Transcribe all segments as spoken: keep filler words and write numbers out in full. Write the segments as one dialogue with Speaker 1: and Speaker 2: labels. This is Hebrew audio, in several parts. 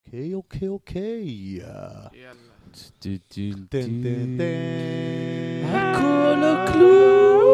Speaker 1: אוקיי, אוקיי, אוקיי.
Speaker 2: יאללה.
Speaker 1: טן טן טן.
Speaker 2: הכל או כלום.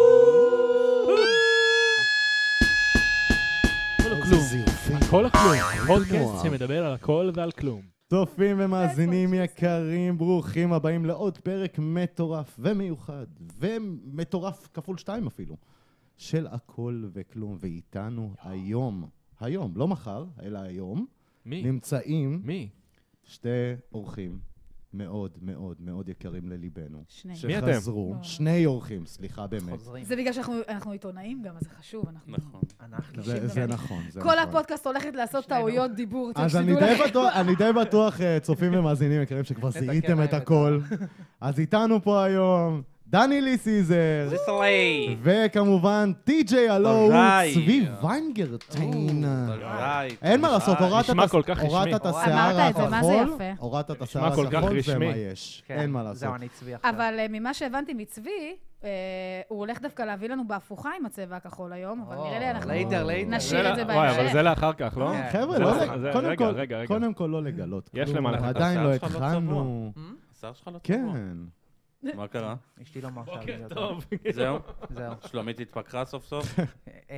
Speaker 3: הכל או כלום. פודקאסט שמדבר על הכל ועל כלום.
Speaker 1: צופים ומאזינים יקרים, ברוכים הבאים לעוד פרק מטורף ומיוחד, ומטורף כפול שתיים אפילו, של הכל וכלום. ואיתנו היום, היום, לא מחר, אלא היום,
Speaker 3: מי?
Speaker 1: נמצאים
Speaker 3: מי?
Speaker 1: שתי אורחים מאוד מאוד מאוד יקרים לליבנו.
Speaker 4: שני.
Speaker 3: מי אתם?
Speaker 1: שחזרו, שני אורחים, סליחה באמת.
Speaker 2: חוזרים.
Speaker 4: זה בגלל שאנחנו עיתונאים גם, אז זה חשוב. אנחנו-
Speaker 2: נכון.
Speaker 4: אנחנו.
Speaker 1: זה זה נכון, זה
Speaker 4: כל
Speaker 1: נכון.
Speaker 4: הפודקאסט הולכת לעשות
Speaker 2: שנינו.
Speaker 4: טעויות דיבור.
Speaker 1: אז
Speaker 4: שתדעו
Speaker 1: אני די
Speaker 4: לכם.
Speaker 1: בטוח, אני די בטוח, אה, צופים ומאזינים יקרים, שכבר
Speaker 2: נתקן
Speaker 1: זיהיתם
Speaker 2: להם
Speaker 1: את
Speaker 2: את
Speaker 1: הכל. אז איתנו פה היום, דני ליסיזר,
Speaker 2: זיסלי.
Speaker 1: וכמובן טי.ג'יי הלו,
Speaker 2: אולי.
Speaker 1: צבי ויינגרטין.
Speaker 2: אולי.
Speaker 1: אין מה לעשות, הורדת
Speaker 3: נשמע
Speaker 1: את
Speaker 3: כל כך
Speaker 1: הורדת
Speaker 3: רשמי.
Speaker 1: את השיער
Speaker 4: אמרת את זה, מה זה
Speaker 1: הכחול,
Speaker 4: יפה?
Speaker 1: הורדת את
Speaker 3: נשמע
Speaker 1: השיער
Speaker 3: כל כך
Speaker 1: הכחול, זה
Speaker 3: רשמי.
Speaker 1: מה יש,
Speaker 2: כן,
Speaker 1: אין מה לעשות.
Speaker 2: זהו, אני צבי עכשיו.
Speaker 4: אבל אה, ממה שהבנתי מצבי, אה, הוא הולך דווקא להביא לנו בהפוכה עם הצבע הכחול היום, אבל
Speaker 2: או,
Speaker 4: נראה לי אנחנו
Speaker 2: לייטר, לייטר.
Speaker 4: נשאיר את זה
Speaker 3: וואי, אבל
Speaker 4: בהמשך.
Speaker 3: זה לאחר כך, לא?
Speaker 2: כן.
Speaker 1: חבר'ה,
Speaker 3: זה
Speaker 1: לא
Speaker 3: לא-
Speaker 1: לג-
Speaker 3: זה-
Speaker 1: קודם
Speaker 3: רגע,
Speaker 1: כל-
Speaker 3: רגע, רגע.
Speaker 1: קודם כל לא לגלות.
Speaker 3: יש
Speaker 1: כלום.
Speaker 3: למה לחכות.
Speaker 1: עדיין לא
Speaker 5: השיער שלך לא
Speaker 1: התחלנו.
Speaker 5: השיער שלך לא צבוע.
Speaker 1: כן.
Speaker 5: מה קרה?
Speaker 2: אשתי לא מרשה לי
Speaker 3: בוקר
Speaker 2: להיות.
Speaker 3: טוב.
Speaker 5: זהו?
Speaker 2: זהו.
Speaker 5: שלומית התפקרה סוף סוף?
Speaker 2: אה,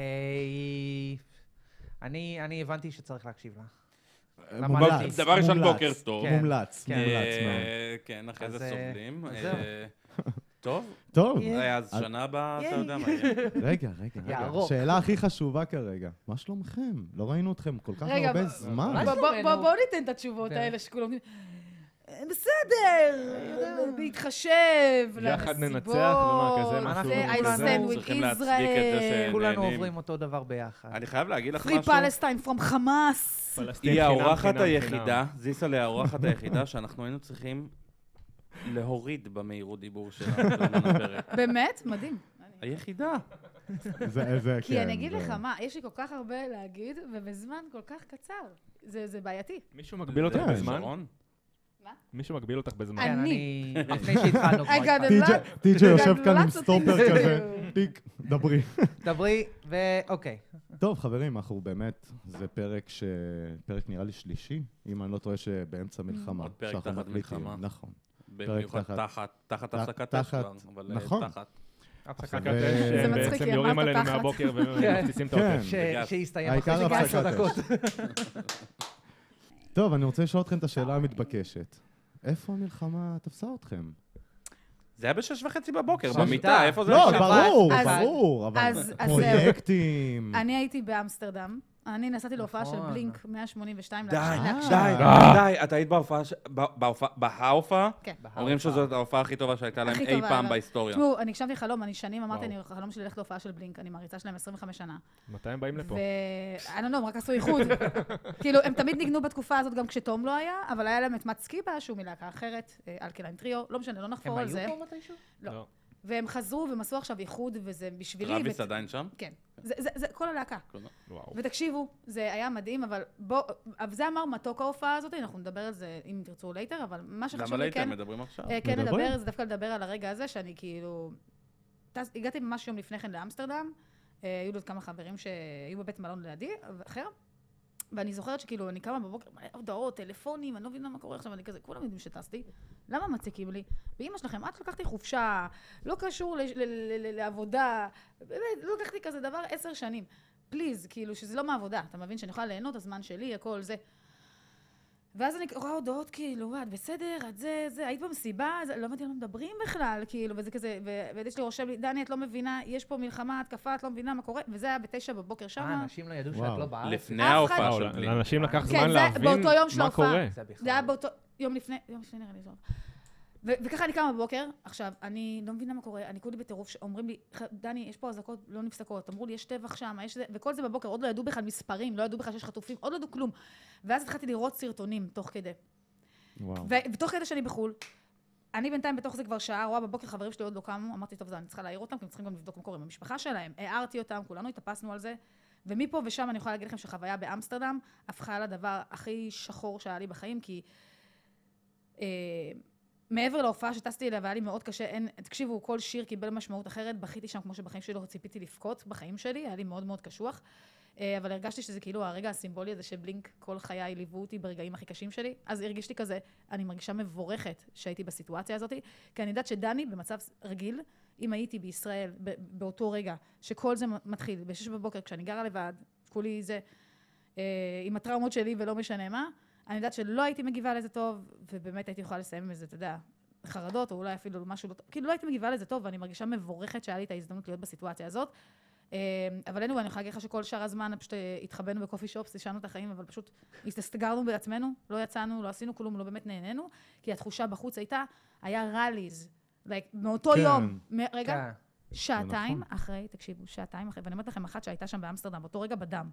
Speaker 2: אני אני הבנתי שצריך להקשיב לה.
Speaker 1: מומלץ,
Speaker 2: למדתי.
Speaker 5: דבר ראשון,
Speaker 1: מומלץ.
Speaker 5: בוקר טוב.
Speaker 2: כן.
Speaker 1: מומלץ,
Speaker 2: כן.
Speaker 1: מומלץ
Speaker 5: אה,
Speaker 1: מאוד.
Speaker 5: כן, אחרי
Speaker 2: אז,
Speaker 5: זה
Speaker 2: אה,
Speaker 5: סובלים.
Speaker 2: אז
Speaker 5: אה,
Speaker 2: זהו.
Speaker 5: טוב,
Speaker 1: טוב,
Speaker 5: אה, אז
Speaker 1: אז-
Speaker 5: שנה הבאה, אתה
Speaker 4: ייי.
Speaker 5: יודע מה יהיה.
Speaker 1: רגע, רגע, רגע.
Speaker 2: יערוק.
Speaker 1: שאלה הכי חשובה כרגע, מה שלומכם? לא ראינו אתכם כל כך
Speaker 4: רגע,
Speaker 1: הרבה
Speaker 4: ב-
Speaker 1: זמן.
Speaker 4: בוא- בוא- בוא- בואו ניתן את התשובות
Speaker 2: זה-
Speaker 4: האלה שכולם אומרים, "אה, בסדר, בהתחשב,
Speaker 3: יחד ננצח,
Speaker 4: לנסיבות,
Speaker 3: ומה, כזה משהו
Speaker 4: זה, I
Speaker 2: כזה.
Speaker 4: stand with
Speaker 5: צריכים להצדיק את זה
Speaker 4: Israel,
Speaker 2: כולנו
Speaker 5: נהנים.
Speaker 2: עוברים אותו דבר ביחד.
Speaker 5: אני חייב להגיד לך
Speaker 4: free
Speaker 5: משהו.
Speaker 4: Palestine from חמאס.
Speaker 3: פלסטין
Speaker 5: היא
Speaker 3: חינם,
Speaker 5: האורחת
Speaker 3: חינם,
Speaker 5: היחידה, זיסלה האורחת היחידה, שאנחנו היינו צריכים להוריד במהירות דיבור שלנו בזמן הפרק.
Speaker 4: באמת? מדהים.
Speaker 5: היחידה.
Speaker 1: זה, זה,
Speaker 4: כי
Speaker 1: כן,
Speaker 4: אני אגיד
Speaker 1: זה-
Speaker 4: לך מה, יש לי כל כך הרבה להגיד, ובזמן כל כך קצר. זה זה בעייתי.
Speaker 3: מישהו מגביל אותך
Speaker 1: כן.
Speaker 3: בזמן?
Speaker 5: שרון?
Speaker 3: מישהו מגביל אותך בזמן?
Speaker 4: אני.
Speaker 2: כן, אני... לפני שהתחלנו
Speaker 4: I
Speaker 2: כבר.
Speaker 4: got a
Speaker 2: התחלנו.
Speaker 4: lot.
Speaker 1: טי.ג'יי יושב כאן עם
Speaker 4: גלגלצת אותי.
Speaker 1: סטופר כזה, טיק, דברי.
Speaker 2: דברי, ואוקיי.
Speaker 1: טוב, חברים, אנחנו באמת, זה פרק ש... פרק נראה לי שלישי, אם אני לא טועה שבאמצע מלחמה.
Speaker 5: עוד פרק
Speaker 1: שאנחנו
Speaker 5: תחת
Speaker 1: מקליטים.
Speaker 5: מלחמה.
Speaker 1: נכון.
Speaker 5: במיוחד
Speaker 1: תחת-
Speaker 5: תחת, תחת
Speaker 1: תח-
Speaker 5: הפסקת אש
Speaker 1: תחת-
Speaker 5: כבר, אבל אה,
Speaker 1: נכון.
Speaker 5: תחת.
Speaker 2: הפסקת
Speaker 3: הפסקת
Speaker 1: ו-
Speaker 3: אש,
Speaker 1: זה
Speaker 3: שהם
Speaker 4: מצחיק,
Speaker 3: בעצם
Speaker 4: כי
Speaker 3: יורים
Speaker 4: אמרת
Speaker 3: עלינו
Speaker 4: תחת.
Speaker 3: מהבוקר ומפציצים את
Speaker 1: כן.
Speaker 3: העוטף.
Speaker 2: ש-
Speaker 5: בגז.
Speaker 2: שהסתיים
Speaker 1: העיקר
Speaker 2: אחרי
Speaker 1: הפסקת
Speaker 2: עשר דקות.
Speaker 1: טוב, אני רוצה לשאול אתכם את השאלה המתבקשת. איפה המלחמה תפסה אתכם?
Speaker 5: זה היה בשש וחצי בבוקר,
Speaker 2: שש-
Speaker 5: במיטה, איפה זה
Speaker 1: לא,
Speaker 5: היה?
Speaker 1: ברור,
Speaker 4: אז-
Speaker 1: ברור, אבל
Speaker 4: אז- אז זהו.
Speaker 1: פרויקטים.
Speaker 4: אני הייתי באמסטרדם. אני נסעתי להופעה של
Speaker 2: נכון.
Speaker 4: בלינק מאה שמונים ושתיים.
Speaker 5: די,
Speaker 4: להקשיב.
Speaker 5: די,
Speaker 3: אה.
Speaker 5: די, את היית בהופעה, ש- ב- בהופעה, בהופעה?
Speaker 4: כן.
Speaker 5: אומרים שזאת ההופעה הכי טובה שהייתה להם
Speaker 4: הכי
Speaker 5: אי
Speaker 4: טובה,
Speaker 5: פעם
Speaker 4: אבל-
Speaker 5: בהיסטוריה.
Speaker 4: תשמעו, אני הקשבתי חלום, אני שנים אמרתי,
Speaker 1: וואו.
Speaker 4: אני חלום שלי ללכת להופעה של בלינק, אני מעריצה שלהם עשרים וחמש שנה.
Speaker 3: מתי הם באים לפה?
Speaker 4: ו... אני לא יודע, הם רק עשו איחוד. כאילו, הם תמיד ניגנו בתקופה הזאת גם כשתום לא היה, אבל היה להם את מאט סקיבה, שהוא מלהקה אחרת, אה, אלקליין טריו, לא משנה, לא
Speaker 2: הם
Speaker 4: נחפור על זה.
Speaker 2: היו פה מתישהו?
Speaker 4: לא. והם חזרו והם עשו עכשיו איחוד, וזה בשבילי...
Speaker 5: טראביס
Speaker 4: ות-
Speaker 5: עדיין שם?
Speaker 4: כן. זה- זה זה כל הלהקה.
Speaker 3: וואו.
Speaker 4: ותקשיבו, זה היה מדהים, אבל בוא... אבל זה אמר מתוק ההופעה הזאת, אנחנו נדבר על זה אם תרצו לייטר, אבל מה שחשוב
Speaker 5: למה
Speaker 4: לי
Speaker 5: לייטר
Speaker 4: כן...
Speaker 5: מדברים עכשיו?
Speaker 4: אה, כן
Speaker 1: מדברים.
Speaker 4: לדבר, זה דווקא לדבר על הרגע הזה, שאני כאילו... טס- הגעתי ממש יום לפני כן לאמסטרדם, אה, היו לי עוד כמה חברים שהיו בבית מלון לידי, אחר, ואני זוכרת שכאילו, אני קמה בבוקר, מלא הודעות, טלפונים, אני לא מבינה מה קורה עכשיו, אני כזה, כולם יודעים שטסתי, למה מציקים לי? ואמא שלכם, את לקחתי חופשה, לא קשור ל- ל- ל- ל- לעבודה, באמת, לא לקחתי כזה דבר עשר שנים. פליז, כאילו, שזה לא מעבודה, אתה מבין שאני יכולה ליהנות, הזמן שלי, הכל זה. ואז אני רואה הודעות כאילו, את בסדר, את זה, זה, היית במסיבה, זה, לא הבנתי על מה מדברים בכלל, כאילו, וזה כזה, ו- ויש לי רושם לי, דני, את לא מבינה, יש פה מלחמה, התקפה, את לא מבינה מה קורה, וזה היה בתשע בבוקר
Speaker 2: אה,
Speaker 4: שמה.
Speaker 2: אנשים לא ידעו
Speaker 1: וואו.
Speaker 2: שאת לא בארץ.
Speaker 5: לפני
Speaker 4: אף
Speaker 5: ההופעה
Speaker 4: אחד-
Speaker 3: וואו,
Speaker 5: של בלינק.
Speaker 3: לאנשים לקח
Speaker 2: כן,
Speaker 3: זמן
Speaker 4: זה
Speaker 3: להבין
Speaker 4: באותו יום של
Speaker 3: מה
Speaker 4: ההופעה.
Speaker 3: קורה.
Speaker 2: זה בכלל.
Speaker 4: זה היה באותו, יום לפני, יום לפני נראה לי זו. ו- וככה אני קמה בבוקר, עכשיו, אני לא מבינה מה קורה, אני כולי בטירוף, ש- אומרים לי, "ח- דני, יש פה אזעקות לא נפסקות, אמרו לי, יש טבח שם, יש זה, וכל זה בבוקר, עוד לא ידעו בכלל מספרים, לא ידעו בכלל שיש חטופים, עוד לא ידעו כלום. ואז התחלתי לראות סרטונים תוך כדי.
Speaker 1: וואו.
Speaker 4: ו- ותוך כדי שאני בחול, אני בינתיים בתוך זה כבר שעה, רואה בבוקר חברים שלי עוד לא קמו, אמרתי, טוב, זה, אני צריכה להעיר אותם, כי הם צריכים גם לבדוק מה קורה עם המשפחה שלהם. הערתי אותם, כולנו התאפסנו על זה, ומפה ושם אני יכולה להגיד לכם שחוויה באמסטרדם הפכה לדבר הכי שחור שהיה לי בחיים, כי אה, מעבר להופעה שטסתי אליה והיה לי מאוד קשה, אין, תקשיבו, כל שיר קיבל משמעות אחרת, בכיתי שם כמו שבחיים שלי לא ציפיתי לבכות בחיים שלי, היה לי מאוד מאוד קשוח. אבל הרגשתי שזה כאילו הרגע הסימבולי הזה שבלינק כל חיי ליוו אותי ברגעים הכי קשים שלי, אז הרגישתי כזה, אני מרגישה מבורכת שהייתי בסיטואציה הזאת, כי אני יודעת שדני במצב רגיל, אם הייתי בישראל באותו רגע, שכל זה מתחיל, בשש בבוקר, כשאני גרה לבד, כולי זה, עם הטראומות שלי ולא משנה מה, אני יודעת שלא הייתי מגיבה לזה טוב, ובאמת הייתי יכולה לסיים עם זה, אתה יודע, חרדות, או אולי אפילו משהו לא טוב, כאילו לא הייתי מגיבה לזה טוב, ואני מרגישה מבורכת שהיה לי את ההזדמנות להיות בסיטואציה הזאת. אבל אנו, אני יכולה להגיד לך שכל שאר הזמן, פשוט התחבאנו בקופי שופס, השענו את החיים, אבל פשוט הסתגרנו בעצמנו, לא יצאנו, לא עשינו כלום, לא באמת נהנינו, כי התחושה בחוץ הייתה, היה ראליז, מאותו יום, רגע, שעתיים אחרי, תקשיבו, שעתיים אחרי, ואני אומרת לכם, אחת שהייתה שם באמסטרדם, באותו רגע בדם.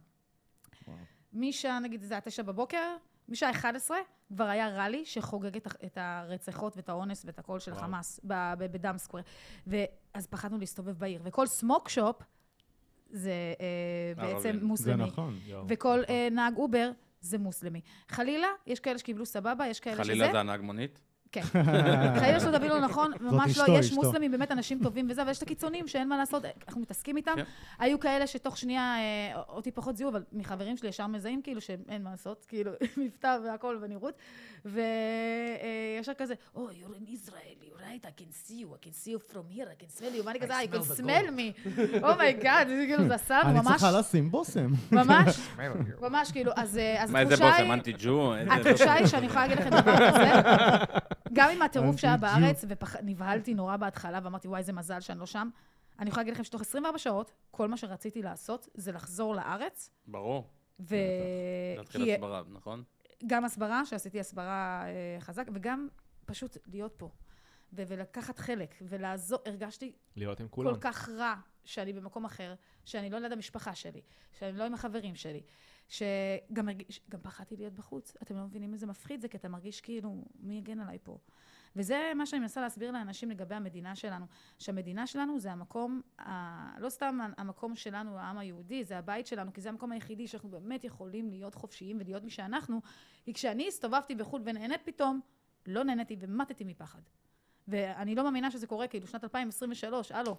Speaker 4: משעה, נגיד, זה היה תשע בבוקר, משעה אחת עשרה, כבר היה ראלי שחוגג את הרצחות ואת האונס ואת הכל של חמאס בדם סקוואר. ואז פחדנו להסתובב בעיר. וכל סמוק שופ זה בעצם מוסלמי.
Speaker 1: זה נכון.
Speaker 4: וכל נהג אובר זה מוסלמי. חלילה, יש כאלה שקיבלו סבבה, יש כאלה שזה...
Speaker 5: חלילה זה הנהג מונית?
Speaker 4: כן. חלילה שלא תבינו נכון, ממש לא, יש מוסלמים, באמת אנשים טובים וזה, אבל יש את הקיצונים שאין מה לעשות, אנחנו מתעסקים איתם. היו כאלה שתוך שנייה, אותי פחות זיהו, אבל מחברים שלי ישר מזהים, כאילו שאין מה לעשות, כאילו, מבטא והכל ונראות. וישר כזה, Oh, you're in Israel, you're right, I can see you, I can see you from here, I can smell you, ואני כזה, I can smell me. Oh my God, זה כאילו, זה עשה ממש...
Speaker 1: אני צריכה לשים בושם.
Speaker 4: ממש, ממש, כאילו, אז
Speaker 5: מה, איזה בושם, אנטי-ג'ו?
Speaker 4: התחושה היא שאני יכולה להגיד לכם דבר כזה, גם עם הטירוף שהיה בארץ, ונבהלתי נורא בהתחלה, ואמרתי, וואי, זה מזל שאני לא שם. אני יכולה להגיד לכם שתוך עשרים וארבע שעות, כל מה שרציתי לעשות, זה לחזור לארץ.
Speaker 5: ברור.
Speaker 4: ו...
Speaker 5: להתחיל הסברה, נכון?
Speaker 4: גם הסברה, שעשיתי הסברה חזק, וגם פשוט להיות פה. ולקחת חלק, ולעזור, הרגשתי
Speaker 3: להיות עם כולם.
Speaker 4: כל כך רע, שאני במקום אחר, שאני לא ליד המשפחה שלי, שאני לא עם החברים שלי. שגם גם פחדתי להיות בחוץ. אתם לא מבינים איזה מפחיד זה, כי אתה מרגיש כאילו, מי יגן עליי פה? וזה מה שאני מנסה להסביר לאנשים לגבי המדינה שלנו. שהמדינה שלנו זה המקום, ה... לא סתם המקום שלנו, העם היהודי, זה הבית שלנו, כי זה המקום היחידי שאנחנו באמת יכולים להיות חופשיים ולהיות מי שאנחנו. כי כשאני הסתובבתי בחו"ל ונהנית פתאום, לא נהניתי ומתתי מפחד. ואני לא מאמינה שזה קורה, כאילו שנת אלפיים עשרים ושלוש, הלו.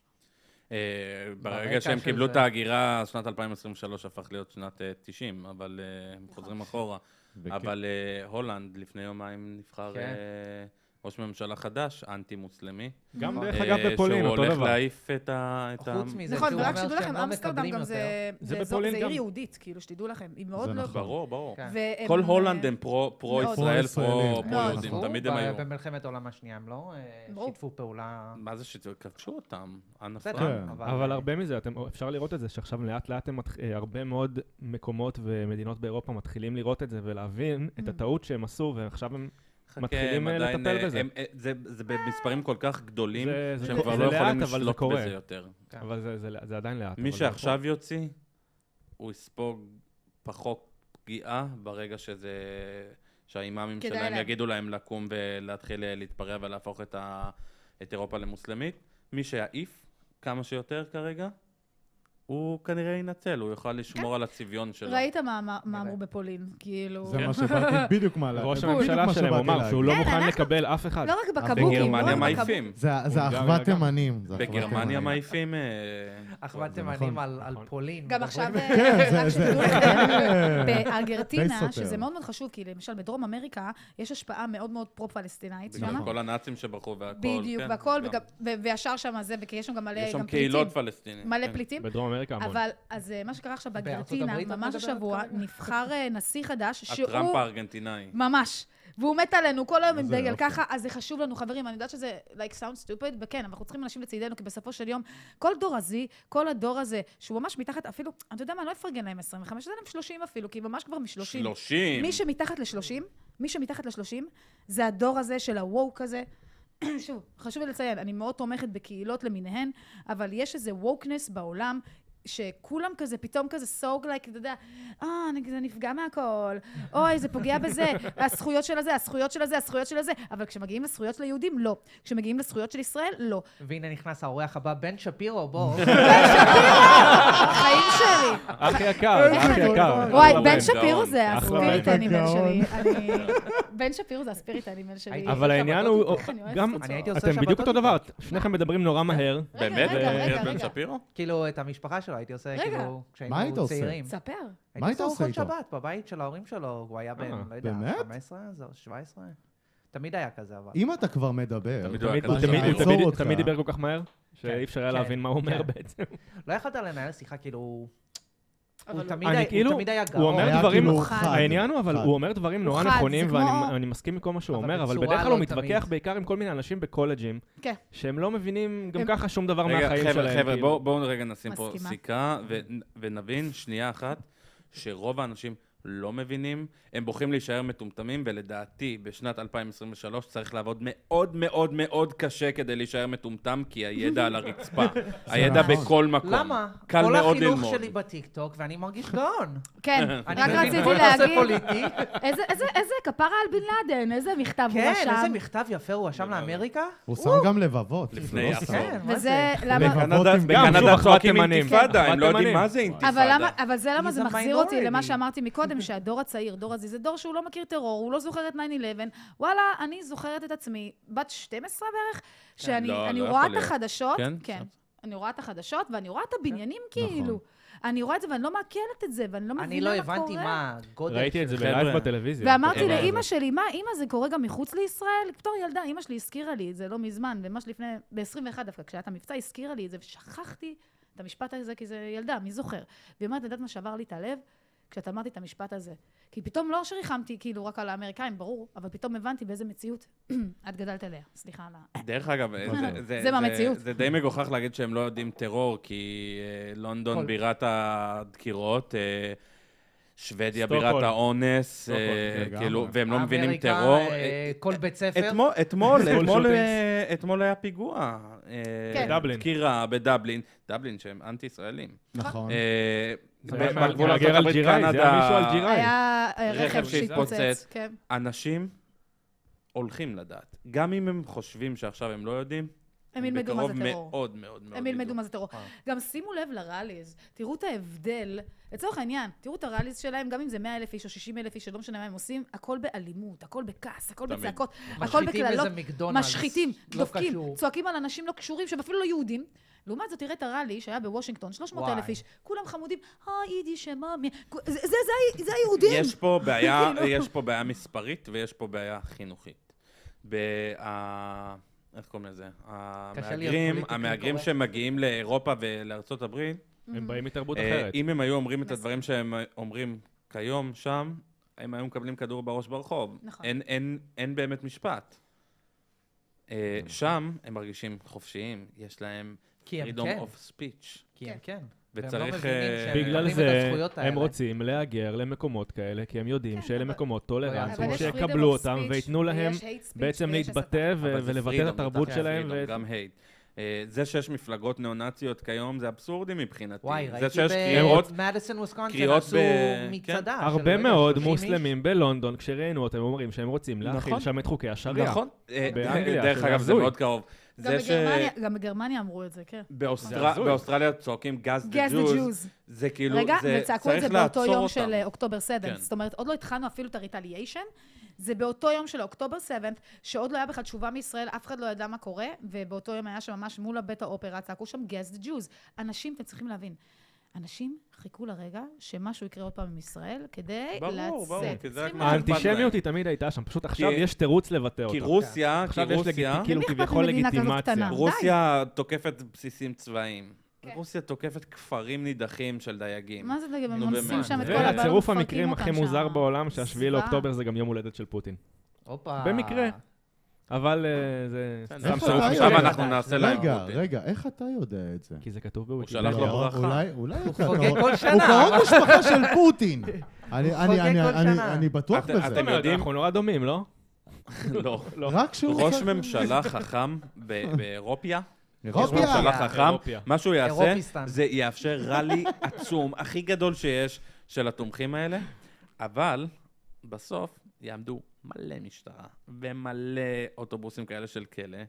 Speaker 5: ברגע שהם קיבלו את ההגירה, שנת אלפיים עשרים ושלוש הפך להיות שנת תשעים, אבל הם חוזרים אחורה. אבל הולנד לפני יומיים נבחר ראש ממשלה חדש, אנטי-מוסלמי.
Speaker 3: גם דרך אגב בפולין, אותו דבר.
Speaker 5: שהוא הולך להעיף את ה...
Speaker 2: חוץ מזה,
Speaker 4: נכון,
Speaker 2: שהוא
Speaker 4: ורק
Speaker 2: אומר
Speaker 4: שתדעו לכם,
Speaker 2: שהם לא
Speaker 4: אמסטרדם
Speaker 2: מקבלים
Speaker 4: גם
Speaker 2: יותר.
Speaker 4: זה... זה עיר יהודית, כאילו, שתדעו לכם. היא מאוד לא...
Speaker 5: ברור, ברור.
Speaker 4: והם-
Speaker 5: כל הולנד הם פרו-ישראל,
Speaker 1: פרו-ישראלים.
Speaker 5: פרו-יהודים,
Speaker 2: עזבו,
Speaker 5: תמיד הם היו.
Speaker 2: במלחמת העולם השנייה הם לא אה,
Speaker 4: ברור.
Speaker 2: שיתפו פעולה.
Speaker 5: מה זה שכבשו אותם? אנה
Speaker 2: בסדר,
Speaker 5: פרנק.
Speaker 1: כן.
Speaker 3: אבל הרבה מזה, אתם, אפשר לראות את זה, שעכשיו לאט לאט הם, מתח- אה, הרבה מאוד מקומות ומדינות באירופה מתחילים לראות את זה ולהבין את הטעות שהם עשו, ועכשיו הם מתחילים, אה,
Speaker 5: עדיין,
Speaker 3: לטפל
Speaker 5: אה,
Speaker 3: בזה.
Speaker 5: הם, אה, זה זה במספרים כל כך גדולים,
Speaker 3: זה- זה
Speaker 5: שהם
Speaker 3: קורה-
Speaker 5: כבר
Speaker 3: זה
Speaker 5: לא
Speaker 3: לאט,
Speaker 5: יכולים
Speaker 3: אבל זה
Speaker 5: לשלוט
Speaker 3: קורה.
Speaker 5: בזה יותר.
Speaker 3: אבל זה, זה, זה עדיין לאט.
Speaker 5: מי
Speaker 3: אבל
Speaker 5: שעכשיו יוציא, הוא יספוג פחות פגיעה ברגע שזה... שהאימאמים
Speaker 4: כדאי
Speaker 5: שלהם
Speaker 4: להם.
Speaker 5: יגידו להם לקום ולהתחיל להתפרע ולהפוך את, ה... את אירופה למוסלמית. מי שיעיף כמה שיותר כרגע, הוא כנראה ינצל, הוא יוכל לשמור על הצביון שלו.
Speaker 4: ראית מה- מה מה אמרו בפולין, כאילו...
Speaker 1: זה מה שבאתי בדיוק מה...
Speaker 3: ראש
Speaker 1: בדיוק
Speaker 3: הממשלה
Speaker 1: מה
Speaker 3: שלהם
Speaker 1: שבאתי
Speaker 3: אמר
Speaker 1: להגיד.
Speaker 3: שהוא לא
Speaker 4: כן,
Speaker 3: מוכן
Speaker 4: אנחנו-
Speaker 3: לקבל אף אחד.
Speaker 4: לא רק בקבוקים, לא
Speaker 5: בגרמניה
Speaker 4: רק
Speaker 5: מעיפים.
Speaker 1: זה זה
Speaker 3: גם
Speaker 1: אחוות
Speaker 3: וגם.
Speaker 1: תימנים. זה אחוות
Speaker 5: בגרמניה
Speaker 1: תימנים.
Speaker 5: מעיפים... אה,
Speaker 2: אחוות
Speaker 1: זה
Speaker 2: תימנים
Speaker 1: נכון.
Speaker 2: על על
Speaker 3: נכון.
Speaker 2: פולין.
Speaker 4: גם
Speaker 2: מדברים-
Speaker 4: עכשיו,
Speaker 1: כן, זה-
Speaker 4: רק
Speaker 1: זה-
Speaker 4: שתדעו לכם,
Speaker 1: די
Speaker 4: בארגנטינה,
Speaker 1: סותר.
Speaker 4: שזה מאוד מאוד חשוב, כי למשל בדרום אמריקה, יש השפעה מאוד מאוד פרו-פלסטינאית
Speaker 5: בגלל
Speaker 4: שם.
Speaker 5: כל הנאצים שברחו והכל.
Speaker 4: בדיוק,
Speaker 5: כן,
Speaker 4: והכל,
Speaker 5: גם.
Speaker 4: וגם- ו- וישר שם זה, וכי יש שם גם מלא
Speaker 5: יש שם
Speaker 4: גם
Speaker 5: קהילות
Speaker 4: פליטים.
Speaker 5: פלסטינים.
Speaker 4: מלא
Speaker 5: כן.
Speaker 4: פליטים.
Speaker 3: בדרום אמריקה המון.
Speaker 4: אבל, אז אה, מה שקרה עכשיו
Speaker 2: בארצות
Speaker 4: בארגנטינה,
Speaker 2: הברית את
Speaker 4: ממש
Speaker 2: מדברת
Speaker 4: השבוע,
Speaker 2: כרגע?
Speaker 4: נבחר אה, נשיא חדש, שהוא...
Speaker 5: הטראמפ הארגנטינאי.
Speaker 4: ממש. והוא מת עלינו כל היום עם
Speaker 1: איזה
Speaker 4: דגל
Speaker 1: יופי.
Speaker 4: ככה, אז זה חשוב לנו, חברים. אני יודעת שזה, like, sound stupid, וכן, אבל אנחנו צריכים אנשים לצידנו, כי בסופו של יום, כל דור הזה, כל הדור הזה, שהוא ממש מתחת, אפילו, אתה יודע מה, אני לא אפרגן להם עשרים וחמש, זה להם שלושים אפילו, כי ממש כבר מ-שלושים.
Speaker 5: שלושים.
Speaker 4: מי שמתחת ל-שלושים, מי שמתחת ל-שלושים, זה הדור הזה של הווק הזה. שוב, חשוב לי לציין, אני מאוד תומכת בקהילות למיניהן, אבל יש איזה ווקנס בעולם, שכולם כזה, פתאום כזה סוג, like, אתה יודע, אה, אני זה נפגע מהכל, אוי, זה פוגע בזה, הזכויות של הזה, הזכויות של הזה, הזכויות של הזה, אבל כשמגיעים לזכויות של היהודים, לא. כשמגיעים לזכויות של ישראל, לא.
Speaker 2: והנה נכנס האורח הבא, בן שפירו, בוא.
Speaker 4: החיים שלי.
Speaker 3: אח יקר, אח יקר.
Speaker 4: וואי,
Speaker 3: אחלה
Speaker 4: בן
Speaker 3: בן.
Speaker 4: שפירו זה
Speaker 3: אחלה
Speaker 4: הספיריט
Speaker 1: בן.
Speaker 4: אנימל שלי.
Speaker 1: גאון.
Speaker 4: אני- בן שפירו זה הספיריט אנימל שלי.
Speaker 3: אבל העניין הוא,
Speaker 4: אני אוהבת
Speaker 3: גם,
Speaker 4: אותו.
Speaker 2: אני הייתי עושה
Speaker 3: אתם
Speaker 2: שבתות
Speaker 3: בדיוק אותו
Speaker 2: איתו.
Speaker 3: דבר, שניכם מדברים נורא מהר.
Speaker 5: באמת?
Speaker 4: רגע, רגע,
Speaker 5: בן
Speaker 4: רגע.
Speaker 5: שפירו?
Speaker 2: כאילו, את המשפחה שלו, שלו, הייתי עושה
Speaker 4: רגע.
Speaker 2: כאילו,
Speaker 1: מה היית
Speaker 2: כשהיינו
Speaker 1: עושה?
Speaker 2: צעירים.
Speaker 4: ספר.
Speaker 1: מה היית עושה
Speaker 2: הייתי
Speaker 1: איתו?
Speaker 2: עושה ארוחות שבת בבית של ההורים שלו, הוא היה בן,
Speaker 3: אה,
Speaker 2: לא יודע,
Speaker 1: באמת?
Speaker 2: חמש עשרה, זהו, שבע עשרה. תמיד היה כזה, אבל.
Speaker 1: אם אתה כבר מדבר,
Speaker 5: תמיד הוא
Speaker 3: תמיד-
Speaker 5: היה
Speaker 3: הוא
Speaker 5: כזה
Speaker 3: תמיד-
Speaker 5: שמיר.
Speaker 3: הוא תמיד-
Speaker 1: לעצור
Speaker 3: הוא תמיד
Speaker 1: אותך.
Speaker 3: דיבר כל כך מהר, שאי אפשר היה
Speaker 2: כן,
Speaker 3: להבין מה הוא אומר
Speaker 2: כן.
Speaker 3: בעצם.
Speaker 2: לא יכולת לנהל שיחה, כאילו, הוא
Speaker 4: אבל
Speaker 2: תמיד
Speaker 3: אני
Speaker 2: היה-
Speaker 3: כאילו-
Speaker 2: הוא תמיד היה
Speaker 3: הוא
Speaker 2: גאון.
Speaker 3: אומר
Speaker 1: היה
Speaker 3: דברים,
Speaker 1: כאילו
Speaker 4: חד.
Speaker 3: העניין הוא, אבל
Speaker 1: חד.
Speaker 3: הוא אומר דברים נורא
Speaker 4: חד, זה
Speaker 3: נכונים,
Speaker 4: כמו-
Speaker 3: ואני אני מסכים עם כל מה שהוא
Speaker 2: אבל
Speaker 3: אומר, אבל
Speaker 2: בצורה
Speaker 3: בדרך כלל
Speaker 2: לא
Speaker 3: הוא מתווכח
Speaker 2: תמיד.
Speaker 3: בעיקר עם כל מיני אנשים בקולג'ים,
Speaker 4: כן.
Speaker 3: שהם לא מבינים גם
Speaker 4: הם-
Speaker 3: ככה שום דבר
Speaker 5: רגע,
Speaker 3: מהחיים
Speaker 5: חבר'ה,
Speaker 3: שלהם.
Speaker 5: חבר'ה,
Speaker 3: כאילו.
Speaker 5: בואו בואו רגע נשים פה
Speaker 4: מסכימה.
Speaker 5: סיכה, ו- ונבין שנייה אחת, שרוב האנשים לא מבינים, הם בוחרים להישאר מטומטמים, ולדעתי בשנת אלפיים עשרים ושלוש צריך לעבוד מאוד מאוד מאוד קשה כדי להישאר מטומטם, כי הידע על הרצפה, הידע
Speaker 1: נכון.
Speaker 5: בכל מקום.
Speaker 2: למה?
Speaker 5: קל
Speaker 2: כל
Speaker 5: מאוד
Speaker 2: החינוך
Speaker 5: ללמוד.
Speaker 2: שלי בטיקטוק, ואני מרגיש גאון.
Speaker 4: כן,
Speaker 2: אני
Speaker 4: רק
Speaker 2: מבין
Speaker 4: רציתי
Speaker 2: כל נושא
Speaker 4: להגיד,
Speaker 2: פוליטי.
Speaker 4: איזה- איזה איזה כפרה על בן לאדן, איזה מכתב הוא
Speaker 2: כן,
Speaker 4: רשם.
Speaker 2: איזה מכתב יפה הוא רשם לאמריקה.
Speaker 1: הוא שם גם לבבות.
Speaker 5: לפני
Speaker 1: זה לא
Speaker 5: עשור.
Speaker 1: סתם.
Speaker 2: כן, מה
Speaker 4: וזה,
Speaker 2: זה?
Speaker 4: למה...
Speaker 1: לבבות
Speaker 5: בקנדה-
Speaker 1: עם-
Speaker 3: גם,
Speaker 5: בקנדה
Speaker 3: שוב, אחוות
Speaker 5: צועקים
Speaker 3: תימנים.
Speaker 5: אינתיפאדה, הם
Speaker 3: אחוות
Speaker 5: לא יודעים
Speaker 3: תימנים.
Speaker 5: מה זה אינתיפאדה.
Speaker 4: אבל למה, אבל זה למה
Speaker 2: He's
Speaker 4: זה
Speaker 2: a
Speaker 4: מחזיר אותי
Speaker 2: minority.
Speaker 4: למה שאמרתי מקודם, שהדור הצעיר, דור הזי, זה דור שהוא לא מכיר טרור, הוא לא זוכר את תשע אחת עשרה. וואלה, אני זוכרת את עצמי, בת שתים עשרה בערך, שאני
Speaker 5: לא,
Speaker 4: אני
Speaker 5: לא
Speaker 4: רואה
Speaker 5: יכול
Speaker 4: את
Speaker 5: להיות.
Speaker 4: החדשות,
Speaker 5: כן?
Speaker 4: כן, אני רואה את החדשות, ואני רואה את הבניינים
Speaker 1: נכון.
Speaker 4: כאילו. אני רואה את זה ואני לא מעכלת את זה, ואני לא
Speaker 2: אני
Speaker 4: מבינה
Speaker 2: לא
Speaker 4: מה קורה.
Speaker 2: הבנתי מה הגודל.
Speaker 3: ראיתי את זה
Speaker 5: חבר'ה.
Speaker 3: בלייב בטלוויזיה.
Speaker 4: ואמרתי
Speaker 5: חבר'ה.
Speaker 4: לאימא שלי, מה, אימא, זה קורה גם מחוץ לישראל? בתור ילדה, אימא שלי הזכירה לי את זה לא מזמן, ממש לפני, ב-עשרים ואחת דווקא, כשהיה את המבצע, הזכירה לי את זה, ושכחתי את המשפט הזה, כי זה ילדה, מי זוכר? והיא אומרת, יודעת מה שבר לי את הלב? כשאת אמרתי את המשפט הזה. כי פתאום לא שריחמתי כאילו רק על האמריקאים, ברור, אבל פתאום הבנתי באיזה מציאות את גדלת אליה. סליחה על ה...
Speaker 5: דרך אגב, זה- זה-
Speaker 4: זה מהמציאות.
Speaker 5: זה די מגוחך להגיד שהם לא יודעים טרור, כי אה, לונדון
Speaker 2: כל-
Speaker 5: בירת הדקירות, אה, שוודיה
Speaker 3: סטוקהולם.
Speaker 5: בירת האונס,
Speaker 3: סטוקהולם,
Speaker 5: אה,
Speaker 1: לגמרי.
Speaker 5: כאילו, והם לא מבינים
Speaker 2: אמריקה,
Speaker 5: טרור.
Speaker 2: אה, כל בית ספר.
Speaker 5: אתמול, אתמול,
Speaker 3: School
Speaker 5: אתמול,
Speaker 3: shootings.
Speaker 5: אה, אתמול היה פיגוע. אה,
Speaker 4: כן.
Speaker 3: בדבלין.
Speaker 5: דקירה בדבלין, דבלין שהם אנטי-ישראלים.
Speaker 1: נכון.
Speaker 5: אה,
Speaker 3: זה
Speaker 5: ב-
Speaker 3: היה מה-
Speaker 5: בגבול
Speaker 3: מהגר
Speaker 5: ארצות
Speaker 3: אלג'יראי,
Speaker 5: הברית,
Speaker 3: זה היה מישהו
Speaker 5: קנדה,
Speaker 3: אלג'יראי.
Speaker 4: היה אה,
Speaker 5: רכב
Speaker 4: רכב
Speaker 5: שהתפוצץ.
Speaker 4: שהתפוצץ, כן.
Speaker 5: אנשים הולכים לדעת. גם אם הם חושבים שעכשיו הם לא יודעים,
Speaker 4: הם ילמדו מה זה
Speaker 5: בקרוב
Speaker 4: טרור.
Speaker 5: מאוד מאוד מאוד
Speaker 4: הם ילמדו
Speaker 5: ידעו.
Speaker 4: מה זה טרור.
Speaker 2: אה.
Speaker 4: גם שימו לב לראליז, תראו את ההבדל, לצורך העניין, תראו את הראליז שלהם, גם אם זה מאה אלף איש או שישים אלף איש, שלא משנה מה הם עושים, הכל באלימות, הכל בכעס, הכל
Speaker 5: תמיד.
Speaker 4: בצעקות, הכל
Speaker 2: משחיתים
Speaker 4: בקללות,
Speaker 2: איזה מקדונלדס.
Speaker 4: משחיתים,
Speaker 2: לא
Speaker 4: דופקים,
Speaker 2: קשור.
Speaker 4: צועקים על אנשים לא קשורים, שהם אפילו לא יהודים. לעומת זאת, תראה את הראלי שהיה בוושינגטון, שלוש מאות אלף
Speaker 2: וואי.
Speaker 4: איש, כולם חמודים, אה, יידיש, מה, מי, זה, זה, זה, זה היהודים.
Speaker 5: יש פה בעיה,
Speaker 4: כאילו.
Speaker 5: יש פה בעיה מספרית ויש פה בעיה חינוכית. בה... איך קוראים לזה?
Speaker 2: להיות
Speaker 5: המהגרים,
Speaker 2: פוליטיקלי
Speaker 5: המהגרים
Speaker 2: קורקט.
Speaker 5: שמגיעים לאירופה ולארצות הברית,
Speaker 3: הם באים מתרבות
Speaker 5: אה,
Speaker 3: אחרת.
Speaker 5: אם הם היו אומרים את
Speaker 4: מסכים.
Speaker 5: הדברים שהם אומרים כיום שם, הם היו מקבלים כדור בראש ברחוב.
Speaker 4: נכון.
Speaker 5: אין, אין, אין באמת משפט. אה, שם הם מרגישים חופשיים, יש להם
Speaker 2: כי הם
Speaker 5: freedom
Speaker 2: כן.
Speaker 5: of speech.
Speaker 2: כי הם כן.
Speaker 5: וצריך,
Speaker 2: והם לא מבינים
Speaker 5: אה,
Speaker 2: שהם
Speaker 3: בגלל
Speaker 2: מקבלים את
Speaker 3: זה
Speaker 2: הזכויות האלה.
Speaker 3: הם רוצים להגר למקומות כאלה, כי הם יודעים
Speaker 4: כן,
Speaker 3: שאלה
Speaker 4: אבל-
Speaker 3: מקומות
Speaker 2: אבל
Speaker 3: טולרנטיים,
Speaker 2: יש
Speaker 3: שיקבלו
Speaker 4: freedom of
Speaker 3: אותם
Speaker 4: speech,
Speaker 3: וייתנו להם
Speaker 4: ויש hate speech,
Speaker 3: בעצם
Speaker 4: ויש
Speaker 3: להתבטא ו-
Speaker 5: אבל זה
Speaker 3: ולבטא
Speaker 5: freedom,
Speaker 3: את התרבות
Speaker 5: זה
Speaker 3: שלהם.
Speaker 5: freedom,
Speaker 3: ו-
Speaker 5: גם hate. אה, זה שיש מפלגות ניאו-נאציות כיום זה אבסורדי מבחינתי.
Speaker 2: וואי,
Speaker 5: זה
Speaker 2: ראיתי
Speaker 5: שיש קריאות,
Speaker 2: במדיסון וויסקונסין,
Speaker 5: קריאות
Speaker 2: עשו
Speaker 5: ב-
Speaker 2: מצעדה. של,
Speaker 3: הרבה
Speaker 2: לא יודע,
Speaker 3: מאוד
Speaker 2: שלושים איש.
Speaker 3: מוסלמים בלונדון, כשראיינו אותם, אומרים שהם רוצים להכיל
Speaker 5: נכון.
Speaker 3: שם את חוקי השריעה.
Speaker 5: נכון. אה,
Speaker 3: באנגליה,
Speaker 5: דרך
Speaker 3: שזה
Speaker 5: אגב, זה
Speaker 3: הזוי.
Speaker 5: מאוד קרוב.
Speaker 4: גם
Speaker 5: זה
Speaker 4: בגרמניה, גם בגרמניה אמרו את זה, כן.
Speaker 3: זה
Speaker 5: שבאוסטרליה
Speaker 3: הזוי.
Speaker 5: צועקים גז
Speaker 4: Guess
Speaker 5: דה
Speaker 4: the
Speaker 5: ג'וז,
Speaker 4: Jews.
Speaker 5: זה כאילו,
Speaker 4: רגע,
Speaker 5: זה
Speaker 4: וצעקו את
Speaker 5: צריך
Speaker 4: זה באותו
Speaker 5: לעצור
Speaker 4: יום של
Speaker 5: אותם.
Speaker 4: אה, אוקטובר שבע.
Speaker 5: כן.
Speaker 4: זאת אומרת, עוד לא התחלנו אפילו את הריטליישן. זה באותו יום של אוקטובר שבע, שעוד לא היה בכלל תשובה מישראל, אף אחד לא ידע מה קורה, ובאותו יום היה שם ממש מול בית האופרה, צעקו שם Guess the Jews. אנשים, אתם צריכים להבין, אנשים חיכו לרגע שמשהו יקרה עוד פעם עם ישראל, כדי
Speaker 5: ברור,
Speaker 4: לצאת.
Speaker 5: ברור, כי זה רק
Speaker 4: צריכים
Speaker 5: מה
Speaker 4: להבין.
Speaker 5: אכפת להם.
Speaker 3: האנטישמיות היא תמיד הייתה שם, פשוט עכשיו
Speaker 5: כי-
Speaker 3: יש תירוץ לבטא
Speaker 5: כי
Speaker 3: אותה.
Speaker 5: רוסיה, כי
Speaker 3: עכשיו יש
Speaker 5: רוסיה,
Speaker 3: לגיט- כאילו
Speaker 4: למי אכפת
Speaker 3: כביכול
Speaker 4: ממדינה כזאת
Speaker 3: לגיטימציה.
Speaker 4: קטנה?
Speaker 5: רוסיה תוקפת בסיסים צבאיים.
Speaker 4: כן.
Speaker 5: רוסיה תוקפת כפרים נידחים של דייגים.
Speaker 4: מה זה, הם
Speaker 5: נו,
Speaker 4: אונסים
Speaker 5: באמת.
Speaker 4: שם את כל הבעלות,
Speaker 3: והצירוף
Speaker 4: מפרקים
Speaker 3: המקרים
Speaker 4: אותם
Speaker 3: הכי מוזר
Speaker 4: שם.
Speaker 3: בעולם, שהשביעי
Speaker 4: זוועה.
Speaker 3: לאוקטובר זה גם יום הולדת של פוטין.
Speaker 2: הופה.
Speaker 3: במקרה. אבל אה, זה
Speaker 5: כן,
Speaker 3: סתם
Speaker 1: איפה
Speaker 3: צירוף
Speaker 1: אתה
Speaker 3: משנה.
Speaker 5: עכשיו
Speaker 1: יודע?
Speaker 5: אנחנו נעשה להם
Speaker 1: רגע,
Speaker 5: פוטין.
Speaker 1: רגע, איך אתה יודע את זה?
Speaker 3: כי זה כתוב
Speaker 5: הוא
Speaker 3: בוויקיפדיה.
Speaker 5: שלח לו
Speaker 1: לא,
Speaker 5: ברכה.
Speaker 1: אולי, אולי אתה
Speaker 2: חוגג
Speaker 1: קרוב-
Speaker 2: כל שנה.
Speaker 1: הוא קרוב משפחה של פוטין. אני- אני-
Speaker 2: חוגג
Speaker 1: אני-
Speaker 2: כל
Speaker 1: אני-
Speaker 2: שנה.
Speaker 1: אני בטוח
Speaker 5: אתם-
Speaker 1: בזה.
Speaker 5: אתם יודעים-
Speaker 3: אנחנו נורא דומים, לא?
Speaker 5: לא.
Speaker 1: רק שהוא...
Speaker 5: ראש ממשלה חכם ב- באירופיה, ראש
Speaker 1: אירופיה.
Speaker 5: ממשלה חכם,
Speaker 3: אירופיה.
Speaker 5: מה שהוא יעשה,
Speaker 2: אירופיסטן.
Speaker 5: זה יאפשר רלי עצום, הכי גדול שיש, של התומכים האלה, אבל בסוף יעמדו מלא משטרה ומלא אוטובוסים כאלה של כלא,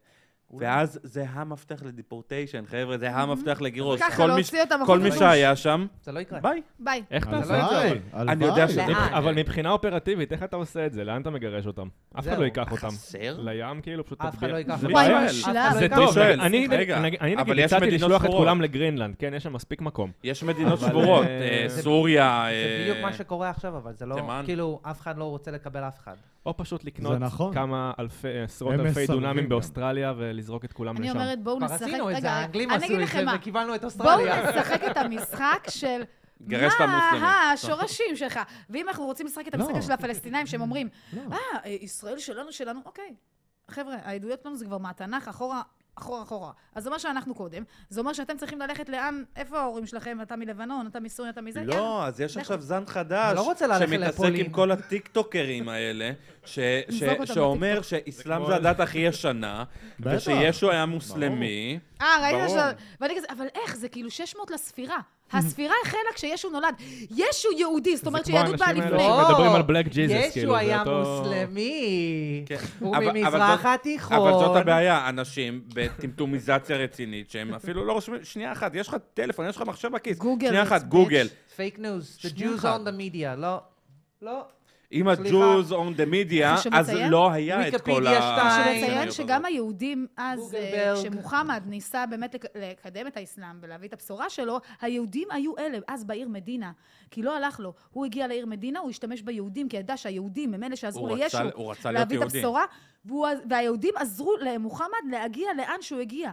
Speaker 5: ואז זה המפתח לדיפורטיישן, חבר'ה, זה המפתח לגירוש.
Speaker 4: ככה
Speaker 5: כל מי-
Speaker 4: להוציא אותם
Speaker 5: כל
Speaker 4: החוצה.
Speaker 5: מי שהיה שם,
Speaker 2: זה לא יקרה.
Speaker 5: ביי.
Speaker 4: ביי.
Speaker 3: איך אתה
Speaker 2: זה לא
Speaker 3: עושה את זה?
Speaker 2: יקרה.
Speaker 3: אבל?
Speaker 5: אני יודע ש...
Speaker 2: לאן?
Speaker 3: אבל מבחינה אופרטיבית, איך אתה עושה את זה? לאן אתה מגרש אותם? אף אחד
Speaker 2: זהו.
Speaker 3: לא ייקח אותם.
Speaker 5: חסר?
Speaker 3: לים, כאילו, פשוט
Speaker 2: אף אחד
Speaker 3: תטביע.
Speaker 2: לא ייקח
Speaker 3: בלי
Speaker 4: וואי,
Speaker 3: בעיה.
Speaker 4: מושלם.
Speaker 2: אף אחד לא
Speaker 3: זה
Speaker 2: ייקח
Speaker 3: טוב,
Speaker 5: אותם.
Speaker 3: אני- אני
Speaker 5: רגע,
Speaker 3: נגיד- אני
Speaker 5: אבל
Speaker 3: נגיד
Speaker 5: יש
Speaker 3: הצעתי
Speaker 5: מדינות
Speaker 3: לשלוח את
Speaker 5: ספורות.
Speaker 3: כולם לגרינלנד, כן, יש שם מספיק מקום.
Speaker 5: יש מדינות
Speaker 3: אבל,
Speaker 5: שבורות,
Speaker 3: אה,
Speaker 5: אה,
Speaker 2: זה-
Speaker 5: סוריה...
Speaker 2: זה בדיוק
Speaker 5: אה,
Speaker 2: מה שקורה עכשיו, אבל זה לא,
Speaker 5: תימן.
Speaker 2: כאילו, אף אחד לא רוצה לקבל אף אחד.
Speaker 3: או פשוט לקנות
Speaker 1: נכון.
Speaker 3: כמה אלפי, עשרות
Speaker 1: הם
Speaker 3: אלפי
Speaker 1: מסרבים
Speaker 3: דונמים
Speaker 1: גם.
Speaker 3: באוסטרליה ולזרוק את כולם
Speaker 4: אני
Speaker 3: לשם.
Speaker 4: אומרת, בואו
Speaker 2: כבר
Speaker 4: נשחק...
Speaker 2: עשינו את זה,
Speaker 4: רגע,
Speaker 2: האנגלים
Speaker 4: אני
Speaker 2: עשו
Speaker 4: אגיד
Speaker 2: את
Speaker 4: לכם
Speaker 2: זה
Speaker 4: מה.
Speaker 2: וקיבלנו את
Speaker 4: בואו
Speaker 2: אוסטרליה.
Speaker 4: נשחק את המשחק של...
Speaker 5: גרש את המוסלמים.
Speaker 4: מה השורשים שלך? ואם אנחנו רוצים לשחק את המשחק
Speaker 1: לא.
Speaker 4: של הפלסטינאים, שהם אומרים,
Speaker 1: לא.
Speaker 4: אה, ישראל שלנו, שלנו, אוקיי. חבר'ה, העדויות שלנו זה כבר מהתנ"ך, אחורה, אחורה, אחורה. אז זה אומר שאנחנו קודם, זה אומר שאתם צריכים ללכת לאן, איפה ההורים שלכם? אתה מלבנון, אתה מסוריה, אתה מזה? יאללה.
Speaker 5: לא, אז יש
Speaker 4: לכו.
Speaker 5: עכשיו זן חדש,
Speaker 2: אני לא רוצה ללכת
Speaker 5: שמתעסק
Speaker 2: לפולין.
Speaker 5: עם כל הטיקטוקרים האלה, ש- ש-
Speaker 4: נזרוק אותם
Speaker 5: שאומר
Speaker 4: בטיקטוק.
Speaker 5: שאסלאם
Speaker 3: זה
Speaker 5: זה
Speaker 3: כמו-
Speaker 5: הדת הכי ישנה,
Speaker 1: בטח.
Speaker 5: ושישו היה מוסלמי.
Speaker 4: אה, ראית
Speaker 5: ברור.
Speaker 4: עכשיו, ואני כזה, אבל איך? זה כאילו שש מאות לספירה. הספירה החלה כשישו נולד. ישו יהודי, זאת אומרת
Speaker 3: זה כמו
Speaker 4: שיהדות באה
Speaker 3: האנשים
Speaker 4: לפני.
Speaker 3: האלה
Speaker 2: לא.
Speaker 3: שמדברים על בלק ג'יזוס, כאילו,
Speaker 2: ישו
Speaker 3: זה
Speaker 2: היה
Speaker 3: אותו-
Speaker 2: מוסלמי.
Speaker 5: כן.
Speaker 2: הוא
Speaker 5: אבל- אבל
Speaker 2: ממזרח
Speaker 5: זאת-
Speaker 2: התיכון.
Speaker 5: אבל זאת הבעיה, אנשים בטמטומיזציה רצינית, שהם אפילו לא רושמים, שנייה אחת, יש לך טלפון, יש לך מחשב בכיס,
Speaker 4: גוגל,
Speaker 5: שנייה אחת,
Speaker 4: bitch.
Speaker 5: גוגל.
Speaker 2: פייק ניוז. The
Speaker 5: שנייה
Speaker 2: Jews
Speaker 5: אחת.
Speaker 2: on the media. לא. לא.
Speaker 5: אם
Speaker 2: סליחה.
Speaker 5: ה-Jews on the media,
Speaker 4: חשוב
Speaker 5: אז
Speaker 4: לציין?
Speaker 5: לא היה את
Speaker 2: ויקיפדיה
Speaker 5: כל ה...
Speaker 2: שתיים.
Speaker 4: חשוב
Speaker 2: אה,
Speaker 4: לציין
Speaker 5: הזאת.
Speaker 4: שגם היהודים אז,
Speaker 2: גוגלברג.
Speaker 4: אה, כשמוחמד ניסה באמת לק- לקדם את האסלאם ולהביא את הבשורה שלו, היהודים היו אלה, אז בעיר מדינה. כי לא הלך לו. הוא הגיע לעיר מדינה, הוא השתמש ביהודים, כי ידע שהיהודים הם אלה שעזרו
Speaker 5: הוא
Speaker 4: לישו
Speaker 5: רצה- הוא רצה להיות
Speaker 4: להביא את
Speaker 5: יהודי.
Speaker 4: הבשורה, והוא- והיהודים עזרו למוחמד להגיע לאן שהוא הגיע.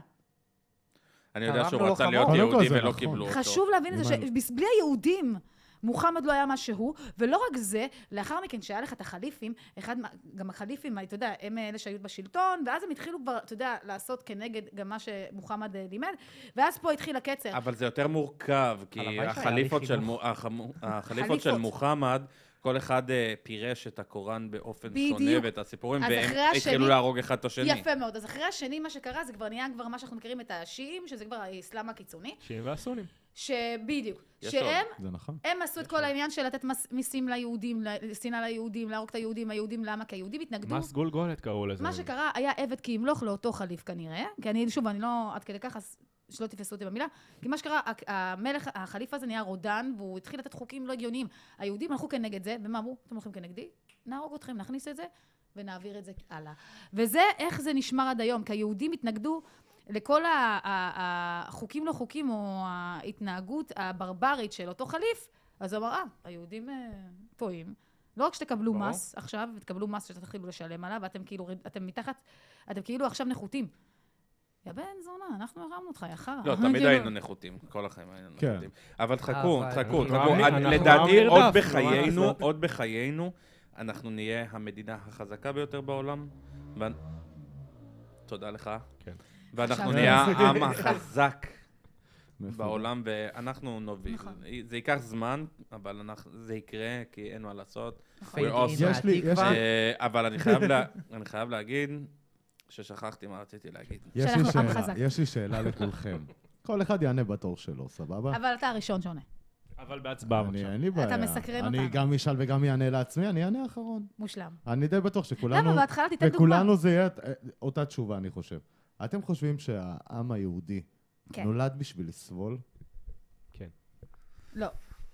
Speaker 5: אני יודע שהוא
Speaker 2: תרמנו לו
Speaker 5: רצה להיות
Speaker 2: חמור.
Speaker 1: קודם כל
Speaker 5: יהודי
Speaker 1: זה
Speaker 5: ולא
Speaker 1: נכון.
Speaker 5: קיבלו אותו.
Speaker 4: חשוב להבין את זה
Speaker 1: למען-
Speaker 4: שבלי היהודים, מוחמד לא היה מה שהוא, ולא רק זה, לאחר מכן שהיה לך את החליפים, אחד, מה- גם החליפים, אתה יודע, הם אלה שהיו בשלטון, ואז הם התחילו כבר, אתה יודע, לעשות כנגד גם מה שמוחמד אה, לימד, ואז פה התחיל הקצר.
Speaker 5: אבל זה יותר מורכב, כי
Speaker 2: הלוואי שהיה לי
Speaker 5: החליפות של
Speaker 2: חינוך.
Speaker 5: מו- החמו- החליפות של
Speaker 4: חליפות.
Speaker 5: מוחמד, כל אחד אה, פירש את הקוראן באופן
Speaker 4: בדיוק.
Speaker 5: שונה ואת הסיפורים,
Speaker 4: אז
Speaker 5: והם
Speaker 4: אחרי השני-
Speaker 5: התחילו להרוג אחד את השני.
Speaker 4: יפה מאוד. אז אחרי השני, מה שקרה, זה כבר נהיה כבר מה שאנחנו מכירים את השיעים, שזה כבר האסלאם הקיצוני,
Speaker 3: שיעים והסונים.
Speaker 4: שבדיוק,
Speaker 5: יש
Speaker 4: שהם
Speaker 1: זה נכון.
Speaker 4: הם עשו את כל העניין של לתת מס- מיסים ליהודים, שנאה ליהודים, להרוג את היהודים, היהודים למה? כי היהודים התנגדו.
Speaker 3: מס גולגולת קראו לזה.
Speaker 4: מה שקרה היה עבד כי ימלוך לאותו חליף כנראה, כי אני, שוב, אני לא עד כדי כך, אז שלא תפסו אותי במילה, כי מה שקרה, ה- המלך, החליף הזה נהיה רודן, והוא התחיל לתת חוקים לא הגיוניים. היהודים הלכו כנגד זה, ומה אמרו? אתם הולכים כנגדי? נהרוג אתכם, נכניס את זה, ונעביר את זה הלאה. וזה איך זה נשמר עד היום, כי היהודים התנגדו לכל ה- ה- החוקים לא חוקים, או ההתנהגות הברברית של אותו חליף, אז הוא אמר, אה, היהודים אה, טועים. לא רק שתקבלו
Speaker 5: ברור.
Speaker 4: מס עכשיו, ותקבלו מס שתתחילו לשלם עליו, ואתם כאילו, אתם מתחת, אתם כאילו עכשיו נחותים. יא בן זונה, אנחנו הרמנו אותך, יא חרא.
Speaker 5: לא, תמיד
Speaker 4: כאילו,
Speaker 5: היינו נחותים, כל החיים היינו
Speaker 1: כן.
Speaker 5: נחותים. אבל חכו,
Speaker 2: אבל-
Speaker 5: חכו,
Speaker 3: אנחנו
Speaker 5: חכו.
Speaker 3: עם-
Speaker 5: אני-
Speaker 3: אנחנו
Speaker 5: לדעתי,
Speaker 3: עם
Speaker 5: עוד
Speaker 3: מרדף,
Speaker 5: בחיינו,
Speaker 3: מה לעשות?
Speaker 5: עוד בחיינו, אנחנו נהיה המדינה החזקה ביותר בעולם. ו- תודה לך.
Speaker 3: כן.
Speaker 5: ואנחנו
Speaker 4: עכשיו-
Speaker 5: נהיה העם החזק
Speaker 1: מאיפה?
Speaker 5: בעולם, ואנחנו נוביל.
Speaker 4: נכון.
Speaker 5: זה ייקח זמן, אבל אנחנו- זה יקרה, כי אין מה לעשות.
Speaker 2: פייק
Speaker 5: We're awesome.
Speaker 2: אין
Speaker 1: יש לי- יש
Speaker 2: מהתקווה.
Speaker 1: לי-
Speaker 5: אה, אבל אני חייב לה- אני חייב להגיד ששכחתי מה רציתי להגיד.
Speaker 1: יש לי
Speaker 4: שאנחנו עם
Speaker 1: שאלה,
Speaker 4: חזק.
Speaker 1: יש לי שאלה לכולכם. כל אחד יענה בתור שלו, סבבה?
Speaker 4: אבל אתה הראשון שעונה.
Speaker 3: אבל בהצבעה
Speaker 1: אני,
Speaker 3: בבקשה.
Speaker 1: אין לי בעיה.
Speaker 4: מסקרן
Speaker 1: אני
Speaker 4: אותנו.
Speaker 1: גם אשאל וגם יענה לעצמי, אני אענה אחרון.
Speaker 4: מושלם.
Speaker 1: אני די בטוח שכולנו...
Speaker 4: למה? בהתחלה תיתן דוגמה.
Speaker 1: וכולנו זה יהיה אה, אותה תשובה, אני חושב. אתם חושבים שהעם היהודי
Speaker 4: כן.
Speaker 1: נולד בשביל לסבול?
Speaker 3: כן.
Speaker 4: לא.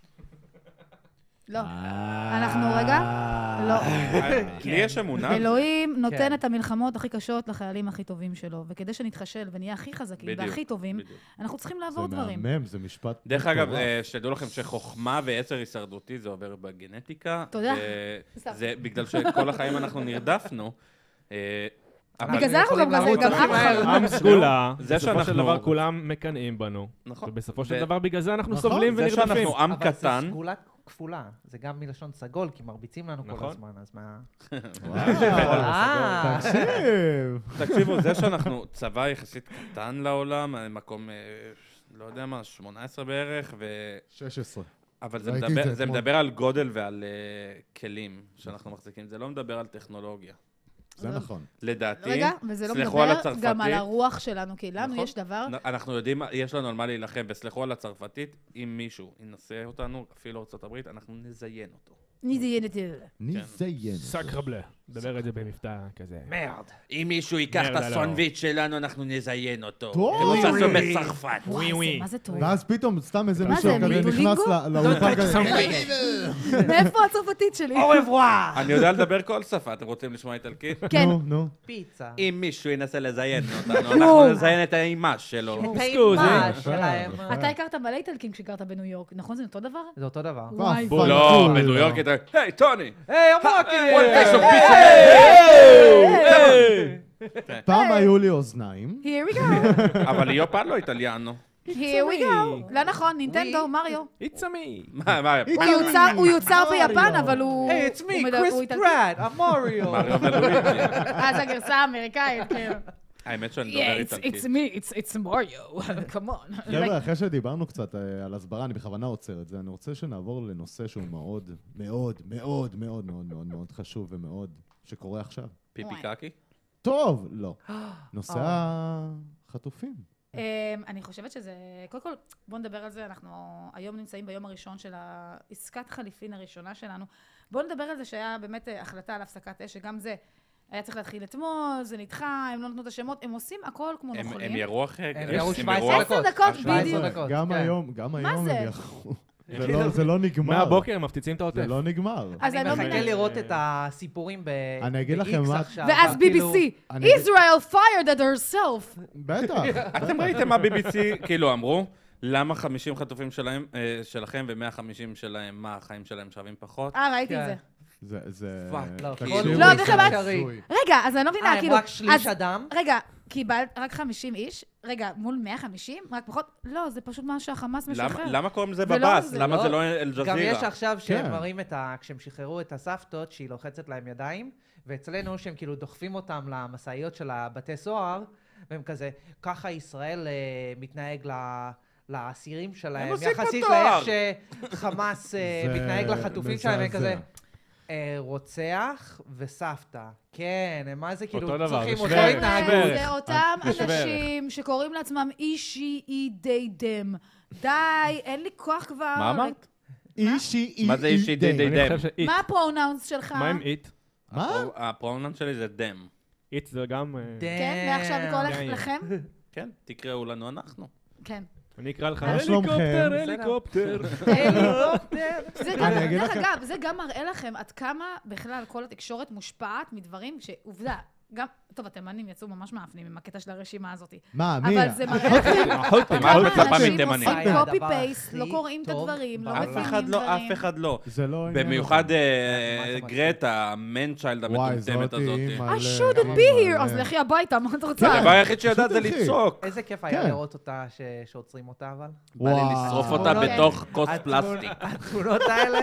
Speaker 4: לא.
Speaker 1: אה,
Speaker 4: אנחנו רגע? לא.
Speaker 5: לי יש אמונה.
Speaker 4: אלוהים נותן
Speaker 2: כן.
Speaker 4: את המלחמות הכי קשות לחיילים הכי טובים שלו, וכדי שנתחשל ונהיה הכי חזקים
Speaker 5: בדיוק,
Speaker 4: והכי טובים,
Speaker 5: בדיוק.
Speaker 4: אנחנו צריכים
Speaker 1: זה
Speaker 4: לעבור דברים.
Speaker 1: מהמם, זה משפט
Speaker 5: דרך אגב,
Speaker 1: מטורף.
Speaker 5: אה, שתדעו לכם שחוכמה ועצר הישרדותי זה עובר בגנטיקה.
Speaker 4: תודה.
Speaker 5: ו- זה בגלל שכל החיים אנחנו נרדפנו. אה, אבל-
Speaker 4: בגלל זה אנחנו
Speaker 2: יכולים
Speaker 4: גם
Speaker 2: לרוץ
Speaker 4: גם
Speaker 2: הכי
Speaker 4: עם
Speaker 2: מהר.
Speaker 4: חלום.
Speaker 3: עם סגולה,
Speaker 5: זה
Speaker 3: בסופו של
Speaker 5: שאנחנו-
Speaker 3: דבר כולם מקנאים בנו.
Speaker 5: נכון.
Speaker 3: ובסופו של
Speaker 5: ו-
Speaker 3: דבר בגלל זה אנחנו
Speaker 1: נכון,
Speaker 3: סובלים
Speaker 5: זה
Speaker 3: ונרדפים.
Speaker 5: שאנחנו עם
Speaker 2: אבל זה
Speaker 5: קטן,
Speaker 2: סגולה כפולה. זה גם מלשון סגול, כי מרביצים לנו כל
Speaker 3: נכון.
Speaker 2: הזמן, אז מה...
Speaker 1: וואו,
Speaker 2: אה,
Speaker 1: תקשיב.
Speaker 5: תקשיבו, זה שאנחנו צבא יחסית קטן לעולם, מקום, אה, לא יודע מה, שמונה עשרה בערך, ו...
Speaker 1: שש עשרה.
Speaker 5: אבל זה
Speaker 1: ראיתי את
Speaker 5: מדבר,
Speaker 1: זה
Speaker 5: זה
Speaker 1: אתמול.
Speaker 5: מדבר על גודל ועל uh, כלים שאנחנו מחזיקים, זה לא מדבר על טכנולוגיה.
Speaker 1: זה נכון.
Speaker 5: לדעתי,
Speaker 4: רגע, וזה לא
Speaker 5: סלחו על
Speaker 4: מדבר
Speaker 5: הצרפתית.
Speaker 4: גם על הרוח שלנו, כי לנו
Speaker 5: נכון.
Speaker 4: יש דבר,
Speaker 5: נ- אנחנו יודעים, יש לנו על מה להילחם, וסלחו על הצרפתית, אם מישהו ינסה אותנו, אפילו ארצות הברית, אנחנו נזיין אותו.
Speaker 4: ניזיין את זה.
Speaker 1: נזיין.
Speaker 3: סקרבלה. דבר את זה במבטא כזה.
Speaker 2: מרד.
Speaker 5: אם מישהו ייקח את
Speaker 3: מרד, לא.
Speaker 5: הסנדוויץ' שלנו, אנחנו נזיין אותו.
Speaker 1: טוב.
Speaker 5: כמו שעשו
Speaker 2: אוי.
Speaker 5: בצרפת.
Speaker 3: ווי,
Speaker 4: וואי,
Speaker 3: ווי.
Speaker 4: זה- מה זה טוב?
Speaker 1: ואז פתאום סתם איזה
Speaker 4: מה
Speaker 1: מישהו
Speaker 4: זה,
Speaker 1: כזה
Speaker 4: מיטולינגו?
Speaker 1: נכנס ל- לאולפן כזה.
Speaker 4: מאיפה הצרפתית שלי?
Speaker 2: אור רבואה.
Speaker 5: אני יודע לדבר כל שפה, אתם רוצים לשמוע איטלקית?
Speaker 4: כן.
Speaker 1: נו, נו.
Speaker 2: פיצה.
Speaker 5: אם מישהו ינסה לזיין אותנו, אנחנו נזיין את האימא שלו.
Speaker 2: את
Speaker 3: סקוזי.
Speaker 2: האימה
Speaker 1: יפה,
Speaker 2: שלהם.
Speaker 1: יפה.
Speaker 4: אתה הכרת מלא איטלקים כשגרת בניו יורק, נכון? זה אותו דבר?
Speaker 2: זה אותו דבר.
Speaker 4: וואי.
Speaker 1: פאפ,
Speaker 5: לא,
Speaker 1: פאפ,
Speaker 5: בניו יורק
Speaker 1: פאפ.
Speaker 5: אתה... היי, טוני!
Speaker 2: היי, אמרתי!
Speaker 1: פעם היו לי אוזניים.
Speaker 4: Here we go,
Speaker 5: אבל ליאופ לא איטליאנו.
Speaker 4: here we go. לא נכון, נינטנדו, מריו.
Speaker 3: It's a me.
Speaker 5: מה, מה,
Speaker 4: הוא יוצר- הוא יוצר ביפן,
Speaker 1: מריו.
Speaker 4: אבל הוא...
Speaker 2: היי, it's
Speaker 4: הוא
Speaker 2: me,
Speaker 4: מדבר- הוא
Speaker 2: קריס
Speaker 4: איטלקי.
Speaker 2: פרט, המוריו.
Speaker 5: מריו ולואיג'י.
Speaker 4: אה, זו הגרסה האמריקאית, כן.
Speaker 5: האמת שאני מדבר
Speaker 4: Yeah, it's-
Speaker 5: איטלקית.
Speaker 4: it's me, it's- it's Mario, come on.
Speaker 1: חבר'ה, אחרי שדיברנו קצת אה, על הסברה, אני בכוונה עוצר את זה, אני רוצה שנעבור לנושא שהוא מאוד, מאוד, מאוד, מאוד, מאוד, מאוד, מאוד חשוב ומאוד שקורה עכשיו.
Speaker 5: פיפי קקי?
Speaker 1: טוב, לא. נושא החטופים.
Speaker 4: אמ, אני חושבת שזה, קודם כל, בואו נדבר על זה, אנחנו היום נמצאים ביום הראשון של העסקת חליפין הראשונה שלנו. בואו נדבר על זה שהיה באמת אה, החלטה על הפסקת אש, שגם זה היה צריך להתחיל אתמול, זה נדחה, הם לא נתנו את השמות, הם עושים הכל כמו
Speaker 5: הם
Speaker 4: נוכלים.
Speaker 5: הם ירו אחרי...
Speaker 2: הם
Speaker 5: הם
Speaker 2: ירו
Speaker 5: ירו
Speaker 2: שבע עשרה
Speaker 5: אחרי-
Speaker 2: דקות.
Speaker 4: דקות,
Speaker 2: שבע עשרה
Speaker 4: בדיוק.
Speaker 2: דקות,
Speaker 1: גם
Speaker 2: כן.
Speaker 1: היום, גם היום
Speaker 4: זה?
Speaker 1: הם יחו. זה לא- זה לא נגמר.
Speaker 3: מהבוקר הם מפציצים את העוטף.
Speaker 1: זה לא נגמר.
Speaker 4: אז אני
Speaker 2: אני
Speaker 4: לא
Speaker 2: מחכה
Speaker 4: מבינה.
Speaker 2: לראות את הסיפורים ב-
Speaker 1: אני אגיד לכם
Speaker 2: ב-X
Speaker 1: מה-
Speaker 2: עכשיו.
Speaker 4: ואז בי בי
Speaker 2: כאילו-
Speaker 4: סי,
Speaker 1: אני-
Speaker 4: Israel fired at herself.
Speaker 1: בטח.
Speaker 5: אתם ראיתם מה בי בי סי כאילו אמרו? למה חמישים חטופים שלהם, אה, שלכם ו-מאה וחמישים שלהם, מה, החיים שלהם שווים פחות?
Speaker 4: אה, ראיתי את
Speaker 2: כן.
Speaker 4: זה.
Speaker 1: זה, זה...
Speaker 5: פאק,
Speaker 2: לא,
Speaker 5: כאילו-
Speaker 2: כל-
Speaker 4: לא,
Speaker 2: כל-
Speaker 4: דרך אגב,
Speaker 2: אפשרי.
Speaker 4: רגע, אז אני לא מבינה,
Speaker 2: אה, הם
Speaker 4: כאילו...
Speaker 2: רק שליש
Speaker 4: אז-
Speaker 2: אדם?
Speaker 4: רגע, קיבלת רק חמישים איש? רגע, מול מאה וחמישים? רק פחות? לא, זה פשוט מה שהחמאס
Speaker 5: למה-
Speaker 4: משחרר.
Speaker 5: למה קוראים לזה
Speaker 4: זה לא-
Speaker 5: בבאס?
Speaker 4: זה
Speaker 5: למה
Speaker 2: לא-
Speaker 5: זה לא
Speaker 2: גם
Speaker 5: אל-ג'זירה?
Speaker 2: יש עכשיו שהם
Speaker 1: כן.
Speaker 2: מראים את ה... כשהם שחררו את הסבתות, שהיא לוחצת להם ידיים, ואצלנו שהם כאילו דוחפים אותם למשאיות של הבתי סוהר, והם כזה, ככה ישראל אה, מתנהג ל... לאסירים שלהם,
Speaker 5: עושים פה
Speaker 2: יחסית
Speaker 5: תואר.
Speaker 2: לאיך שחמאס אה,
Speaker 1: זה
Speaker 2: מתנהג לחטופים שלהם, הם
Speaker 1: מזעזע.
Speaker 2: כזה, אה, רוצח וסבתא. כן, הם מה זה כאילו
Speaker 3: אותו דבר,
Speaker 2: צריכים
Speaker 3: זה
Speaker 2: אותו
Speaker 3: שווה.
Speaker 2: התנהגות.
Speaker 3: בערך.
Speaker 4: זה אותם
Speaker 3: זה שווה
Speaker 4: אנשים שקוראים לעצמם אישי אי די דם. די, אין לי כוח כבר.
Speaker 5: מה אמרת?
Speaker 1: אישי אי
Speaker 5: מה זה אישי די די
Speaker 3: אני
Speaker 5: דם?
Speaker 3: חושב ש-it.
Speaker 4: מה הפרונאונס שלך?
Speaker 3: מה עם it?
Speaker 1: מה?
Speaker 5: הפרונן שלי זה דם.
Speaker 3: it זה גם... אה,
Speaker 4: כן, מעכשיו זה הולך
Speaker 3: די.
Speaker 4: לכם?
Speaker 5: כן, תקראו לנו אנחנו.
Speaker 4: כן.
Speaker 3: אני אקרא לך
Speaker 1: מה שלומכם?
Speaker 3: הליקופטר,
Speaker 2: בסדר.
Speaker 3: הליקופטר.
Speaker 4: זה גם,
Speaker 1: אני אגיד
Speaker 4: דרך
Speaker 1: לכם-
Speaker 4: אגב, זה גם מראה לכם עד כמה בכלל כל התקשורת מושפעת מדברים שעובדה, גם, טוב, התימנים יצאו ממש מאפנים עם הקטע של הרשימה הזאת.
Speaker 1: מה, מי?
Speaker 4: אבל זה מראה לכם
Speaker 3: החוטים,
Speaker 5: מה את מצפה
Speaker 4: כמה אנשים
Speaker 5: מתימנים?
Speaker 4: עושים
Speaker 2: זה הדבר
Speaker 4: קופי פייסט,
Speaker 2: הכי
Speaker 4: לא קוראים את
Speaker 2: טוב
Speaker 4: הדברים, לא
Speaker 2: בעולם.
Speaker 5: אף
Speaker 4: מבינים
Speaker 5: אחד
Speaker 4: דברים.
Speaker 5: לא, אף אחד לא.
Speaker 1: זה לא עניין.
Speaker 5: במיוחד אה,
Speaker 2: מה זה
Speaker 5: גרטה, המנצ'יילד
Speaker 1: וואי,
Speaker 5: המטומטמת
Speaker 1: זאתי
Speaker 5: הזאת.
Speaker 1: מלא.
Speaker 4: I shouldn't be here, אז לכי הביתה, מה את רוצה?
Speaker 5: הדבר היחיד שיודעת זה
Speaker 1: פשוט אחי.
Speaker 5: לצעוק.
Speaker 2: איזה כיף היה
Speaker 1: כן.
Speaker 2: לראות אותה ש- שעוצרים אותה, אבל.
Speaker 5: בא לי
Speaker 1: וואו.
Speaker 5: לשרוף אותה
Speaker 2: אוקיי.
Speaker 5: בתוך כוס
Speaker 2: התמונ-
Speaker 5: פלסטיק.
Speaker 2: התמונות האלה,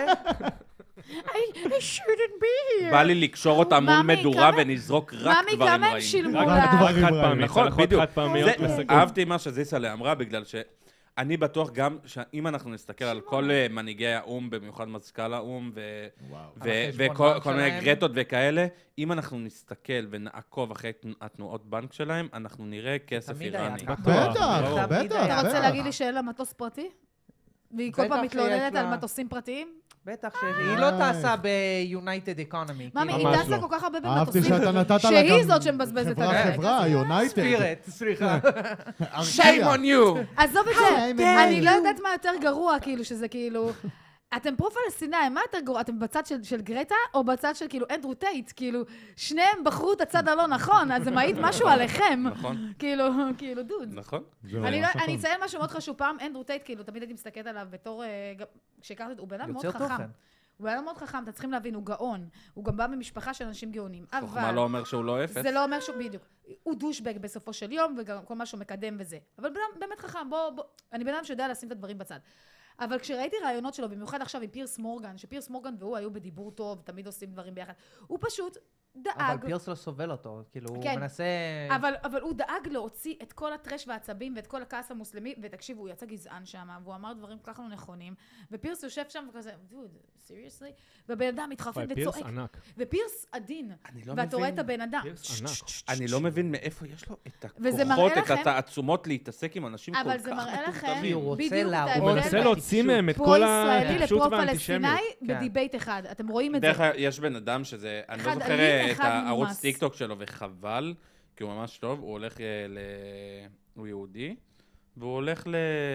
Speaker 4: I I shouldn't be here.
Speaker 5: בא לי לקשור אותה מול
Speaker 4: ממי,
Speaker 5: מדורה
Speaker 4: כמה-
Speaker 5: ונזרוק רק
Speaker 4: ממי,
Speaker 5: דברים
Speaker 4: כמה הם
Speaker 5: רעים.
Speaker 4: שילמו
Speaker 3: רק
Speaker 4: לה?
Speaker 3: דברים
Speaker 1: חד
Speaker 3: חד
Speaker 1: פעמי,
Speaker 3: פעמי,
Speaker 5: נכון,
Speaker 3: צלחות
Speaker 5: בדיוק.
Speaker 3: חד פעמיות
Speaker 5: זה-
Speaker 3: וסגור.
Speaker 5: אהבתי מה שזיסלה אמרה, בגלל שאני בטוח גם שאם אנחנו נסתכל על כל אה, מנהיגי האו"ם, במיוחד מזכ"ל האו"ם, ו-
Speaker 1: וואו.
Speaker 2: על
Speaker 5: ו-
Speaker 2: החשבון
Speaker 5: וכל
Speaker 2: בנק
Speaker 5: כל מיני
Speaker 2: שלהם.
Speaker 5: גרטות וכאלה, אם אנחנו נסתכל ונעקוב אחרי תנ- התנועות בנק שלהם, אנחנו נראה כסף
Speaker 2: תמיד היה
Speaker 5: איראני.
Speaker 2: ככה.
Speaker 1: בטח,
Speaker 3: ברור.
Speaker 1: בטח,
Speaker 2: תמיד היה.
Speaker 4: אתה רוצה
Speaker 1: בטח.
Speaker 4: להגיד לי שאין לה מטוס פרטי? והיא כל
Speaker 2: בטח
Speaker 4: פעם
Speaker 2: שיש
Speaker 4: מתלוננת
Speaker 2: לה.
Speaker 4: על מטוסים פרטיים?
Speaker 2: בטח שהיא לא טסה ב-United Economy.
Speaker 4: ממי,
Speaker 2: כאילו.
Speaker 4: היא
Speaker 3: ממש
Speaker 4: טסה
Speaker 3: לא.
Speaker 4: כל כך הרבה
Speaker 1: אהבתי
Speaker 4: במטוסים,
Speaker 1: שאתה נתת לה גם...
Speaker 4: שהיא זאת שמבזבזת את
Speaker 1: חברה,
Speaker 4: הדלק.
Speaker 1: חברה, יונייטד.
Speaker 2: ספירט, סליחה.
Speaker 5: shame on you!
Speaker 4: עזוב את
Speaker 1: Shame
Speaker 4: זה,
Speaker 1: on
Speaker 4: אני
Speaker 1: you.
Speaker 4: לא יודעת מה יותר גרוע, כאילו, שזה כאילו... אתם פרו-פלסטינאים, מה יותר גרוע? אתם בצד של, של גרטה, או בצד של כאילו אנדרו טייט? כאילו, שניהם בחרו את הצד הלא נכון, אז זה מעיד משהו עליכם.
Speaker 5: נכון,
Speaker 4: כאילו, כאילו, דוד.
Speaker 5: נכון.
Speaker 1: זה
Speaker 4: אני,
Speaker 1: ממש
Speaker 4: לא, אני
Speaker 1: נכון.
Speaker 4: אציין משהו מאוד חשוב. פעם אנדרו טייט, כאילו, תמיד הייתי מסתכלת עליו בתור... אה, גם- כשהכרתי אותו, הוא בן אדם מאוד
Speaker 2: יוצר
Speaker 4: חכם.
Speaker 2: תוכן.
Speaker 4: הוא בן אדם מאוד חכם, אתם צריכים להבין, הוא גאון. הוא גם בא ממשפחה של אנשים גאונים.
Speaker 5: חוכמה
Speaker 4: אבל...
Speaker 5: לא אומר שהוא לא אפס.
Speaker 4: זה לא אומר שהוא, בדיוק. הוא דושבג בסופו של יום, וגם כל מה שהוא מקדם וזה. אבל בן אדם באמת חכם, בוא, בוא, אני בן אדם שיודע לשים את הדברים בצד. אבל כשראיתי רעיונות שלו, במיוחד עכשיו עם פירס מורגן, שפירס מורגן והוא היו בדיבור טוב, תמיד עושים דברים ביחד, הוא פשוט דאג...
Speaker 2: אבל פירס לא סובל אותו, כאילו, הוא
Speaker 4: כן.
Speaker 2: מנסה...
Speaker 4: אבל, אבל הוא דאג להוציא את כל הטרש והעצבים ואת כל הכעס המוסלמי, ותקשיבו, הוא יצא גזען שם, והוא אמר דברים כל כך לא נכונים, ופירס יושב שם וכזה, דוד, סיריוסלי? והבן אדם מתחרפן
Speaker 3: וואי, פירס
Speaker 4: וצועק,
Speaker 3: ענק.
Speaker 4: ופירס עדין,
Speaker 5: אני לא
Speaker 4: ואתה רואה
Speaker 5: מבין.
Speaker 4: את הבן אדם.
Speaker 3: פירס ענק.
Speaker 5: אני לא מבין מאיפה יש לו את
Speaker 4: וזה
Speaker 5: הכוחות,
Speaker 4: מראה
Speaker 5: את
Speaker 4: לכם-
Speaker 5: התעצומות להתעסק עם אנשים כל
Speaker 4: אבל
Speaker 5: כך
Speaker 4: זה מראה לכם,
Speaker 5: מטומטמים.
Speaker 2: הוא רוצה
Speaker 4: בדיוק,
Speaker 2: להראות-
Speaker 4: את
Speaker 3: הוא
Speaker 4: ההבדל
Speaker 3: מנסה
Speaker 4: בין
Speaker 3: להוציא מהם את כל
Speaker 4: פרו-ישראלי
Speaker 3: הטיפשות והאנטישמיות.
Speaker 4: לפרו-פלסטיני
Speaker 2: כן.
Speaker 4: בדיבייט אחד. אתם רואים את זה.
Speaker 5: דרך אגב, יש בן אדם שזה, אני לא
Speaker 4: אחד
Speaker 5: זוכר
Speaker 4: אלים,
Speaker 5: את
Speaker 4: אחד
Speaker 5: הערוץ
Speaker 4: מומס.
Speaker 5: טיקטוק שלו, וחבל, כי הוא ממש טוב, הוא הולך ל... הוא יהודי, והוא הולך ל...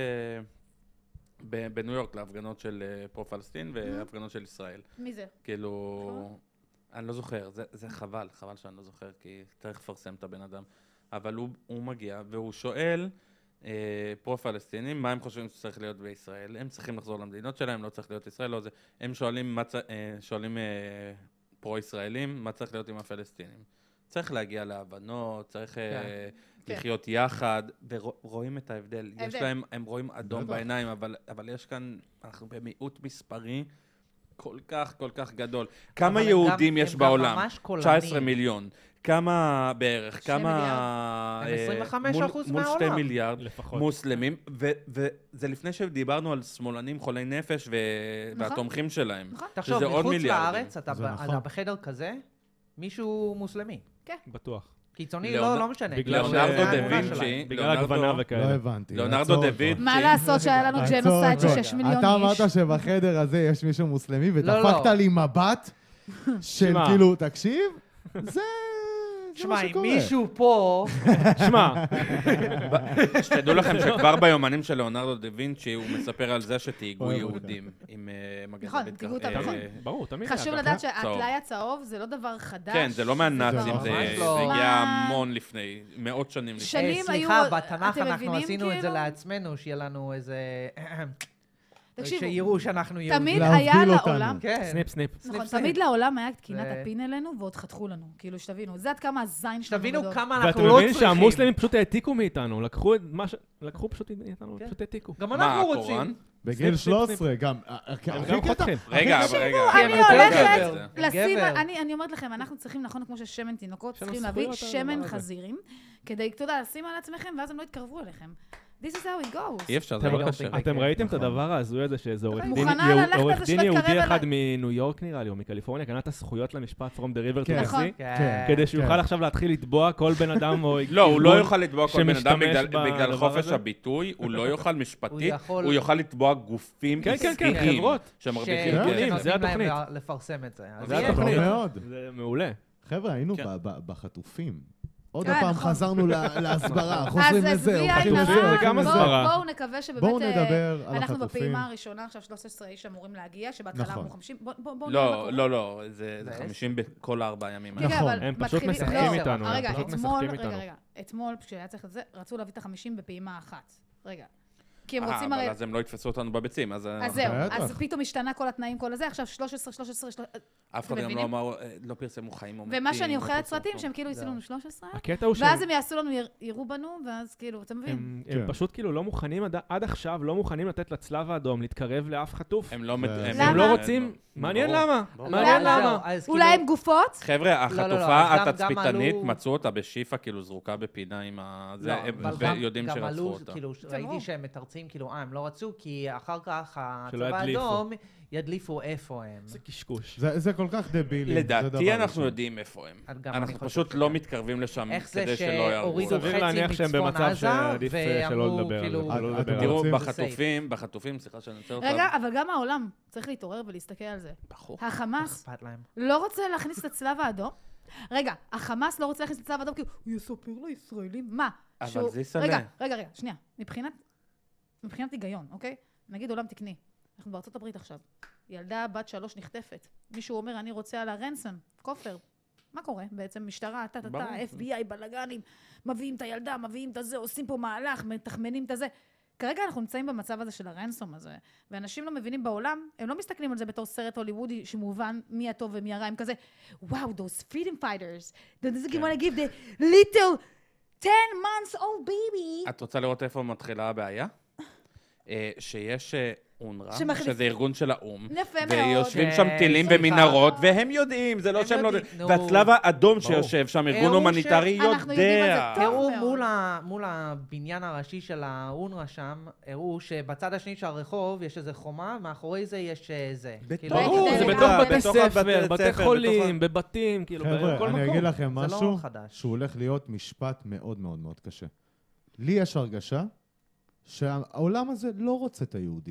Speaker 5: בניו יורק להפגנות של פרו-פלסטין והפגנות של ישראל.
Speaker 4: מי זה?
Speaker 5: כאילו, אני לא זוכר, זה, זה חבל, חבל שאני לא זוכר, כי צריך לפרסם את הבן אדם. אבל הוא, הוא מגיע והוא שואל אה, פרו-פלסטינים, מה הם חושבים שצריך להיות בישראל? הם צריכים לחזור למדינות שלהם, לא צריך להיות ישראל, לא זה. הם שואלים, מה, אה, שואלים אה, פרו-ישראלים, מה צריך להיות עם הפלסטינים? צריך להגיע להבנות, צריך אה, לחיות יחד, ורואים את ההבדל. יש להם, הם רואים אדום בעיניים, אבל, אבל יש כאן, אנחנו במיעוט מספרי כל כך, כל כך גדול. כמה יהודים יש בעולם? תשע עשרה מיליון. כמה בערך? כמה...
Speaker 2: הם עשרים וחמישה אחוז מהעולם.
Speaker 5: מול שתי מיליארד מוסלמים, וזה לפני שדיברנו על שמאלנים חולי נפש והתומכים שלהם.
Speaker 2: תחשוב, מחוץ לארץ, אתה בחדר כזה, מישהו מוסלמי.
Speaker 4: כן.
Speaker 3: בטוח.
Speaker 2: קיצוני, לא, לא משנה.
Speaker 5: ליאונרדו דה וינצ'י,
Speaker 3: בגלל הגוונה וכאלה.
Speaker 1: לא הבנתי.
Speaker 5: ליאונרדו דה וינצ'י.
Speaker 4: מה לעשות שהיה לנו ג'נוסייד של שש מיליון איש?
Speaker 1: אתה אמרת שבחדר הזה יש מישהו מוסלמי, ודפקת לי מבט של
Speaker 3: שמה.
Speaker 1: כאילו, תקשיב, זה...
Speaker 2: שמע, אם מישהו פה...
Speaker 3: שמע,
Speaker 5: שתדעו לכם שכבר ביומנים של ליאונרדו דה וינצ'י הוא מספר על זה שתהיגו יהודים עם מגן
Speaker 4: נכון,
Speaker 5: דוד.
Speaker 4: תהיגו אותם, נכון.
Speaker 3: ברור, תמיד.
Speaker 4: חשוב לדעת שהטלאי הצהוב זה לא דבר חדש.
Speaker 5: כן, זה לא מהנאצים,
Speaker 1: זה
Speaker 5: זה
Speaker 2: ממש לא.
Speaker 5: זה הגיע המון לפני, מאות שנים לפני.
Speaker 4: שנים היו...
Speaker 2: סליחה, בתנ"ך
Speaker 4: אתם
Speaker 2: אנחנו
Speaker 4: מבינים,
Speaker 2: עשינו את זה
Speaker 4: כאילו?
Speaker 2: לעצמנו, שיהיה לנו איזה...
Speaker 4: תקשיבו,
Speaker 2: שיראו שאנחנו יהודים.
Speaker 4: תמיד
Speaker 1: להבדיל
Speaker 4: היה
Speaker 1: אותנו.
Speaker 4: לעולם...
Speaker 2: כן.
Speaker 3: סניפ, סניפ.
Speaker 4: נכון,
Speaker 2: סניפ.
Speaker 4: תמיד לעולם היה את קינת
Speaker 2: זה-
Speaker 4: הפין אלינו, ועוד חתכו לנו. כאילו, שתבינו. זה עד כמה הזין שלנו
Speaker 2: שתבינו
Speaker 4: גדול.
Speaker 2: כמה
Speaker 3: ואתה
Speaker 2: אנחנו לא
Speaker 3: מבין
Speaker 2: צריכים.
Speaker 3: שהמוסלמים פשוט העתיקו מאיתנו, לקחו את מה ש... לקחו פשוט מאיתנו,
Speaker 2: כן.
Speaker 3: פשוט העתיקו.
Speaker 2: גם
Speaker 5: מה,
Speaker 2: אנחנו
Speaker 5: הקוראן?
Speaker 2: רוצים.
Speaker 1: בגיל
Speaker 3: סניפ, סניפ,
Speaker 1: שלוש עשרה, גם...
Speaker 3: הם
Speaker 1: הכי
Speaker 3: גם
Speaker 1: קטע-
Speaker 3: חותכים.
Speaker 5: רגע, אבל רגע.
Speaker 2: כי הם
Speaker 4: אני
Speaker 2: יותר
Speaker 4: הולכת
Speaker 2: גבר.
Speaker 4: לשים...
Speaker 2: גבר.
Speaker 4: אני אני אומרת לכם, אנחנו צריכים, נכון, כמו ששמן תינוקות,
Speaker 3: יש לנו
Speaker 4: צריכים להביא
Speaker 3: זכויות על
Speaker 4: שמן
Speaker 3: הדבר הזה.
Speaker 4: חזירים, כדי, אתה יודע, לשים על עצמכם, ואז הם לא יתקרבו אליכם. This is how it goes.
Speaker 5: אי אפשר, זה
Speaker 3: אתם-
Speaker 5: לא קשה.
Speaker 3: אתם ראיתם את
Speaker 1: נכון.
Speaker 3: הדבר ההזוי הזה שאיזה עורך דין
Speaker 4: מוכנה
Speaker 3: יהוד-
Speaker 4: ללכת
Speaker 3: עורך
Speaker 4: לזה
Speaker 3: דין
Speaker 4: שתקרב
Speaker 3: יהודי
Speaker 4: אליי.
Speaker 3: אחד מניו יורק נראה לי, או מקליפורניה, קנה את הזכויות למשפט From the River to
Speaker 1: כן.
Speaker 3: the
Speaker 4: נכון.
Speaker 3: Sea,
Speaker 2: כן.
Speaker 3: כדי שיוכל
Speaker 1: כן.
Speaker 3: עכשיו להתחיל לתבוע כל בן אדם או...
Speaker 5: לא, הוא לא
Speaker 3: ארגון
Speaker 5: יוכל לתבוע כל בן אדם
Speaker 3: שמשתמש
Speaker 5: בגלל-
Speaker 3: בדבר
Speaker 5: בגלל חופש
Speaker 3: הזה.
Speaker 5: הביטוי, הוא לא יוכל משפטית,
Speaker 2: יכול-
Speaker 5: הוא יוכל לתבוע גופים
Speaker 3: כן, כן, כן,
Speaker 5: עסקיים
Speaker 3: חברות.
Speaker 5: שמרוויחים
Speaker 1: כן.
Speaker 5: כסף.
Speaker 3: ארגונים, זה
Speaker 2: שנותנים להם
Speaker 3: התוכנית.
Speaker 2: לפרסם את זה. אז
Speaker 3: זה
Speaker 2: יהיה.
Speaker 3: התוכנית.
Speaker 1: טוב מאוד.
Speaker 3: זה מעולה.
Speaker 1: חבר'ה, היינו
Speaker 5: כן.
Speaker 1: ב- ב- בחטופים. עוד
Speaker 4: כן,
Speaker 1: פעם
Speaker 4: נכון.
Speaker 1: חזרנו ל- להסברה, חוזרים
Speaker 4: אז
Speaker 1: לזה,
Speaker 4: בלי עין
Speaker 1: הולכים
Speaker 3: חטופים
Speaker 1: לזה.
Speaker 3: זה גם
Speaker 4: הרע,
Speaker 3: הסברה.
Speaker 4: בואו בואו נקווה שבאמת...
Speaker 1: בואו
Speaker 4: אה,
Speaker 1: נדבר על
Speaker 4: אנחנו
Speaker 1: החטופים.
Speaker 4: בפעימה הראשונה, עכשיו שלושה עשר איש אמורים להגיע, שבהתחלה
Speaker 1: נכון.
Speaker 4: אמרו חמישים. בואו בואו בואו נראה מה
Speaker 5: לא,
Speaker 4: קורה.
Speaker 5: לא, לא, זה זה
Speaker 2: זה
Speaker 5: חמישים בכל הארבעה ימים.
Speaker 4: כן, כן,
Speaker 1: נכון.
Speaker 4: אבל
Speaker 3: הם פשוט
Speaker 4: מתחילים-
Speaker 3: משחקים
Speaker 4: לא,
Speaker 3: איתנו, הם
Speaker 4: רגע,
Speaker 3: פשוט
Speaker 4: אתמול,
Speaker 3: משחקים
Speaker 4: רגע,
Speaker 3: איתנו.
Speaker 4: רגע, אתמול, כשהיה צריך את זה, רצו להביא את החמישים בפעימה אחת. רגע. כי הם
Speaker 5: אה,
Speaker 4: רוצים
Speaker 5: אבל
Speaker 4: הרי...
Speaker 5: אז הם לא יתפסו אותנו בביצים, אז
Speaker 4: אז זהו,
Speaker 1: בטח.
Speaker 4: אז פתאום השתנה כל התנאים, כל הזה, עכשיו שלוש עשרה, שלוש עשרה, שלוש עשרה...
Speaker 5: אף אחד
Speaker 4: אתם
Speaker 5: גם לא
Speaker 4: מבינים?
Speaker 5: אמר, אה, לא פרסמו חיים או מתים.
Speaker 4: ומה שאני
Speaker 5: לא
Speaker 4: אוכלת
Speaker 5: פרסמו
Speaker 4: סרטים,
Speaker 5: כלום.
Speaker 4: שהם כאילו יעשו לנו שלוש עשרה,
Speaker 3: הקטע הוא
Speaker 4: ואז
Speaker 3: שהם
Speaker 4: הם יעשו לנו, יר- יראו בנו, ואז כאילו, אתה מבין?
Speaker 3: הם-
Speaker 1: כן.
Speaker 3: הם פשוט כאילו לא מוכנים, עד- עד עכשיו לא מוכנים לתת לצלב האדום להתקרב לאף חטוף.
Speaker 5: הם לא... מת-
Speaker 1: למה?
Speaker 3: הם לא
Speaker 4: למה?
Speaker 3: רוצים, מעניין
Speaker 5: ברור.
Speaker 3: למה,
Speaker 5: ברור.
Speaker 3: מעניין
Speaker 4: למה?
Speaker 3: למה.
Speaker 2: זהו, אז
Speaker 4: אולי
Speaker 2: כאילו-
Speaker 4: הם גופות?
Speaker 5: חבר'ה,
Speaker 2: לא, לא,
Speaker 5: החטופה
Speaker 2: אז גם-
Speaker 5: התצפיתנית,
Speaker 2: גם עלו-
Speaker 5: מצאו אותה בשיפה, כאילו זרוקה בפינה עם ה... זה,
Speaker 2: לא,
Speaker 5: הם-
Speaker 2: אבל גם-
Speaker 5: ויודעים
Speaker 2: גם
Speaker 5: שרצחו
Speaker 2: עלו,
Speaker 5: אותה.
Speaker 2: כאילו,
Speaker 4: זה
Speaker 2: ראיתי
Speaker 4: ברור.
Speaker 2: שהם מתרצים, כאילו, אה, הם לא רצו, כי אחר כך
Speaker 3: שלא
Speaker 2: הצבא
Speaker 3: ידליפו.
Speaker 2: האדום ידליפו איפה הם.
Speaker 3: זה קשקוש.
Speaker 1: זה זה כל כך דבילי. זה
Speaker 5: לדעתי
Speaker 1: דבר
Speaker 5: אנחנו
Speaker 1: ראשון.
Speaker 5: יודעים איפה הם.
Speaker 2: גם אני
Speaker 5: אנחנו
Speaker 2: חושב
Speaker 5: פשוט
Speaker 2: שכן.
Speaker 5: לא מתקרבים לשם
Speaker 2: איך זה
Speaker 5: כדי שלא יהרגו.
Speaker 2: שהורידו
Speaker 3: סביר
Speaker 2: חצי
Speaker 3: להניח שהם
Speaker 2: מצפון
Speaker 3: במצב
Speaker 2: עזה,
Speaker 3: שעדיף, אה, שלא
Speaker 2: ואמרו,
Speaker 3: לדבר על
Speaker 2: כאילו...
Speaker 3: זה, לא
Speaker 1: אתם
Speaker 3: לדבר על
Speaker 5: תראו,
Speaker 1: רוצים-
Speaker 5: בחטופים, בחטופים, סליחה שאני עוצר אותם.
Speaker 4: רגע, אבל גם העולם צריך להתעורר ולהסתכל על זה.
Speaker 5: בחור.
Speaker 4: החמאס
Speaker 2: אכפת להם.
Speaker 4: לא רוצה להכניס את הצלב האדום? רגע, החמאס לא רוצה להכניס את הצלב האדום כי הוא יספר לישראלים. מה?
Speaker 5: אבל
Speaker 4: שהוא-
Speaker 5: זה יסלם.
Speaker 4: רגע, רגע, רגע, שנייה. מבחינת, מבחינת היגיון, אוקיי? נגיד עולם תקני. אנחנו בארצות הברית עכשיו. ילדה בת שלוש נחטפת. מישהו אומר, אני רוצה על הרנסון, כופר. מה קורה? בעצם משטרה, טה טה
Speaker 5: ברור.
Speaker 4: טה, אף בי איי, בלגנים, מביאים את הילדה, מביאים את הזה, עושים פה מהלך, מתחמנים את הזה. כרגע אנחנו נמצאים במצב הזה של הרנסום הזה, ואנשים לא מבינים בעולם, הם לא מסתכלים על זה בתור סרט הוליוודי שמובן מי הטוב ומי הרע, הם כזה, וואו, those freedom fighters, doesn't
Speaker 5: כן.
Speaker 4: want to give the little ten months old baby.
Speaker 5: את רוצה לראות איפה מתחילה הבעיה? אה, שיש אה, אונר"א,
Speaker 4: שמחליף-
Speaker 5: שזה ארגון של האו"ם,
Speaker 4: יפה מאוד.
Speaker 5: ויושבים
Speaker 2: כן,
Speaker 5: שם טילים
Speaker 2: סליחה.
Speaker 5: ומנהרות, והם יודעים, זה לא
Speaker 2: הם
Speaker 5: שהם לא
Speaker 2: יודעים,
Speaker 5: יודעים.
Speaker 2: נו.
Speaker 5: והצלב האדום
Speaker 2: ברור.
Speaker 5: שיושב שם, ארגון
Speaker 2: הראו
Speaker 5: הומניטרי,
Speaker 4: אנחנו יודעים על זה
Speaker 5: יודע.
Speaker 4: טוב.
Speaker 2: תראו
Speaker 4: מאוד.
Speaker 2: מול, ה, מול הבניין הראשי של האונר"א שם, הראו שבצד השני של הרחוב יש איזה חומה, מאחורי זה יש אה, זה. כאילו,
Speaker 3: ברור,
Speaker 4: כדי
Speaker 3: זה
Speaker 4: לגמרי.
Speaker 3: בתוך בתי
Speaker 5: בתוך
Speaker 3: ספר,
Speaker 5: הבתי
Speaker 3: בתי
Speaker 5: ספר,
Speaker 3: חולים, בבתים, כאילו, בכל
Speaker 1: חבר'ה,
Speaker 3: מקום.
Speaker 1: אני אגיד לכם
Speaker 2: זה לא
Speaker 1: משהו
Speaker 2: חדש.
Speaker 1: שהוא הולך להיות משפט מאוד מאוד מאוד קשה. לי יש הרגשה שהעולם הזה לא רוצה את היהודים.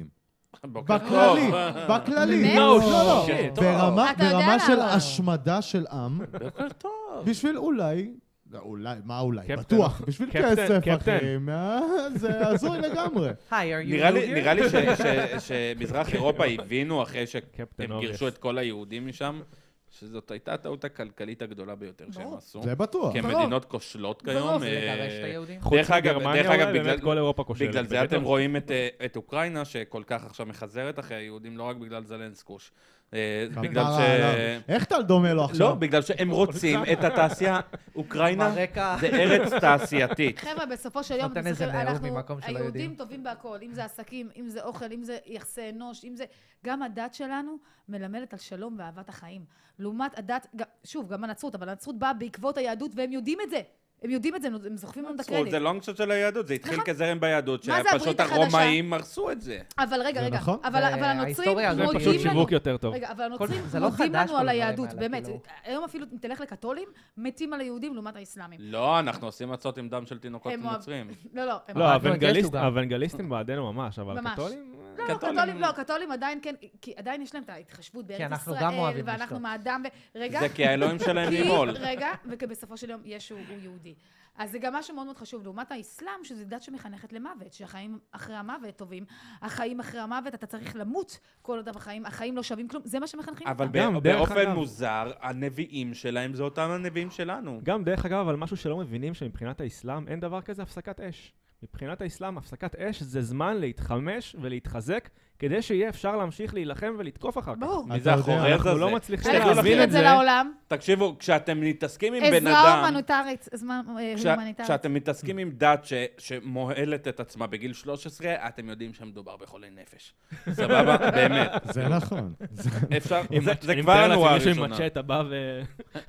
Speaker 5: בוקר
Speaker 1: בכללי,
Speaker 5: טוב.
Speaker 1: בכללי.
Speaker 4: באמת?
Speaker 1: לא, לא,
Speaker 5: שיט.
Speaker 1: לא. ברמה-
Speaker 4: אתה יודע
Speaker 1: ברמה של
Speaker 4: למה.
Speaker 1: השמדה של עם,
Speaker 5: בוקר טוב.
Speaker 1: בשביל אולי, לא, אולי, מה אולי?
Speaker 3: קפטן.
Speaker 1: בטוח, בשביל
Speaker 3: קפטן,
Speaker 1: כסף,
Speaker 3: קפטן.
Speaker 1: אחי, מה- זה הזוי לגמרי.
Speaker 2: Hi, are you
Speaker 5: נראה לי,
Speaker 2: new here?
Speaker 5: נראה לי ש, ש, שמזרח אירופה הבינו אחרי
Speaker 3: קפטן
Speaker 5: שהם
Speaker 3: אובייס.
Speaker 5: גירשו את כל היהודים משם, שזאת הייתה הטעות הכלכלית הגדולה ביותר שהם
Speaker 4: ברור.
Speaker 5: עשו.
Speaker 1: זה בטוח.
Speaker 5: כי הם
Speaker 4: ברור.
Speaker 5: מדינות כושלות כיום.
Speaker 4: ברור.
Speaker 5: אה,
Speaker 2: לגרש את היהודים?
Speaker 3: חוץ
Speaker 5: דרך אגב,
Speaker 3: מגרמניה
Speaker 5: דרך אגב,
Speaker 3: אולי,
Speaker 5: בגלל-
Speaker 3: באמת כל אירופה כושלת.
Speaker 5: בגלל זה
Speaker 3: בקטע.
Speaker 5: אתם רואים את, אה, את אוקראינה שכל כך עכשיו מחזרת אחרי היהודים, לא רק בגלל זלנסקוש. אה, בגלל
Speaker 1: כפרה
Speaker 5: ש...
Speaker 1: עליו. איך אתה דומה לו עכשיו?
Speaker 5: לא, בגלל שהם רוצים את התעשייה. אוקראינה
Speaker 2: ברקע.
Speaker 5: זה ארץ תעשייתית.
Speaker 4: חבר'ה, בסופו של יום,
Speaker 2: נותן
Speaker 4: אתם
Speaker 2: איזה
Speaker 4: צריכים-
Speaker 2: נאום
Speaker 4: אנחנו,
Speaker 2: ממקום שלא
Speaker 4: היהודים
Speaker 2: יודעים.
Speaker 4: טובים בהכל, אם זה עסקים, אם זה אוכל, אם זה יחסי אנוש, אם זה... גם הדת שלנו מלמדת על שלום ואהבת החיים. לעומת הדת, ג- שוב, גם הנצרות, אבל הנצרות באה בעקבות היהדות, והם יודעים את זה. הם יודעים את זה, הם זוכפים לנו את הקרדיט.
Speaker 5: זה לא נקשות של היהדות, זה התחיל
Speaker 4: נכון.
Speaker 5: כזרם ביהדות,
Speaker 4: מה זה
Speaker 5: שפשוט
Speaker 4: הברית החדשה?
Speaker 5: הרומאים הרסו את זה.
Speaker 4: אבל רגע,
Speaker 1: זה
Speaker 4: רגע,
Speaker 1: נכון.
Speaker 4: אבל, אבל הנוצרים
Speaker 2: וההיסטוריה
Speaker 3: זה
Speaker 2: הזאת
Speaker 3: פשוט
Speaker 4: מודיעים לנו...
Speaker 3: שיווק יותר טוב.
Speaker 4: רגע, אבל הנוצרים
Speaker 2: זה לא
Speaker 4: מודיעים
Speaker 2: חדש,
Speaker 4: לנו
Speaker 2: כל
Speaker 4: על
Speaker 2: הדברים
Speaker 4: היהדות,
Speaker 2: האלה,
Speaker 4: באמת.
Speaker 2: כאילו.
Speaker 4: היום אפילו אם תלך לקתולים, מתים על היהודים לעומת האסלאמים.
Speaker 5: לא, אנחנו עושים מצות עם דם של תינוקות
Speaker 4: הם אוהב-
Speaker 5: נוצרים.
Speaker 4: לא, לא, הם
Speaker 3: לא,
Speaker 2: הרגנו את
Speaker 3: האוונגליסט-
Speaker 2: ישו גם.
Speaker 3: האוונגליסטים בעדינו ממש, אבל
Speaker 4: ממש.
Speaker 3: קתולים...
Speaker 4: לא, לא,
Speaker 5: קתולים-
Speaker 4: קתולים, לא, קתולים עדיין כן, כי עדיין יש להם את ההתחשבות בארץ
Speaker 2: אנחנו
Speaker 4: ישראל,
Speaker 2: גם אוהבים
Speaker 4: ואנחנו
Speaker 2: לשתות.
Speaker 4: מהאדם, ו- רגע,
Speaker 5: זה כי האלוהים שלהם
Speaker 4: כי-
Speaker 5: נימול.
Speaker 4: רגע, ובסופו של יום ישו הוא יהודי. אז זה גם משהו מאוד מאוד חשוב, לעומת האסלאם, שזו דת שמחנכת למוות, שהחיים אחרי המוות טובים, החיים אחרי המוות, אתה צריך למות כל עוד החיים, החיים לא שווים כלום, זה מה שמחנכים
Speaker 5: אבל
Speaker 4: אותם.
Speaker 3: גם,
Speaker 5: ב-
Speaker 3: דרך
Speaker 5: באופן
Speaker 3: אגב.
Speaker 5: מוזר, הנביאים שלהם זה אותם הנביאים שלנו.
Speaker 3: גם דרך אגב, אבל משהו שלא מבינים שמבחינת האסלאם אין דבר כזה הפסקת אש. מבחינת האסלאם, הפסקת אש זה זמן להתחמש ולהתחזק, כדי שיהיה אפשר להמשיך להילחם ולתקוף אחר כך.
Speaker 4: ברור.
Speaker 5: מי
Speaker 1: אתה
Speaker 5: זה
Speaker 1: יודע,
Speaker 5: החורז
Speaker 3: אנחנו
Speaker 5: הזה?
Speaker 3: לא מצליחים
Speaker 4: איך
Speaker 5: תסתכלו
Speaker 3: להבין
Speaker 4: להסביר
Speaker 3: את
Speaker 4: את זה
Speaker 3: זה.
Speaker 4: לעולם?
Speaker 5: תקשיבו, כשאתם מתעסקים עם בן
Speaker 4: עזרה
Speaker 5: אדם,
Speaker 4: הומניטרית, עזרה אה,
Speaker 5: כש-
Speaker 4: הומניטרית.
Speaker 5: כשאתם מתעסקים עם דת ש- שמוהלת את עצמה בגיל שלוש עשרה, אתם יודעים שמדובר בחולי נפש. סבבה? באמת.
Speaker 1: זה נכון. זה-
Speaker 5: אפשר,
Speaker 3: אם
Speaker 5: זה-
Speaker 3: מצ-
Speaker 5: זה
Speaker 3: אני
Speaker 5: כבר
Speaker 3: מתאר לעצמי
Speaker 5: הנורה
Speaker 3: מישהו עם
Speaker 5: הראשונה.
Speaker 3: מצ'טה בא ו...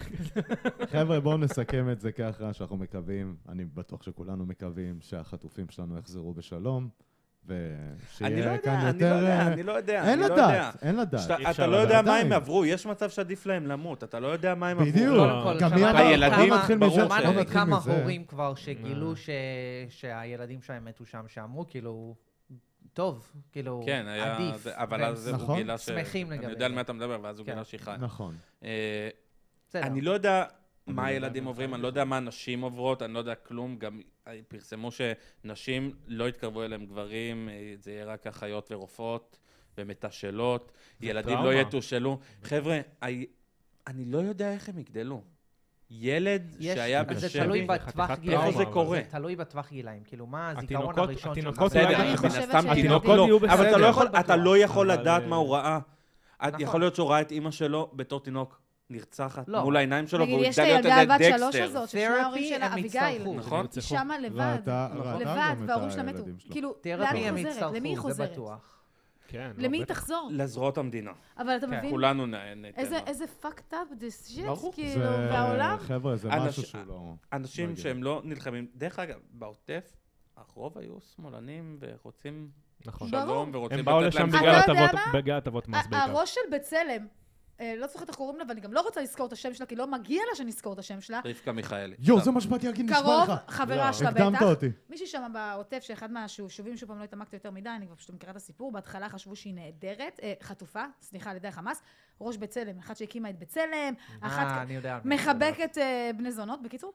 Speaker 1: חבר'ה, בואו נסכם את זה ככה, שאנחנו מקווים, אני בטוח שכולנו מקווים שהחטופים שלנו יחזרו בשלום,
Speaker 5: אני לא
Speaker 1: ושיהיה
Speaker 5: יודע,
Speaker 1: כאן
Speaker 5: אני לא
Speaker 1: יותר...
Speaker 5: יודע,
Speaker 1: אה,
Speaker 5: אני לא יודע,
Speaker 1: אין
Speaker 5: אני לא יודע.
Speaker 1: לדעת, אין לדעת.
Speaker 5: שאתה-
Speaker 3: אי
Speaker 5: אתה
Speaker 3: אפשר
Speaker 5: לא יודע
Speaker 1: לדעת.
Speaker 5: מה הם
Speaker 1: עדיין.
Speaker 5: עברו, יש מצב שעדיף להם למות, אתה לא יודע מה הם עברו.
Speaker 1: בדיוק.
Speaker 2: קודם כל,
Speaker 1: גם מי
Speaker 2: שמענו
Speaker 1: אמר?
Speaker 5: הילדים,
Speaker 1: בוא נתחיל
Speaker 5: ברור
Speaker 1: מזה,
Speaker 5: ש-
Speaker 1: בוא
Speaker 2: שמענו
Speaker 1: נתחיל
Speaker 2: מכמה
Speaker 1: מזה.
Speaker 2: הורים כבר שגילו ש- שהילדים שלהם מתו שם, שאמרו כאילו, טוב, כאילו,
Speaker 5: כן, היה,
Speaker 2: עדיף.
Speaker 5: זה- אבל
Speaker 2: והם
Speaker 5: אז הוא
Speaker 1: נכון.
Speaker 5: גילה ש...
Speaker 2: שמחים
Speaker 5: אני
Speaker 2: לגבי
Speaker 5: יודע על
Speaker 2: זה.
Speaker 5: מה אתה מדבר, ואז הוא
Speaker 2: כן.
Speaker 5: גילה שהיא חיה.
Speaker 1: נכון.
Speaker 5: אה,
Speaker 2: בסדר.
Speaker 5: אני לא יודע
Speaker 1: אני
Speaker 5: מה
Speaker 1: לא
Speaker 5: הילדים
Speaker 1: יודע
Speaker 5: עוברים,
Speaker 1: מה
Speaker 5: אני לא יודע מה נשים עוברות, אני לא יודע כלום, גם פרסמו שנשים לא יתקרבו אליהם גברים, אה, זה יהיה רק אחיות ורופאות ומתשאלות, ילדים לא
Speaker 3: טראומה.
Speaker 5: יתושאלו. חבר'ה, I- אני לא יודע איך הם יגדלו. ילד
Speaker 2: יש-
Speaker 5: שהיה
Speaker 2: זה
Speaker 5: בשבי...
Speaker 2: תלוי
Speaker 3: זה
Speaker 2: בטווח
Speaker 3: חתיכת
Speaker 2: גילאים.
Speaker 5: טראומה, זה קורה.
Speaker 2: זה תלוי בטווח גילאים. כאילו, מה הזיכרון
Speaker 3: התינוקות-
Speaker 2: הראשון שלך?
Speaker 3: התינוקות
Speaker 5: בסדר,
Speaker 3: אולי
Speaker 4: אני
Speaker 5: מן
Speaker 4: חושבת
Speaker 5: הסתם
Speaker 4: שהם-
Speaker 5: תינוק
Speaker 3: התינוקות
Speaker 5: לא,
Speaker 3: יהיו
Speaker 5: אבל אתה
Speaker 3: בסדר.
Speaker 5: לא יכול-
Speaker 2: הכל
Speaker 5: אתה
Speaker 2: בטוח.
Speaker 5: לא יכול
Speaker 3: אבל,
Speaker 5: לדעת
Speaker 3: אה,
Speaker 5: מה הוא ראה. את-
Speaker 2: נכון.
Speaker 5: יכול להיות שהוא ראה את אימא שלו בתור תינוק נרצחת
Speaker 2: לא.
Speaker 5: מול העיניים שלו,
Speaker 4: נגיד,
Speaker 5: והוא
Speaker 4: יש את
Speaker 5: יגדל להיות
Speaker 4: הילדה
Speaker 5: איזה
Speaker 4: בת שלוש
Speaker 5: דקסטר.
Speaker 4: הזאת, ששני ההורים
Speaker 2: Therapy,
Speaker 4: שלה,
Speaker 2: הם
Speaker 4: אביגיל,
Speaker 2: יצטרכו.
Speaker 5: נכון?
Speaker 3: נרצחו.
Speaker 4: היא שמה לבד,
Speaker 1: ראתה- ראתה
Speaker 4: לבד,
Speaker 1: גם את
Speaker 4: וההורים שלה מתו.
Speaker 1: הילדים שלו.
Speaker 4: כאילו, לאן
Speaker 2: תרפי
Speaker 4: היא
Speaker 2: הם
Speaker 4: חוזרת?
Speaker 2: יצטרכו,
Speaker 4: למי היא
Speaker 2: זה
Speaker 4: חוזרת?
Speaker 2: בטוח.
Speaker 3: כן, לא,
Speaker 4: למי היא
Speaker 3: בטח.
Speaker 4: תחזור?
Speaker 5: לזרועות המדינה.
Speaker 4: אבל אתה
Speaker 2: כן.
Speaker 4: מבין?
Speaker 5: כולנו נ- ניתן
Speaker 4: איזה
Speaker 5: לו.
Speaker 4: איזה fucked up this shit,
Speaker 5: ברור.
Speaker 4: כאילו,
Speaker 1: זה-
Speaker 4: והעולם?
Speaker 1: חבר'ה, זה
Speaker 5: אנש-
Speaker 1: משהו שהוא לא...
Speaker 5: אנשים
Speaker 1: לא
Speaker 5: שהם לא נלחמים. דרך אגב, בעוטף, הרוב היו שמאלנים ורוצים
Speaker 3: נכון.
Speaker 4: ברור.
Speaker 5: שלום ורוצים
Speaker 3: הם באו
Speaker 5: לתת
Speaker 3: לשם
Speaker 5: להם
Speaker 4: אתה
Speaker 3: בגלל
Speaker 4: יודע
Speaker 3: הטבות-
Speaker 4: מה?
Speaker 3: בגלל הטבות מס בעיקר.
Speaker 4: הראש של בצלם, אה, לא זוכרת איך קוראים לה, ואני גם לא רוצה לזכור את השם שלה, כי לא מגיע לה שנזכור את השם שלה.
Speaker 5: רבקה מיכאלי.
Speaker 1: יואו,
Speaker 5: סתם.
Speaker 1: זה מה שבאתי להגיד, נשמע
Speaker 4: קרוב,
Speaker 1: לך.
Speaker 4: חברה
Speaker 3: לא.
Speaker 4: שלה
Speaker 1: הקדמת
Speaker 4: בטח.
Speaker 1: אותי.
Speaker 4: מישהי שם בעוטף, שאחד מהיישובים, שוב פעם לא התעמקתי יותר מדי, אני כבר פשוט מכירה את הסיפור, בהתחלה חשבו שהיא נהדרת, אה, חטופה, סליחה, על ידי החמאס, ראש בצלם, אחת שהקימה את בצלם, אחת
Speaker 2: אה, אני יודע. על מי אתה מדבר.
Speaker 4: מחבקת אה, בני זונות, בקיצור,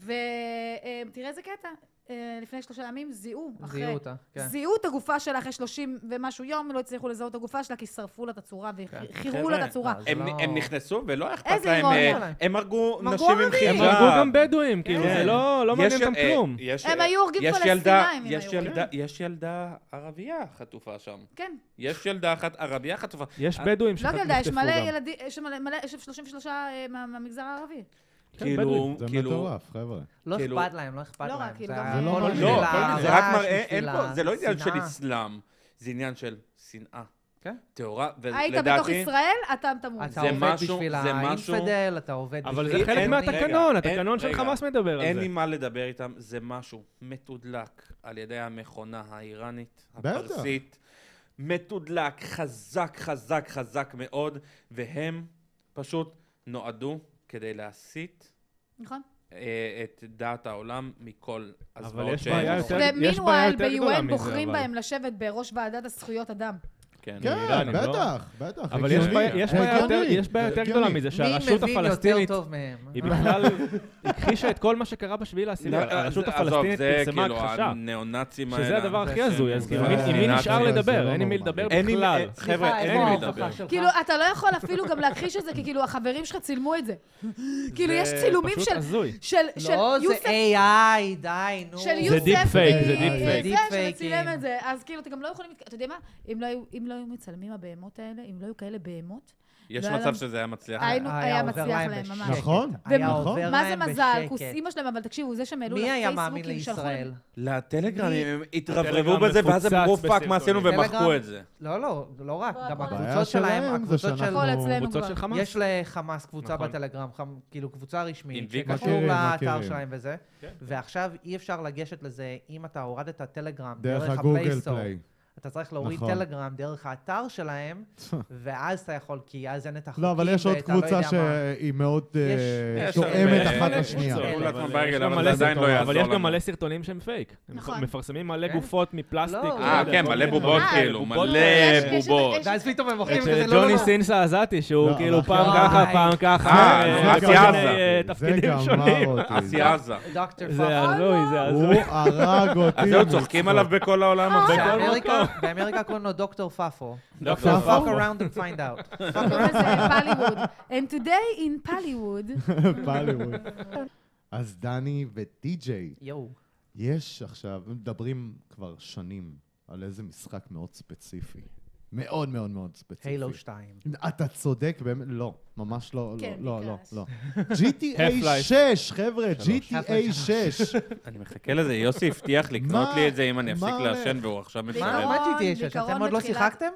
Speaker 4: ותראה איזה קטע, אה, לפני שלושה ימים זיהו, אחרי,
Speaker 2: זיהו אותה, כן.
Speaker 4: זיהו את הגופה שלה אחרי שלושים ומשהו יום, לא הצליחו לזהות את הגופה שלה, כי שרפו לה את הצורה וחירו לה את הצורה.
Speaker 2: לא, זה
Speaker 5: הם,
Speaker 2: לא-
Speaker 5: הם נכנסו ולא אכפת
Speaker 4: איזה
Speaker 5: להם,
Speaker 4: אירוניה.
Speaker 5: אה, הם הרגו
Speaker 4: הם הרגו
Speaker 5: נשים עם
Speaker 4: ערבים.
Speaker 3: הם
Speaker 5: חיג'אב.
Speaker 3: הרגו גם בדואים, כאילו,
Speaker 5: כן.
Speaker 3: זה לא לא
Speaker 5: יש-
Speaker 3: מעניין אותם
Speaker 5: אה,
Speaker 3: כלום.
Speaker 5: יש-
Speaker 4: הם
Speaker 5: אה,
Speaker 4: היו הורגים
Speaker 5: יש
Speaker 4: פלסטינאים,
Speaker 5: ילדה-
Speaker 4: אם
Speaker 5: יש
Speaker 4: היו
Speaker 5: ילדה- יש ילדה ערבייה חטופה שם.
Speaker 4: כן,
Speaker 5: יש ילדה אחת ערבייה חטופה.
Speaker 3: יש
Speaker 5: אה,
Speaker 3: בדואים
Speaker 4: לא
Speaker 3: שנחטפו
Speaker 4: ילדה, יש מלא
Speaker 3: גם.
Speaker 4: ילדים, יש מלא, מלא- יש שלושים ושלושה אה, מה- מהמגזר הערבי.
Speaker 3: כן,
Speaker 5: כאילו,
Speaker 1: זה
Speaker 5: כאילו,
Speaker 1: מטורף, חבר'ה.
Speaker 2: לא
Speaker 5: כאילו-
Speaker 2: אכפת להם, לא אכפת
Speaker 4: לא
Speaker 2: להם.
Speaker 4: רק, כאילו,
Speaker 2: זה
Speaker 4: גם-
Speaker 2: הכל
Speaker 1: זה לא
Speaker 2: בשביל
Speaker 1: מעניין.
Speaker 5: לא,
Speaker 2: הרעש,
Speaker 5: זה רק מראה, אין
Speaker 2: בשביל
Speaker 5: פה, זה לא עניין של
Speaker 2: השנאה.
Speaker 5: אסלאם, זה עניין של שנאה.
Speaker 2: כן.
Speaker 5: טהורה,
Speaker 4: היית בתוך
Speaker 5: ולדעתי,
Speaker 4: ישראל, אתה תמות.
Speaker 2: אתה
Speaker 5: זה
Speaker 2: עובד
Speaker 5: משהו-
Speaker 2: בשביל
Speaker 5: זה משהו-
Speaker 2: האינפדל, אתה עובד
Speaker 3: אבל
Speaker 2: בשביל...
Speaker 3: זה חלק
Speaker 5: אין-
Speaker 3: מהתקנון,
Speaker 5: רגע,
Speaker 3: התקנון
Speaker 5: אין-
Speaker 3: של
Speaker 5: רגע.
Speaker 3: חמאס מדבר על
Speaker 5: אין
Speaker 3: זה.
Speaker 5: לי מה לדבר איתם, זה משהו מתודלק על ידי המכונה האיראנית,
Speaker 1: בטח.
Speaker 5: הפרסית, מתודלק, חזק, חזק, חזק מאוד, והם פשוט נועדו כדי להסיט
Speaker 4: נכון?
Speaker 5: אה, את דעת העולם מכל
Speaker 3: אבל
Speaker 5: הזוועות
Speaker 3: יש
Speaker 5: שהם
Speaker 3: בעיה
Speaker 5: עושים.
Speaker 3: יותר- יש בעיה
Speaker 4: ומינואל
Speaker 3: יותר גדולה
Speaker 4: ב-יו אן
Speaker 3: מזה,
Speaker 4: בוחרים
Speaker 3: אבל.
Speaker 4: בהם לשבת בראש ועדת הזכויות אדם.
Speaker 5: כן.
Speaker 1: כן,
Speaker 3: איראנים, לא?
Speaker 1: בטח, בטח.
Speaker 3: אבל יש
Speaker 1: הגיוני.
Speaker 3: בעיה- יש בעיה
Speaker 1: הגיוני.
Speaker 3: יותר- יש בעיה יותר גדולה מזה, שהרשות
Speaker 2: מי מבין יותר
Speaker 3: הפלסטינית,
Speaker 2: טוב מהם?
Speaker 3: היא בכלל הכחישה את כל מה שקרה בשביעי לעשירי. הרשות
Speaker 5: עזוב,
Speaker 3: הפלסטינית
Speaker 5: זה
Speaker 3: פרסמה
Speaker 5: כאילו
Speaker 3: הכחשה.
Speaker 5: הנאו-נאצים האלה.
Speaker 3: שזה הדבר הכי
Speaker 2: זה
Speaker 3: הזוי, אז
Speaker 2: זה
Speaker 3: כאילו,
Speaker 1: זה-
Speaker 3: עם מי
Speaker 5: זה-
Speaker 3: נשאר
Speaker 1: זה
Speaker 3: לדבר?
Speaker 1: לא
Speaker 3: אין עם מי
Speaker 1: נורמלי.
Speaker 3: לדבר
Speaker 5: אין עם-
Speaker 3: בכלל.
Speaker 5: אין- חבר'ה,
Speaker 2: סליחה,
Speaker 5: אין
Speaker 2: איפה
Speaker 5: עם מי
Speaker 2: ההוכחה
Speaker 5: לדבר.
Speaker 2: שלך?
Speaker 4: כאילו, אתה לא יכול אפילו גם להכחיש את זה, כי כאילו, החברים שלך צילמו את זה. כאילו, יש צילומים
Speaker 3: פשוט
Speaker 4: של...
Speaker 3: הזוי.
Speaker 4: של של
Speaker 2: לא, זה
Speaker 4: יוסף...
Speaker 2: איי איי, די, נו.
Speaker 4: של
Speaker 3: זה
Speaker 4: יוסף...
Speaker 3: דיפ פייק,
Speaker 4: אה,
Speaker 3: זה דיפ
Speaker 4: אה,
Speaker 3: פייק.
Speaker 2: דיפ
Speaker 4: זה
Speaker 2: פייקים.
Speaker 4: שצילם את זה. אז כאילו, אתם גם לא יכולים... אתה יודע מה? אם לא היו- אם לא היו מצלמים הבהמות האלה, אם לא היו כאלה בהמות,
Speaker 5: יש
Speaker 4: לא היה
Speaker 5: מצב
Speaker 4: להם-
Speaker 5: שזה היה מצליח.
Speaker 4: היינו-
Speaker 2: היה
Speaker 4: היה
Speaker 2: עובר
Speaker 4: מצליח
Speaker 2: להם
Speaker 4: להם,
Speaker 2: בשקט.
Speaker 4: ממש.
Speaker 1: נכון,
Speaker 2: היה
Speaker 1: נכון.
Speaker 2: עובר
Speaker 4: מה זה
Speaker 2: להם
Speaker 4: מזל?
Speaker 2: בשקט.
Speaker 4: כוס אימא שלהם, אבל תקשיבו, זה שהם העלו
Speaker 2: מי היה
Speaker 4: לפייסבוק,
Speaker 2: מאמין
Speaker 4: כאילו, שלחו
Speaker 2: לישראל?
Speaker 4: להם.
Speaker 5: לטלגרם,
Speaker 2: מי-
Speaker 5: הם התרברבו
Speaker 3: הטלגרם
Speaker 5: בזה, ואז הם אמרו
Speaker 3: מפוצץ
Speaker 5: פאק, מה עשינו,
Speaker 3: בסרטונים.
Speaker 5: ומחקו
Speaker 2: טלגרם-
Speaker 5: את זה.
Speaker 2: לא, לא, לא רק, גם
Speaker 4: הבעיה
Speaker 2: הקבוצות שלהם,
Speaker 1: שלהם זה
Speaker 2: הקבוצות של...
Speaker 1: שאנחנו-
Speaker 4: הכל אצלנו
Speaker 3: קבוצות
Speaker 4: כבר.
Speaker 3: של חמאס.
Speaker 2: יש לחמאס קבוצה
Speaker 3: נכון.
Speaker 2: בטלגרם, חמ- כאילו קבוצה
Speaker 5: עם
Speaker 2: רשמית,
Speaker 5: ויקה.
Speaker 2: שקשור
Speaker 1: מכירים,
Speaker 2: לאתר
Speaker 1: מכירים.
Speaker 2: שלהם וזה, ועכשיו אי אפשר לגשת לזה אם אתה הורדת טלגרם
Speaker 1: דרך
Speaker 2: דרך
Speaker 1: הגוגל
Speaker 2: הפלייסטור.
Speaker 1: פליי.
Speaker 2: אתה צריך להוריד
Speaker 1: נכון.
Speaker 2: טלגרם דרך האתר שלהם, ואז אתה יכול, כי אז אין את החוקים,
Speaker 1: לא, אבל יש עוד
Speaker 2: ואתה לא
Speaker 1: קבוצה
Speaker 2: יודע מה.
Speaker 1: שהיא מאוד אה,
Speaker 5: יש
Speaker 1: תואמת
Speaker 5: הרבה-
Speaker 1: אחת
Speaker 5: מלא
Speaker 1: לשנייה.
Speaker 5: קבוצות.
Speaker 3: אבל
Speaker 5: לעצמם
Speaker 3: יש
Speaker 5: ברגל,
Speaker 3: גם
Speaker 5: אבל
Speaker 3: מלא
Speaker 5: זה עדיין לא
Speaker 3: סרטונים,
Speaker 5: יעזור
Speaker 3: אבל יש גם
Speaker 5: לנו.
Speaker 3: מלא סרטונים שהם פייק. הם
Speaker 4: נכון.
Speaker 3: מפרסמים מלא
Speaker 2: כן?
Speaker 3: גופות מפלסטיק.
Speaker 2: לא,
Speaker 5: אה,
Speaker 3: לא
Speaker 5: כן,
Speaker 3: יודע,
Speaker 5: מלא
Speaker 3: כל
Speaker 5: בובות
Speaker 3: מיני
Speaker 5: כאילו,
Speaker 3: בובות.
Speaker 5: מלא
Speaker 4: יש- יש-
Speaker 5: בובות.
Speaker 4: יש-
Speaker 2: ואז פתאום הם מוכרים
Speaker 3: את
Speaker 2: כזה, לא, לא,
Speaker 3: ג'וני
Speaker 2: לא.
Speaker 3: סינס העזתי, שהוא
Speaker 1: לא,
Speaker 3: כאילו
Speaker 1: אבל
Speaker 3: פעם
Speaker 2: די.
Speaker 3: ככה, פעם ככה,
Speaker 5: אה,
Speaker 3: אה,
Speaker 5: אסי
Speaker 3: כל מיני,
Speaker 5: עזה.
Speaker 3: אה,
Speaker 1: זה
Speaker 3: תפקידים
Speaker 1: גמר
Speaker 3: שונים.
Speaker 1: אותי.
Speaker 5: אסי עזה.
Speaker 2: דוקטור
Speaker 3: זה
Speaker 2: פאפו.
Speaker 3: הזוי, זה
Speaker 1: הוא
Speaker 3: הזוי.
Speaker 1: הרג אותי.
Speaker 5: אז זהו, צוחקים עליו בכל העולם.
Speaker 3: בכל
Speaker 2: באמריקה-
Speaker 3: מקום.
Speaker 2: באמריקה קוראים לו דוקטור פאפו.
Speaker 3: דוקטור
Speaker 2: Fuck
Speaker 1: פאפו.
Speaker 2: around and find out.
Speaker 4: קוראים לזה פליווד. And today in פליווד,
Speaker 1: בליווד. אז דני ודי-ג'יי,
Speaker 2: יואו.
Speaker 1: יש עכשיו, מדברים כבר שנים על איזה משחק מאוד ספציפי. מאוד מאוד מאוד ספציפי.
Speaker 2: הילו שתיים.
Speaker 1: אתה צודק, באמת, לא, ממש לא,
Speaker 4: כן,
Speaker 1: לא, לא,
Speaker 4: ביקש.
Speaker 1: לא. ג'י טי איי
Speaker 3: Half-Life.
Speaker 1: שש, חבר'ה, ג'י טי איי שש.
Speaker 5: אני מחכה לזה, יוסי הבטיח לקנות
Speaker 1: מה-
Speaker 5: לי את זה אם אני
Speaker 1: מה
Speaker 5: אפסיק לעשן, והוא עכשיו
Speaker 2: מה
Speaker 5: משלם.
Speaker 4: בעיקרון-
Speaker 2: מה ג'י טי איי שש?
Speaker 4: בעיקרון
Speaker 2: אתם עוד לא
Speaker 4: בתחילת-
Speaker 2: שיחקתם?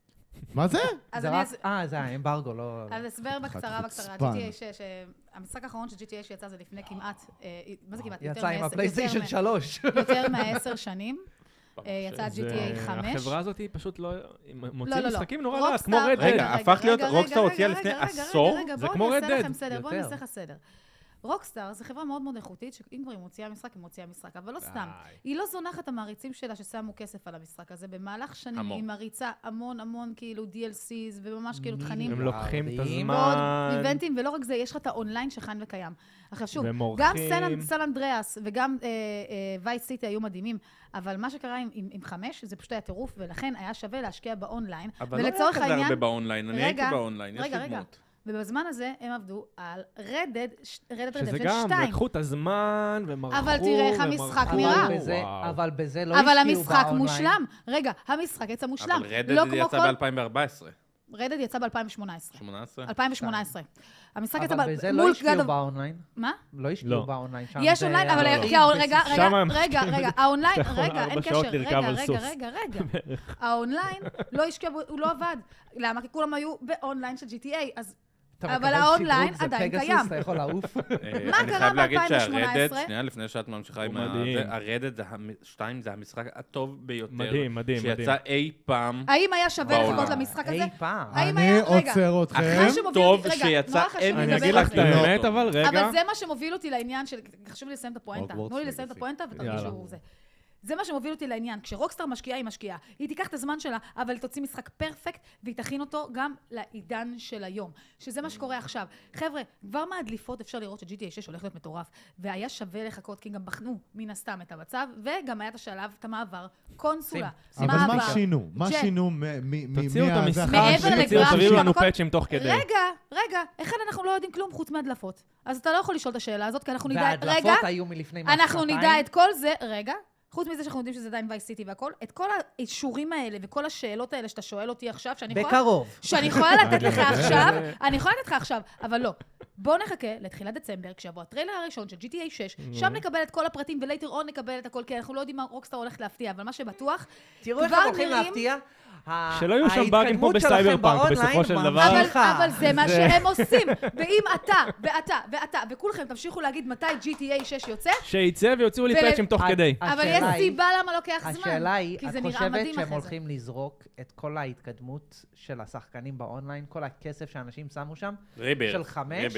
Speaker 1: מה זה?
Speaker 4: אז
Speaker 2: זה
Speaker 4: אני...
Speaker 2: רק-
Speaker 4: אס-
Speaker 2: אה, זה האמברגו, לא...
Speaker 4: אז אסבר בקצרה,
Speaker 1: חתיכת
Speaker 4: בקצרה.
Speaker 1: ספן.
Speaker 4: ג'י טי איי שש, אה, המשחק האחרון של ג'י טי איי שיצא זה לפני כמעט, אה, מה זה כמעט? יותר
Speaker 2: יצא עם
Speaker 4: מעשר-
Speaker 2: הפלייסטיישן
Speaker 4: יותר
Speaker 2: שלוש.
Speaker 4: מ- יותר מעשר שנים. אה, יצא ג'י טי איי
Speaker 3: זה-
Speaker 4: חמש.
Speaker 3: החברה הזאת היא פשוט לא... היא
Speaker 4: לא,
Speaker 3: מוציאה
Speaker 4: לא, לא.
Speaker 3: משחקים נורא
Speaker 4: רוקסטאר-
Speaker 3: לאט, כמו רד
Speaker 5: רגע,
Speaker 3: דד.
Speaker 5: הפך להיות-
Speaker 4: רגע,
Speaker 5: רוקסטאר
Speaker 4: רגע,
Speaker 5: הוציאה
Speaker 4: רגע,
Speaker 5: לפני
Speaker 4: רגע, רגע,
Speaker 5: עשור?
Speaker 4: רגע,
Speaker 3: זה
Speaker 4: בואו
Speaker 3: כמו
Speaker 4: אני
Speaker 3: Red
Speaker 4: אעשה
Speaker 3: Dead.
Speaker 4: לכם סדר, בואו אני
Speaker 2: יותר.
Speaker 4: אעשה לך סדר. רוקסטאר זה חברה מאוד מאוד איכותית, שאם כבר היא מוציאה משחק, היא מוציאה משחק, אבל לא סתם. היא לא זונחת את המעריצים שלה ששמו כסף על המשחק הזה. במהלך שנים
Speaker 5: המון.
Speaker 4: היא מריצה המון המון כאילו די אל סיז, וממש כאילו תכנים
Speaker 3: הם לוקחים את
Speaker 2: ועוד
Speaker 4: מאוד
Speaker 3: הזמן.
Speaker 4: איבנטים, ולא רק זה, יש לך את האונליין שחן וקיים. עכשיו שוב,
Speaker 3: והם
Speaker 4: גם
Speaker 3: עורכים.
Speaker 4: סן- סן אנדריאס וגם אה, אה, וייס סיטי היו מדהימים, אבל מה שקרה עם, עם, עם חמש, זה פשוט היה טירוף, ולכן היה שווה להשקיע באונליין.
Speaker 5: אבל לא היה
Speaker 4: ולצורך
Speaker 5: כזה
Speaker 4: העניין-
Speaker 5: הרבה באונליין, אני הייתי
Speaker 4: רגע,
Speaker 5: באונליין, יש
Speaker 4: רגע,
Speaker 5: לי
Speaker 4: רגע.
Speaker 5: דמות.
Speaker 4: ובזמן הזה הם עבדו על רדד, רדד
Speaker 3: שזה
Speaker 4: רדד
Speaker 3: גם,
Speaker 4: שתיים.
Speaker 3: לקחו את הזמן, ומרחו,
Speaker 4: אבל תראה איך המשחק
Speaker 3: ומרחו,
Speaker 4: נראה.
Speaker 2: אבל בזה-
Speaker 3: וואו.
Speaker 2: אבל בזה לא
Speaker 4: אבל
Speaker 2: השקיעו
Speaker 4: המשחק
Speaker 2: באונליין.
Speaker 4: מושלם. רגע, המשחק יצא מושלם.
Speaker 5: אבל רדד
Speaker 4: לא כמו
Speaker 5: יצא
Speaker 4: כל-
Speaker 5: ב-אלפיים וארבע עשרה.
Speaker 4: רדד יצא ב-אלפיים שמונה עשרה.
Speaker 5: שמונה עשרה?
Speaker 4: אלפיים ושמונה עשרה. המשחק יצא
Speaker 2: אבל
Speaker 4: ב-
Speaker 2: בזה לא
Speaker 4: מול
Speaker 2: השקיעו
Speaker 4: God of-
Speaker 2: באונליין.
Speaker 4: מה?
Speaker 2: לא השקיעו
Speaker 3: לא.
Speaker 2: באונליין שם.
Speaker 4: יש
Speaker 2: זה
Speaker 4: אונליין, אבל
Speaker 2: ערכים
Speaker 4: כי האון- רגע,
Speaker 2: בסיס-
Speaker 4: רגע,
Speaker 3: שם הם
Speaker 4: רגע, רגע, האונליין,
Speaker 3: אתה יכול
Speaker 4: רגע, אין
Speaker 3: ארבע
Speaker 4: קשר,
Speaker 3: שעות
Speaker 4: רגע,
Speaker 3: לרכב על
Speaker 4: רגע,
Speaker 3: סוס.
Speaker 4: רגע, רגע. האונליין לא השקיע, בו- הוא לא עבד. למה? כי כולם היו באונליין של ג'י טי איי, אז
Speaker 2: אתה
Speaker 4: אבל
Speaker 2: מקבל
Speaker 4: האונליין
Speaker 2: שדרוג, זה
Speaker 4: עדיין
Speaker 2: פגסוס,
Speaker 4: קיים.
Speaker 2: אתה יכול לעוף.
Speaker 4: מה
Speaker 5: אני
Speaker 4: קרה
Speaker 5: חייב להגיד
Speaker 4: ב-אלפיים ושמונה עשרה?
Speaker 5: שהרדד, שנייה לפני שאת ממשיכה עם
Speaker 3: הוא מדהים.
Speaker 5: ה... הרדד שתיים זה המשחק הטוב ביותר.
Speaker 3: מדהים, מדהים, מדהים.
Speaker 5: שיצא אי פעם.
Speaker 4: האם היה שווה
Speaker 5: בעולם.
Speaker 4: לחכות למשחק הזה?
Speaker 2: אי פעם.
Speaker 4: האם
Speaker 1: אני
Speaker 4: היה- רגע,
Speaker 1: עוצר אתכם.
Speaker 4: אחרי שמוביל
Speaker 5: טוב
Speaker 4: אותי- רגע,
Speaker 5: שיצא,
Speaker 4: נורא חשוב
Speaker 5: אין
Speaker 4: לדבר
Speaker 3: אני
Speaker 4: על
Speaker 3: אגיד
Speaker 4: זה.
Speaker 3: לך את האמת, אבל רגע.
Speaker 4: אבל זה מה שמוביל אותי לעניין של... חשוב לי לסיים את הפואנטה.
Speaker 1: Hogwarts
Speaker 4: תנו לי לסיים את
Speaker 1: Legacy.
Speaker 4: הפואנטה
Speaker 3: יאללה.
Speaker 4: ותרגישו זה. זה מה שמוביל אותי לעניין. כשרוקסטאר משקיעה, היא משקיעה. היא תיקח את הזמן שלה, אבל היא תוציא משחק פרפקט, והיא תכין אותו גם לעידן של היום. שזה מה שקורה עכשיו. חבר'ה, כבר מהדליפות אפשר לראות ש-ג'י טי איי שש הולך להיות מטורף, והיה שווה לחכות, כי גם בחנו מן הסתם את המצב, וגם היה את השלב, את המעבר, קונסולה.
Speaker 1: אבל מה
Speaker 4: מעבר.
Speaker 1: שינו? מה
Speaker 4: ג'ט.
Speaker 1: שינו מ- מ- מ-
Speaker 3: תוציאו את
Speaker 1: מה-
Speaker 3: המשחק,
Speaker 1: זה
Speaker 4: מעבר
Speaker 1: אחר
Speaker 4: לגרף
Speaker 1: שיוצא-
Speaker 3: תביאו
Speaker 4: של
Speaker 3: לנו
Speaker 4: הכל-
Speaker 3: פאצ'ים תוך כדי.
Speaker 4: רגע, רגע, אחד אנחנו לא יודעים כלום חוץ מהדלפות. אז אתה לא יכול לשאול את השאלה הזאת, כי אנחנו נדע... רגע,
Speaker 2: וההדלפות היו מלפני מה,
Speaker 4: אנחנו
Speaker 2: שנתיים?
Speaker 4: נדע את כל זה, רגע, חוץ מזה שאנחנו יודעים שזה עדיין וייס סיטי והכל, את כל האישורים האלה וכל השאלות האלה שאתה שואל אותי עכשיו, שאני יכולה...
Speaker 2: בקרוב.
Speaker 4: שאני יכולה לתת לך עכשיו, אני יכולה לתת לך עכשיו, אבל לא. בוא נחכה לתחילת דצמבר, כשיבוא הטריילר הראשון של ג'י טי איי שש, שם נקבל את כל הפרטים, ולייטר און נקבל את הכל, כי אנחנו לא יודעים מה רוקסטאר הולך להפתיע, אבל מה שבטוח,
Speaker 2: תראו איך
Speaker 4: כבר
Speaker 2: הם הולכים
Speaker 4: נראים-
Speaker 2: להפתיע.
Speaker 3: שלא יהיו שם באגים כמו
Speaker 2: ההתקדמות שלכם
Speaker 3: בסייבר פאנק
Speaker 2: באונליין
Speaker 3: בסופו של דבר.
Speaker 4: אבל,
Speaker 2: ממשיכה.
Speaker 4: אבל זה מה
Speaker 3: זה-
Speaker 4: שהם עושים. ואם אתה, ואתה, ואתה, וכולכם תמשיכו להגיד מתי ג'י טי איי שש יוצא,
Speaker 3: שיצא ויוציאו לי
Speaker 4: ול-
Speaker 3: פאצ'ים תוך
Speaker 2: ה-
Speaker 3: כדי.
Speaker 4: אבל
Speaker 2: השאלה
Speaker 4: יש
Speaker 2: היא-
Speaker 4: סיבה למה לוקח זמן.
Speaker 2: השאלה היא,
Speaker 4: כי
Speaker 2: את
Speaker 4: זה נראה
Speaker 2: חושבת
Speaker 4: מדהים
Speaker 2: שהם
Speaker 4: אחרי זה.
Speaker 2: הולכים לזרוק את כל ההתקדמות של השחקנים באונליין, כל הכסף שאנשים שמו שם?
Speaker 5: ריבר.
Speaker 2: של חמש?
Speaker 5: ריבר.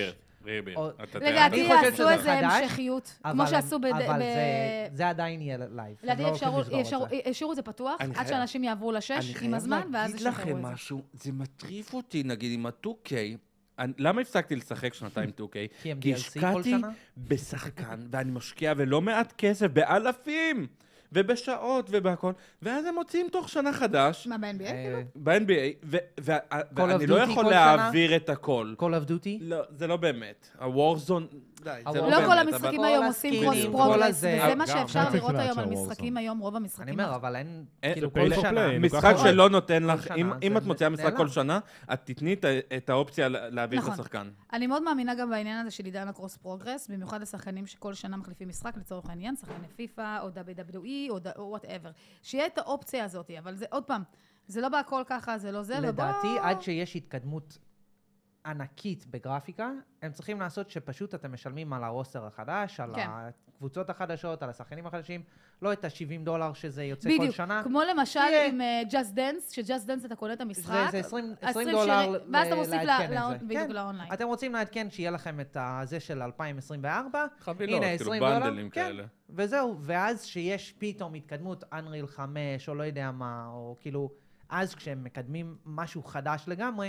Speaker 5: ריבי.
Speaker 2: או-
Speaker 5: אתה
Speaker 4: לדעתי
Speaker 2: אני חושב
Speaker 4: יעשו
Speaker 2: שזה
Speaker 4: איזה
Speaker 2: חדש,
Speaker 4: המשכיות,
Speaker 2: אבל
Speaker 4: כמו
Speaker 2: הם-
Speaker 4: שעשו ב...
Speaker 2: אבל
Speaker 4: ב-
Speaker 2: זה- זה עדיין יהיה לייב. הם
Speaker 4: לדעתי
Speaker 2: לא הולכים
Speaker 4: אפשרו-
Speaker 2: לסגור את
Speaker 4: אפשרו-
Speaker 2: זה.
Speaker 4: השאירו את זה פתוח,
Speaker 5: אני
Speaker 4: עד
Speaker 5: חייב-
Speaker 4: שאנשים יעברו לשש עם הזמן, ואז
Speaker 5: אני
Speaker 4: ישחררו
Speaker 5: חייב
Speaker 4: את
Speaker 5: להגיד
Speaker 4: זה.
Speaker 5: לכם משהו, זה מטריף אותי, נגיד עם ה-טו קיי, אני- למה הפסקתי לשחק שנתיים טו קיי?
Speaker 2: כי הם
Speaker 5: כי
Speaker 2: די אל סי כל
Speaker 5: השקעתי
Speaker 2: שנה?
Speaker 5: בשחקן, ואני משקיע ולא מעט כסף, באלפים, ובשעות ובהכל, ואז הם מוציאים תוך שנה חדש,
Speaker 4: מה, ב-אן בי איי?
Speaker 2: אה,
Speaker 5: ב-אן בי איי, ו- ו-
Speaker 2: of
Speaker 5: ואני לא
Speaker 2: Duty
Speaker 5: יכול
Speaker 2: כל
Speaker 5: להעביר את הכל.
Speaker 2: Call of Duty?
Speaker 5: לא, זה לא באמת. הוורזון, די, זה לא
Speaker 4: לא
Speaker 5: באמת.
Speaker 4: כל
Speaker 5: אבל-
Speaker 4: המשחקים
Speaker 2: כל
Speaker 4: היום
Speaker 2: הסקינים,
Speaker 4: עושים קרוס
Speaker 2: כל
Speaker 4: פרוגרס,
Speaker 2: הזה-
Speaker 4: וזה מה
Speaker 3: גם,
Speaker 4: שאפשר
Speaker 1: גם.
Speaker 4: לראות
Speaker 1: צריך
Speaker 4: היום על
Speaker 1: להקשיב
Speaker 4: משחקים
Speaker 1: Warzone.
Speaker 4: היום, רוב
Speaker 2: אני
Speaker 4: המשחקים.
Speaker 2: אומר, אבל אין,
Speaker 5: אין-
Speaker 2: כאילו
Speaker 5: זה
Speaker 2: כל
Speaker 3: pay for
Speaker 2: שנה.
Speaker 3: play.
Speaker 5: משחק
Speaker 3: כל
Speaker 5: שלא נותן לך,
Speaker 2: שנה,
Speaker 5: אם-
Speaker 2: זה-
Speaker 5: אם את
Speaker 2: זה
Speaker 5: מוציאה משחק
Speaker 2: נעלם.
Speaker 5: כל שנה, את תתני את ה- את האופציה להעביר את
Speaker 4: נכון.
Speaker 5: השחקן.
Speaker 4: אני מאוד מאמינה גם בעניין הזה של עידן הקרוס פרוגרס, במיוחד לשחקנים שכל שנה מחליפים משחק, לצורך העניין, שחקני פיפה, או דאבליו דאבליו אי, או וואטאבר. שיהיה את האופציה הזאת, אבל זה, עוד פעם, זה לא בהכל ככה, זה לא זה, ובוא...
Speaker 2: לדעתי, עד שיש התקדמות ענקית בגרפיקה, הם צריכים לעשות שפשוט אתם משלמים על הרוסטר החדש, על
Speaker 4: כן.
Speaker 2: הקבוצות החדשות, על השחקנים החדשים, לא את ה-שבעים דולר שזה יוצא
Speaker 4: בדיוק,
Speaker 2: כל שנה.
Speaker 4: כמו למשל
Speaker 2: תהיה.
Speaker 4: עם Just Dance, שג'אסט דנס אתה קונה את המשחק.
Speaker 2: זה- זה עשרים
Speaker 4: עשרים
Speaker 2: דולר
Speaker 4: שני- ואז אתה
Speaker 2: ל-
Speaker 4: מוסיף
Speaker 2: לעדכן
Speaker 4: ל-
Speaker 2: את
Speaker 4: לאון-
Speaker 2: זה.
Speaker 4: בדיוק
Speaker 2: כן.
Speaker 4: לאונליין.
Speaker 2: אתם רוצים לעדכן שיהיה לכם את זה של אלפיים עשרים וארבע,
Speaker 5: חבילות,
Speaker 2: הנה
Speaker 5: כאילו
Speaker 2: עשרים דולר,
Speaker 5: בנדלים
Speaker 2: כן,
Speaker 5: כאלה.
Speaker 2: וזהו, ואז שיש פתאום התקדמות אנריל חמש, או לא יודע מה, או כאילו, אז כשהם מקדמים משהו חדש לגמרי,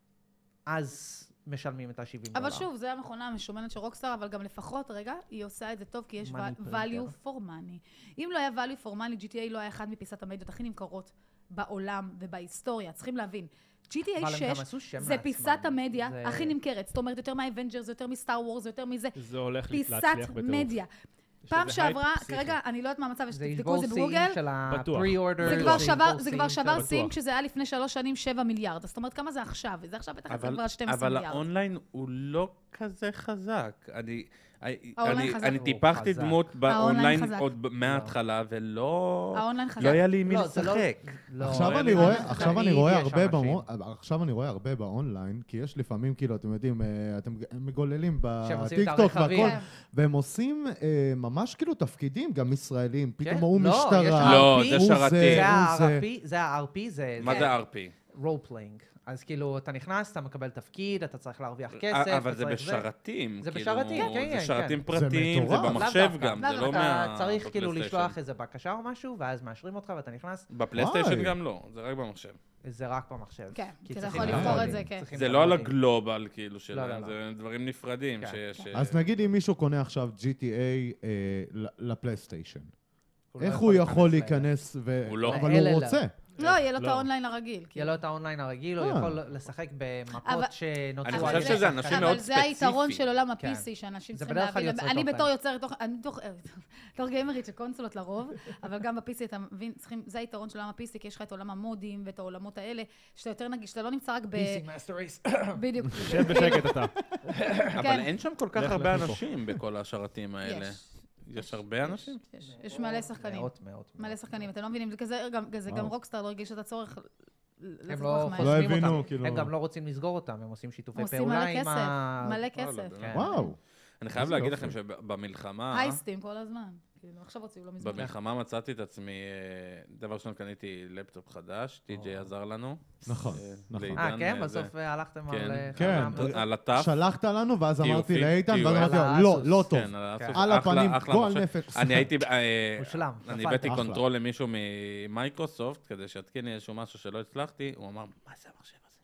Speaker 2: אז משלמים את ה-שבעים דולר.
Speaker 4: אבל שוב, זו המכונה המשומנת של רוקסטאר, אבל גם לפחות, רגע, היא עושה את זה טוב, כי יש
Speaker 2: Money
Speaker 4: value for money. אם לא היה value for money, ג'י טי איי לא היה אחד מפיסת המדיות הכי נמכרות בעולם ובהיסטוריה. צריכים להבין. ג'י טי איי
Speaker 2: אבל הם גם
Speaker 4: שש
Speaker 2: עשו שם
Speaker 4: זה
Speaker 2: לעצמם.
Speaker 4: פיסת המדיה
Speaker 2: זה-
Speaker 4: הכי נמכרת. זאת אומרת, יותר מהאבנג'רס, יותר מסטאר וורס, יותר מזה.
Speaker 3: זה הולך
Speaker 4: פיסת
Speaker 3: להצליח בטירוף.
Speaker 4: מדיה.
Speaker 3: יש
Speaker 4: פעם
Speaker 3: לזה הייפ
Speaker 4: שעברה,
Speaker 3: פסיכי.
Speaker 4: כרגע, אני לא יודעת מה המצב,
Speaker 2: זה
Speaker 4: שתבדקו את זה
Speaker 2: ישבור
Speaker 4: בגוגל.
Speaker 2: שיאים של
Speaker 3: בטוח.
Speaker 2: ה-pre-order.
Speaker 4: זה
Speaker 3: בטוח.
Speaker 4: כבר
Speaker 2: זה
Speaker 4: שבר,
Speaker 2: ישבור
Speaker 4: זה
Speaker 2: שיאים
Speaker 4: כבר
Speaker 2: של-
Speaker 4: שבר
Speaker 3: בטוח.
Speaker 4: שיאים כשזה היה לפני שלוש שנים שבע מיליארד. זאת אומרת, כמה זה עכשיו? וזה עכשיו בטח יוצא
Speaker 5: אבל,
Speaker 4: כבר שתים עשרה
Speaker 5: אבל
Speaker 4: מיליארד.
Speaker 5: האונליין הוא לא כזה חזק. אני,
Speaker 4: האונליין
Speaker 5: אני,
Speaker 4: חזק.
Speaker 5: אני
Speaker 2: הוא
Speaker 5: טיפחתי
Speaker 2: חזק.
Speaker 5: דמות
Speaker 4: האונליין
Speaker 5: באונליין
Speaker 4: חזק.
Speaker 5: עוד ב- מההתחלה, ולא
Speaker 4: האונליין חזק.
Speaker 5: לא היה לי עם מי
Speaker 2: לא, זה לא-
Speaker 5: לשחק.
Speaker 2: לא,
Speaker 1: עכשיו
Speaker 5: היה
Speaker 1: אני
Speaker 5: לי
Speaker 1: רואה,
Speaker 5: מה
Speaker 1: עכשיו
Speaker 2: תמיד
Speaker 1: אני רואה
Speaker 2: יש
Speaker 1: הרבה
Speaker 2: אנשים.
Speaker 1: במו- עכשיו אני רואה הרבה באונליין, כי יש לפעמים, כאילו, אתם יודעים, אה, אתם הם מגוללים
Speaker 2: שהם עושים את
Speaker 1: בטיקטוק
Speaker 2: הרכבים.
Speaker 1: והכל,
Speaker 4: כן.
Speaker 1: והם עושים אה, ממש כאילו תפקידים, גם ישראלים, פתאום הוא
Speaker 2: לא, יש
Speaker 1: משטרה,
Speaker 5: לא,
Speaker 2: R P,
Speaker 5: זה
Speaker 1: הוא
Speaker 5: שרתים.
Speaker 1: זה,
Speaker 2: זה
Speaker 1: הוא זה.
Speaker 2: ה-אר פי, זה ה-אר פי, זה
Speaker 5: מה זה אר פי?
Speaker 2: role playing. אז כאילו, אתה נכנס, אתה מקבל תפקיד, אתה צריך להרוויח כסף.
Speaker 5: אבל
Speaker 2: אתה
Speaker 5: זה
Speaker 2: צריך
Speaker 5: בשרתים.
Speaker 2: זה
Speaker 5: כאילו,
Speaker 2: בשרתים, כן, כן,
Speaker 5: זה שרתים
Speaker 1: כן.
Speaker 5: פרטיים,
Speaker 1: זה
Speaker 5: זה
Speaker 1: מטורף.
Speaker 5: במחשב
Speaker 2: לאו
Speaker 5: גם,
Speaker 2: דווקא.
Speaker 5: זה לא
Speaker 2: אתה
Speaker 5: מה...
Speaker 2: צריך כאילו
Speaker 5: בפלייסטיישן.
Speaker 2: לשלוח איזה בקשה או משהו, ואז מאשרים אותך ואתה נכנס,
Speaker 5: בפלייסטיישן
Speaker 1: וואי.
Speaker 5: גם לא, זה רק במחשב.
Speaker 2: זה רק במחשב.
Speaker 4: כן, כי אתה
Speaker 2: צריכים
Speaker 4: יכול
Speaker 2: את
Speaker 4: לבחור את
Speaker 2: המודים,
Speaker 4: זה, כן.
Speaker 2: צריכים
Speaker 5: זה
Speaker 2: את
Speaker 5: לא על
Speaker 2: המודים.
Speaker 5: הגלובל כאילו
Speaker 2: לא,
Speaker 5: שלהם,
Speaker 2: לא.
Speaker 5: זה דברים נפרדים
Speaker 2: כן.
Speaker 5: שיש...
Speaker 1: אז נגיד אם מישהו קונה עכשיו ג'י טי איי אה, ל- לפלייסטיישן,
Speaker 2: הוא לא
Speaker 1: איך הוא יכול
Speaker 2: להיכנס
Speaker 1: להיכנס, ו-
Speaker 5: הוא לא.
Speaker 1: אבל
Speaker 2: אלה
Speaker 1: הוא
Speaker 2: לא.
Speaker 1: רוצה.
Speaker 4: לא, יהיה לו את
Speaker 3: לא.
Speaker 4: האונליין הרגיל.
Speaker 2: יהיה לו את האונליין הרגיל, הוא
Speaker 1: אה.
Speaker 2: יכול לשחק במפות
Speaker 4: אבל-
Speaker 2: שנוצרו.
Speaker 5: אני
Speaker 4: אבל
Speaker 5: חושב
Speaker 4: זה-
Speaker 5: שזה אנשים
Speaker 4: אבל
Speaker 5: מאוד
Speaker 4: זה היתרון
Speaker 5: ספציפיים.
Speaker 4: של עולם
Speaker 2: כן.
Speaker 4: ה-פי סי, שאנשים
Speaker 2: זה
Speaker 4: צריכים
Speaker 2: בדרך כלל
Speaker 4: להבין.
Speaker 2: יוצרי
Speaker 4: אני
Speaker 2: תוכן.
Speaker 4: בתור יוצרת תוכן, אני בתור בתור גיימרית של קונסולות לרוב, אבל גם ב-פי סי אתה מבין, צריכים, זה היתרון של עולם ה-פי סי, כי יש לך את עולם המודים ואת העולמות האלה, שאתה יותר נגיש, שאתה לא נמצא רק ב...
Speaker 2: פי סי Master Race.
Speaker 4: בדיוק.
Speaker 3: שב בשקט אתה.
Speaker 5: אבל
Speaker 4: כן.
Speaker 5: אין שם כל כך
Speaker 3: לך,
Speaker 5: הרבה
Speaker 3: לך מפה.
Speaker 5: אנשים בכל השרתים האלה.
Speaker 4: יש.
Speaker 5: יש הרבה אנשים?
Speaker 4: יש, יש מלא שחקנים.
Speaker 2: מאות, מאות.
Speaker 4: מלא שחקנים, אתם לא מבינים, זה כזה, גם, זה גם
Speaker 1: וואו.
Speaker 4: רוקסטאר לא הרגיש את הצורך לעשות
Speaker 2: הם
Speaker 4: כל
Speaker 2: לא
Speaker 4: כך מהר.
Speaker 1: לא
Speaker 2: חוסמים
Speaker 1: הבינו,
Speaker 2: אותם.
Speaker 1: כאילו-
Speaker 2: הם גם לא רוצים לסגור אותם, הם עושים שיתופי
Speaker 4: הם עושים
Speaker 2: פעולה
Speaker 4: מלא
Speaker 2: עם
Speaker 4: כסף,
Speaker 2: ה...
Speaker 4: מלא
Speaker 5: וואלה,
Speaker 4: כסף.
Speaker 5: באמת.
Speaker 2: כן.
Speaker 1: וואו.
Speaker 5: אני חייב
Speaker 1: איזה
Speaker 5: להגיד
Speaker 1: יופי.
Speaker 5: לכם שבמלחמה...
Speaker 4: אייסטים כל הזמן. כאילו, עכשיו הוציאו לא מזמן.
Speaker 5: במלחמה מצאתי את עצמי, אה, דבר ראשון קניתי לפטופ חדש, טי.ג'יי עזר לנו.
Speaker 1: נכון,
Speaker 5: אה,
Speaker 1: נכון.
Speaker 5: לעידן,
Speaker 2: אה, כן?
Speaker 5: אה, זה.
Speaker 2: בסוף אה, הלכתם
Speaker 5: כן,
Speaker 2: על... אה,
Speaker 1: כן.
Speaker 2: חכם.
Speaker 5: על הטף.
Speaker 1: שלחת לנו, ואז אמרתי
Speaker 5: טיופים,
Speaker 1: לאיתן, ואז
Speaker 5: טיוף.
Speaker 1: אמרתי
Speaker 2: על
Speaker 1: לו, לא,
Speaker 2: האסוס.
Speaker 1: לא טוב.
Speaker 5: כן, על האסוס.
Speaker 1: על
Speaker 5: אחלה-
Speaker 1: הפנים,
Speaker 5: אחלה
Speaker 1: גועל
Speaker 5: מחשב.
Speaker 1: נפש.
Speaker 5: אני הייתי, אה,
Speaker 2: מושלם,
Speaker 5: אני
Speaker 2: נפלת.
Speaker 5: הבאתי
Speaker 1: אחלה.
Speaker 5: קונטרול למישהו ממייקרוסופט, כדי שיתקין לי איזשהו משהו שלא הצלחתי, הוא אמר, מה זה המחשב הזה?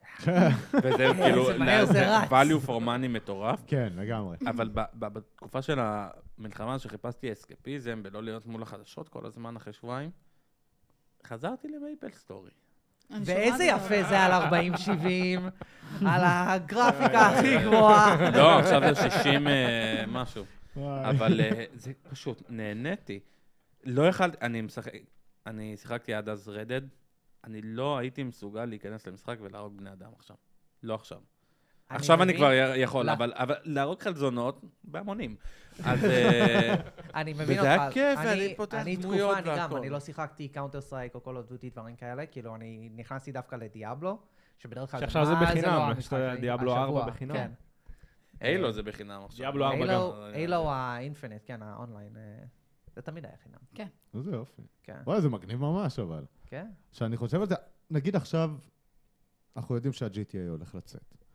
Speaker 5: וזה כאילו,
Speaker 2: זה מהר, זה רץ.
Speaker 5: value for money מטורף.
Speaker 1: כן, לגמרי.
Speaker 5: אבל ב- ב- בתקופה של המלחמה שחיפשתי אסקפיזם ולא להיות מול החדשות כל הזמן אחרי שבועיים, חזרתי למייפל סטורי.
Speaker 4: אני
Speaker 2: ואיזה
Speaker 4: שומעת אותו.
Speaker 2: יפה זה על ארבעים שבעים, על הגרפיקה הכי גבוהה.
Speaker 5: לא, עכשיו זה שישים אה, משהו.
Speaker 1: וואי.
Speaker 5: אבל אה, זה פשוט, נהניתי. לא יכלתי, אני משחק, אני שיחקתי עד אז רדד, אני לא הייתי מסוגל להיכנס למשחק ולהרוג בני אדם עכשיו. לא עכשיו. עכשיו אני
Speaker 2: מבין-
Speaker 5: כבר יכול,
Speaker 2: לא.
Speaker 5: אבל אבל להרוג חלזונות בהמונים. אז אה,
Speaker 2: אני מבין
Speaker 5: וזה
Speaker 2: אותך.
Speaker 5: היה כיף,
Speaker 2: אני-
Speaker 5: ואני פותח
Speaker 2: אני
Speaker 5: דמויות
Speaker 2: תקופה, אני גם,
Speaker 5: והכל.
Speaker 2: אני לא שיחקתי קאונטר סטרייק או קול אוף דוטי, דברים כאלה, כאילו אני נכנסתי דווקא לדיאבלו, שבדרך כלל
Speaker 3: שעכשיו זה
Speaker 2: מה
Speaker 3: בחינם,
Speaker 2: לא
Speaker 3: יש
Speaker 2: המשחק
Speaker 3: את
Speaker 2: שלי,
Speaker 3: דיאבלו
Speaker 2: השבוע,
Speaker 3: ארבע בחינם.
Speaker 2: כן.
Speaker 5: אילו זה בחינם עכשיו.
Speaker 3: דיאבלו ארבע גם.
Speaker 2: אילו- אילו האינפינט, כן, האונליין, אה, זה תמיד היה חינם.
Speaker 1: איזה יופי.
Speaker 2: כן.
Speaker 1: וואי, זה מגניב ממש, אבל.
Speaker 2: כן.
Speaker 1: שאני חושב על זה, נגיד עכשיו, אנחנו יודעים שה-ג'י טי איי הולך לצאת.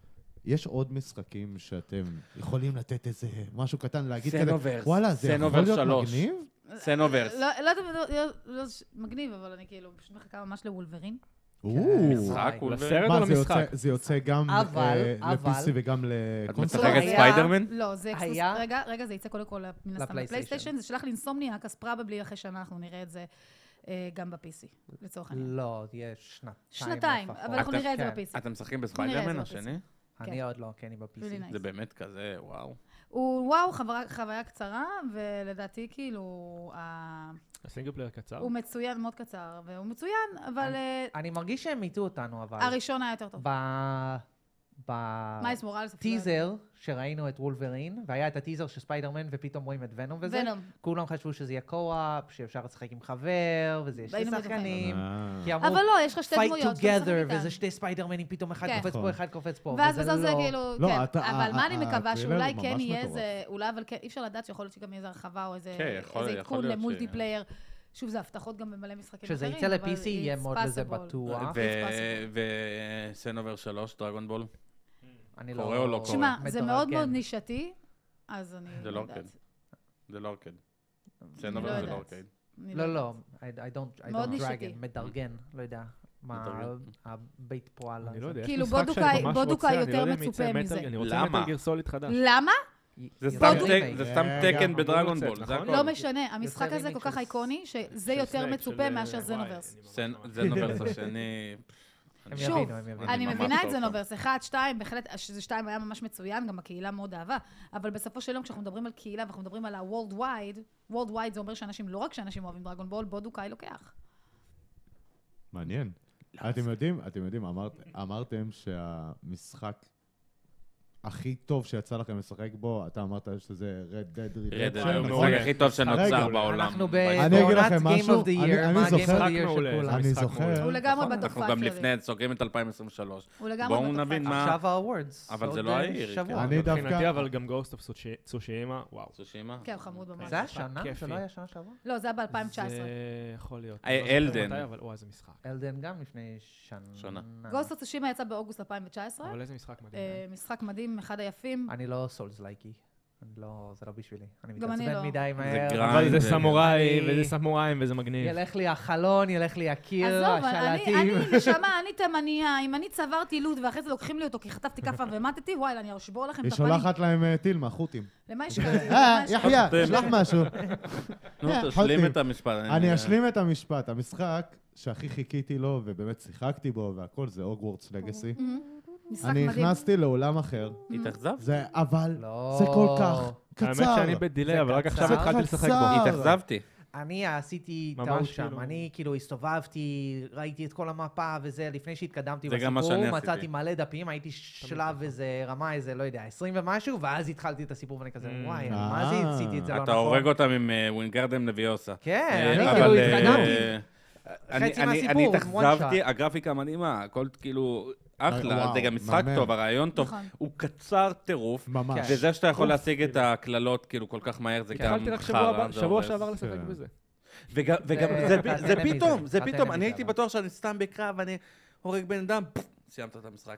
Speaker 1: יש עוד משחקים שאתם יכולים לתת איזה משהו קטן, להגיד כזה,
Speaker 5: סנוברס.
Speaker 1: וואלה, זה יכול להיות מגניב?
Speaker 5: סנוברס.
Speaker 4: לא יודעת, לא מגניב, אבל אני כאילו פשוט מחכה ממש לוולברין.
Speaker 5: משחק,
Speaker 3: לסרט
Speaker 1: מה,
Speaker 3: או למשחק?
Speaker 1: זה יוצא גם ל-פי סי וגם
Speaker 5: את
Speaker 1: לקונסולה?
Speaker 5: משחקת ספיידרמן?
Speaker 4: לא, זה אקסקלוסיבי.
Speaker 2: היה?
Speaker 4: רגע, רגע, זה יצא קודם כל מן הסתם
Speaker 2: לפלייסטיישן.
Speaker 4: לפלייסטיישן. זה שלח לאינסומניאק, אז פראבלי אחרי שנה אנחנו נראה את זה אה, גם ב-פי סי, לצורך העניין.
Speaker 2: לא, יש שנתיים.
Speaker 4: שנתיים,
Speaker 2: לפחות.
Speaker 4: אבל אנחנו
Speaker 5: אתם-
Speaker 4: נראה את זה
Speaker 2: כן.
Speaker 4: ב-פי סי.
Speaker 5: אתם משחקים
Speaker 4: נראה את
Speaker 5: בספיידרמן
Speaker 4: זה
Speaker 5: השני?
Speaker 2: אני עוד לא, כי אני ב-פי סי.
Speaker 4: Really nice.
Speaker 5: זה באמת כזה, וואו.
Speaker 4: הוא, וואו, חוויה- חוויה קצרה, ולדעתי כאילו, ה-
Speaker 3: הסינגל פלייר קצר.
Speaker 4: הוא מצוין, מאוד קצר, והוא מצוין, אבל אה,
Speaker 2: אני מרגיש שהם מיטו אותנו, אבל...
Speaker 4: הראשון היה יותר טוב.
Speaker 2: ב... ב...
Speaker 4: מייס מוראלס.
Speaker 2: טיזר שראינו את וולברין, והיה את הטיזר של ספיידרמן, ופתאום רואים את ונום וזה.
Speaker 4: ונום.
Speaker 2: כולם חשבו שזה יהיה קו-אפ, שאפשר לשחק עם חבר, וזה יש שתי
Speaker 4: היינו בטוחים.
Speaker 2: שחקנים.
Speaker 1: אה.
Speaker 2: כי אמרו,
Speaker 4: אבל לא, יש לך שתי
Speaker 2: fight
Speaker 4: דמויות. שאתה משחק
Speaker 2: together,
Speaker 4: איתן.
Speaker 2: וזה שתי ספיידרמנים, פתאום אחד
Speaker 4: כן.
Speaker 2: קופץ
Speaker 1: נכון.
Speaker 2: פה, אחד קופץ פה,
Speaker 4: ואז
Speaker 2: וזה
Speaker 4: בסוף זה
Speaker 2: לא...
Speaker 4: כאילו,
Speaker 1: לא,
Speaker 4: כן,
Speaker 1: אתה-
Speaker 4: אבל
Speaker 1: ה-
Speaker 4: מה אני
Speaker 1: ה-
Speaker 4: מקווה
Speaker 1: הטריילר
Speaker 4: שאולי כן
Speaker 1: ממש
Speaker 4: יהיה
Speaker 1: מטורף.
Speaker 4: איזה, אולי אבל כן, אי אפשר לדעת שיכול להיות שגם יהיה איזה הרחבה או איזה
Speaker 5: כן, יכול-
Speaker 4: איזה
Speaker 5: יכול
Speaker 4: עדכון
Speaker 5: להיות ש-
Speaker 4: למולטיפלייר. שוב, זה הבטחות גם במלא משחקים
Speaker 2: כשזה
Speaker 4: אחרים.
Speaker 2: יצא
Speaker 4: אבל
Speaker 2: ל-פי סי יהיה
Speaker 4: it's
Speaker 2: מאוד לזה
Speaker 4: possible.
Speaker 2: בטוח.
Speaker 4: It's possible.
Speaker 5: וסנובר שלוש, דרגון בול?
Speaker 2: אני
Speaker 5: קורה או לא קורה?
Speaker 4: תשמע, זה
Speaker 2: מדורג,
Speaker 4: מאוד
Speaker 2: כן.
Speaker 4: מאוד נישתי, אז אני
Speaker 5: זה
Speaker 4: לא
Speaker 5: לא
Speaker 4: יודעת.
Speaker 5: ארקד. זה לא ארקד.
Speaker 4: לא
Speaker 5: סנובר זה
Speaker 4: יודעת.
Speaker 5: לא ארקד.
Speaker 4: אני
Speaker 2: לא, לא,
Speaker 4: יודעת.
Speaker 2: I I don't, I
Speaker 4: מאוד
Speaker 2: don't
Speaker 4: נישתי.
Speaker 2: dragon, מדרגן, לא יודע. מה
Speaker 5: מדרגן.
Speaker 2: הבית פועל
Speaker 3: אני
Speaker 2: הזה.
Speaker 3: לא יודע, יש
Speaker 4: כאילו,
Speaker 3: משחק
Speaker 4: בודוקאי-
Speaker 3: שאני ממש
Speaker 4: בודוקאי
Speaker 3: רוצה, אני לא
Speaker 4: יותר
Speaker 3: יודע אם
Speaker 4: מצופה
Speaker 3: יצא
Speaker 4: מזה.
Speaker 3: מטל- אני רוצה
Speaker 5: למה?
Speaker 3: מטל גיר סוליד חדש.
Speaker 4: למה?
Speaker 5: זה
Speaker 2: יותר
Speaker 5: סתם
Speaker 2: טוב.
Speaker 5: טק- זה סתם
Speaker 1: רגע,
Speaker 5: תקן
Speaker 3: אמור
Speaker 5: בדרגון
Speaker 3: לצאת,
Speaker 5: בול, זה
Speaker 3: נכון?
Speaker 5: הכל.
Speaker 4: לא משנה, המשחק
Speaker 2: זה
Speaker 4: הזה
Speaker 2: רימיק
Speaker 4: כל כך
Speaker 2: של-
Speaker 4: אייקוני, שזה
Speaker 3: של
Speaker 4: יותר
Speaker 3: סנייק,
Speaker 4: מצופה
Speaker 3: של-
Speaker 4: מאשר
Speaker 3: וואי,
Speaker 4: זנוברס.
Speaker 3: אני ממש
Speaker 5: סנ-
Speaker 3: ממש-
Speaker 5: זנוברס השני...
Speaker 2: הם
Speaker 4: שוב,
Speaker 2: יבינו, הם יבינו.
Speaker 4: אני
Speaker 5: ממש
Speaker 4: מבינה את
Speaker 5: טוב.
Speaker 4: זנוברס, אחד, שתיים, בהחלט, שזה שתיים היה ממש מצוין, גם הקהילה מאוד אהבה, אבל בסופו של יום, כשאנחנו מדברים על קהילה ואנחנו מדברים על ה-World Wide, World Wide זה אומר שאנשים, לא רק שאנשים אוהבים דרגון בול, בודוקאי לוקח.
Speaker 1: מעניין. אתם יודעים, אתם יודעים, אמרת- אמרתם שהמשחק הכי טוב שיצא לכם לשחק בו, אתה אמרת שזה Red Dead
Speaker 5: רד,
Speaker 1: Redemption.
Speaker 5: זה
Speaker 1: נכון?
Speaker 5: המשחק הכי טוב שנוצר
Speaker 1: רגע,
Speaker 5: בעולם.
Speaker 2: אנחנו
Speaker 1: אני אגיד
Speaker 2: בעונת
Speaker 1: לכם
Speaker 2: Game
Speaker 1: משהו,
Speaker 2: of the
Speaker 1: אני-
Speaker 2: Year,
Speaker 1: אני
Speaker 2: מה ה-Game
Speaker 1: זוכר-
Speaker 2: of the Year
Speaker 3: מעולה,
Speaker 2: של
Speaker 3: זה
Speaker 2: כולם.
Speaker 1: אני
Speaker 3: משחק
Speaker 1: זוכר.
Speaker 3: מעולה.
Speaker 4: הוא לגמרי
Speaker 2: נכון,
Speaker 4: בטופ
Speaker 5: אנחנו
Speaker 4: פייב
Speaker 5: גם
Speaker 4: שלי.
Speaker 5: לפני, סוגרים את אלפיים עשרים ושלוש.
Speaker 4: הוא לגמרי
Speaker 5: בואו
Speaker 4: בטופ
Speaker 5: נבין
Speaker 4: פייב.
Speaker 5: מה-
Speaker 2: עכשיו ה-awards.
Speaker 5: אבל זה
Speaker 2: עוד,
Speaker 5: לא
Speaker 2: אה,
Speaker 5: העיר,
Speaker 2: שבוע.
Speaker 5: כן.
Speaker 1: אני דווקא-
Speaker 3: מבחינתי, אבל גם גוסט אוף צושימה, וואו.
Speaker 5: צושימה?
Speaker 4: כן, חמוד ממש.
Speaker 2: זה היה שנה?
Speaker 3: כיפי.
Speaker 2: זה לא היה שנה שעברה?
Speaker 4: לא, זה היה ב-אלפיים תשע עשרה.
Speaker 3: זה יכול להיות.
Speaker 5: אה,
Speaker 3: אני לא זוכר
Speaker 5: אלדן.
Speaker 3: מתי, אבל וואי, איזה משחק.
Speaker 2: אלדן גם לפני שנה.
Speaker 5: שנה.
Speaker 4: גוסט אוף צושימה יצא באוגוסט אלפיים תשע עשרה.
Speaker 3: אבל איזה משחק מדהים.
Speaker 4: אה, משחק מדהים, אחד היפים.
Speaker 2: אני לא סולס לייקי. אני לא, זה לא בשבילי. אני
Speaker 4: גם אני
Speaker 2: מתעצבן
Speaker 4: לא.
Speaker 2: מדי מהר.
Speaker 5: גריים.
Speaker 3: אבל זה
Speaker 5: זה-
Speaker 3: סמוראי,
Speaker 2: אני-
Speaker 3: וזה סמוראים, וזה מגניב.
Speaker 2: ילך לי החלון, ילך לי הקיר,
Speaker 4: עזוב, אני,
Speaker 2: השלטים.
Speaker 4: אני, נשמה, אני תימניה, אם אני צברתי לוט ואחרי זה לוקחים לי אותו כי חטפתי כאפה ומטתי, וואי, אני אשבור לכם
Speaker 1: היא
Speaker 4: את הפנים.
Speaker 1: שולחת להם אה, טיל מהחות'ים.
Speaker 4: למה השקעתי?
Speaker 1: אה,
Speaker 4: למה השקעתי?
Speaker 1: יחיא, שלח משהו.
Speaker 5: נו,
Speaker 1: אה,
Speaker 5: תשלים
Speaker 1: יכולתי.
Speaker 5: את המשפט.
Speaker 1: אני אשלים את המשפט. המשחק שהכי חיכיתי לו, ובאמת שיחקתי בו והכל, זה הוגוורטס לגאסי.
Speaker 4: משחק
Speaker 1: אני
Speaker 4: מדהים.
Speaker 1: נכנסתי לעולם אחר.
Speaker 5: התאכזב?
Speaker 1: זה, אבל,
Speaker 2: לא.
Speaker 1: זה כל כך קצר.
Speaker 3: האמת שאני בדיליי,
Speaker 2: זה
Speaker 3: אבל רק עכשיו
Speaker 2: קצר.
Speaker 3: התחלתי לשחק
Speaker 1: קצר.
Speaker 3: בו.
Speaker 5: התאכזבתי.
Speaker 2: אני עשיתי
Speaker 3: ממש
Speaker 2: טעות שם.
Speaker 3: כאילו-
Speaker 2: אני כאילו הסתובבתי, ראיתי את כל המפה וזה, לפני שהתקדמתי
Speaker 5: זה גם מה שאני
Speaker 2: בסיפור,
Speaker 5: עשיתי.
Speaker 2: מצאתי מלא דפים, הייתי שלב איזה רמה, איזה, לא יודע, עשרים ומשהו, ואז התחלתי את הסיפור ואני כזה,
Speaker 3: Mm.
Speaker 2: וואי,
Speaker 1: אה.
Speaker 2: מה זה עשיתי את זה לא נכון?
Speaker 5: אתה הורג אותם עם אה, ווינגרדם לוויוסה.
Speaker 2: כן,
Speaker 5: אה,
Speaker 2: אני
Speaker 5: אבל,
Speaker 2: כאילו
Speaker 5: אה,
Speaker 2: התקדמתי.
Speaker 5: אני-
Speaker 2: חצי
Speaker 5: אני-
Speaker 2: מהסיפור,
Speaker 5: אני
Speaker 2: one
Speaker 5: התאכזבתי,
Speaker 2: shot.
Speaker 5: הגרפיקה מדהימה, הכל כאילו אחלה,
Speaker 1: וואו,
Speaker 5: זה גם משחק
Speaker 1: מהמם.
Speaker 5: טוב, הרעיון טוב,
Speaker 4: נכון.
Speaker 5: הוא קצר טירוף,
Speaker 1: ממש.
Speaker 2: כן.
Speaker 5: וזה שאתה יכול
Speaker 3: אוף,
Speaker 5: להשיג את
Speaker 3: כאילו.
Speaker 5: הקללות כאילו כל כך מהר, זה גם
Speaker 3: התחלתי רק שבוע
Speaker 5: חרא,
Speaker 3: הבא-
Speaker 5: זה
Speaker 3: שבוע
Speaker 5: הורס.
Speaker 3: שעבר לשחק
Speaker 1: כן.
Speaker 3: בזה.
Speaker 5: וגם וגם
Speaker 2: זה-
Speaker 5: זה-
Speaker 2: אתה
Speaker 5: זה
Speaker 2: תהנה מזה,
Speaker 5: פתאום, זה
Speaker 2: אתה
Speaker 5: פתאום,
Speaker 2: תהנה
Speaker 5: אני
Speaker 2: מזה,
Speaker 5: הייתי
Speaker 2: אבל.
Speaker 5: בטוח שאני סתם בקרב, אני הורג בן אדם, פפ, סיימת את המשחק.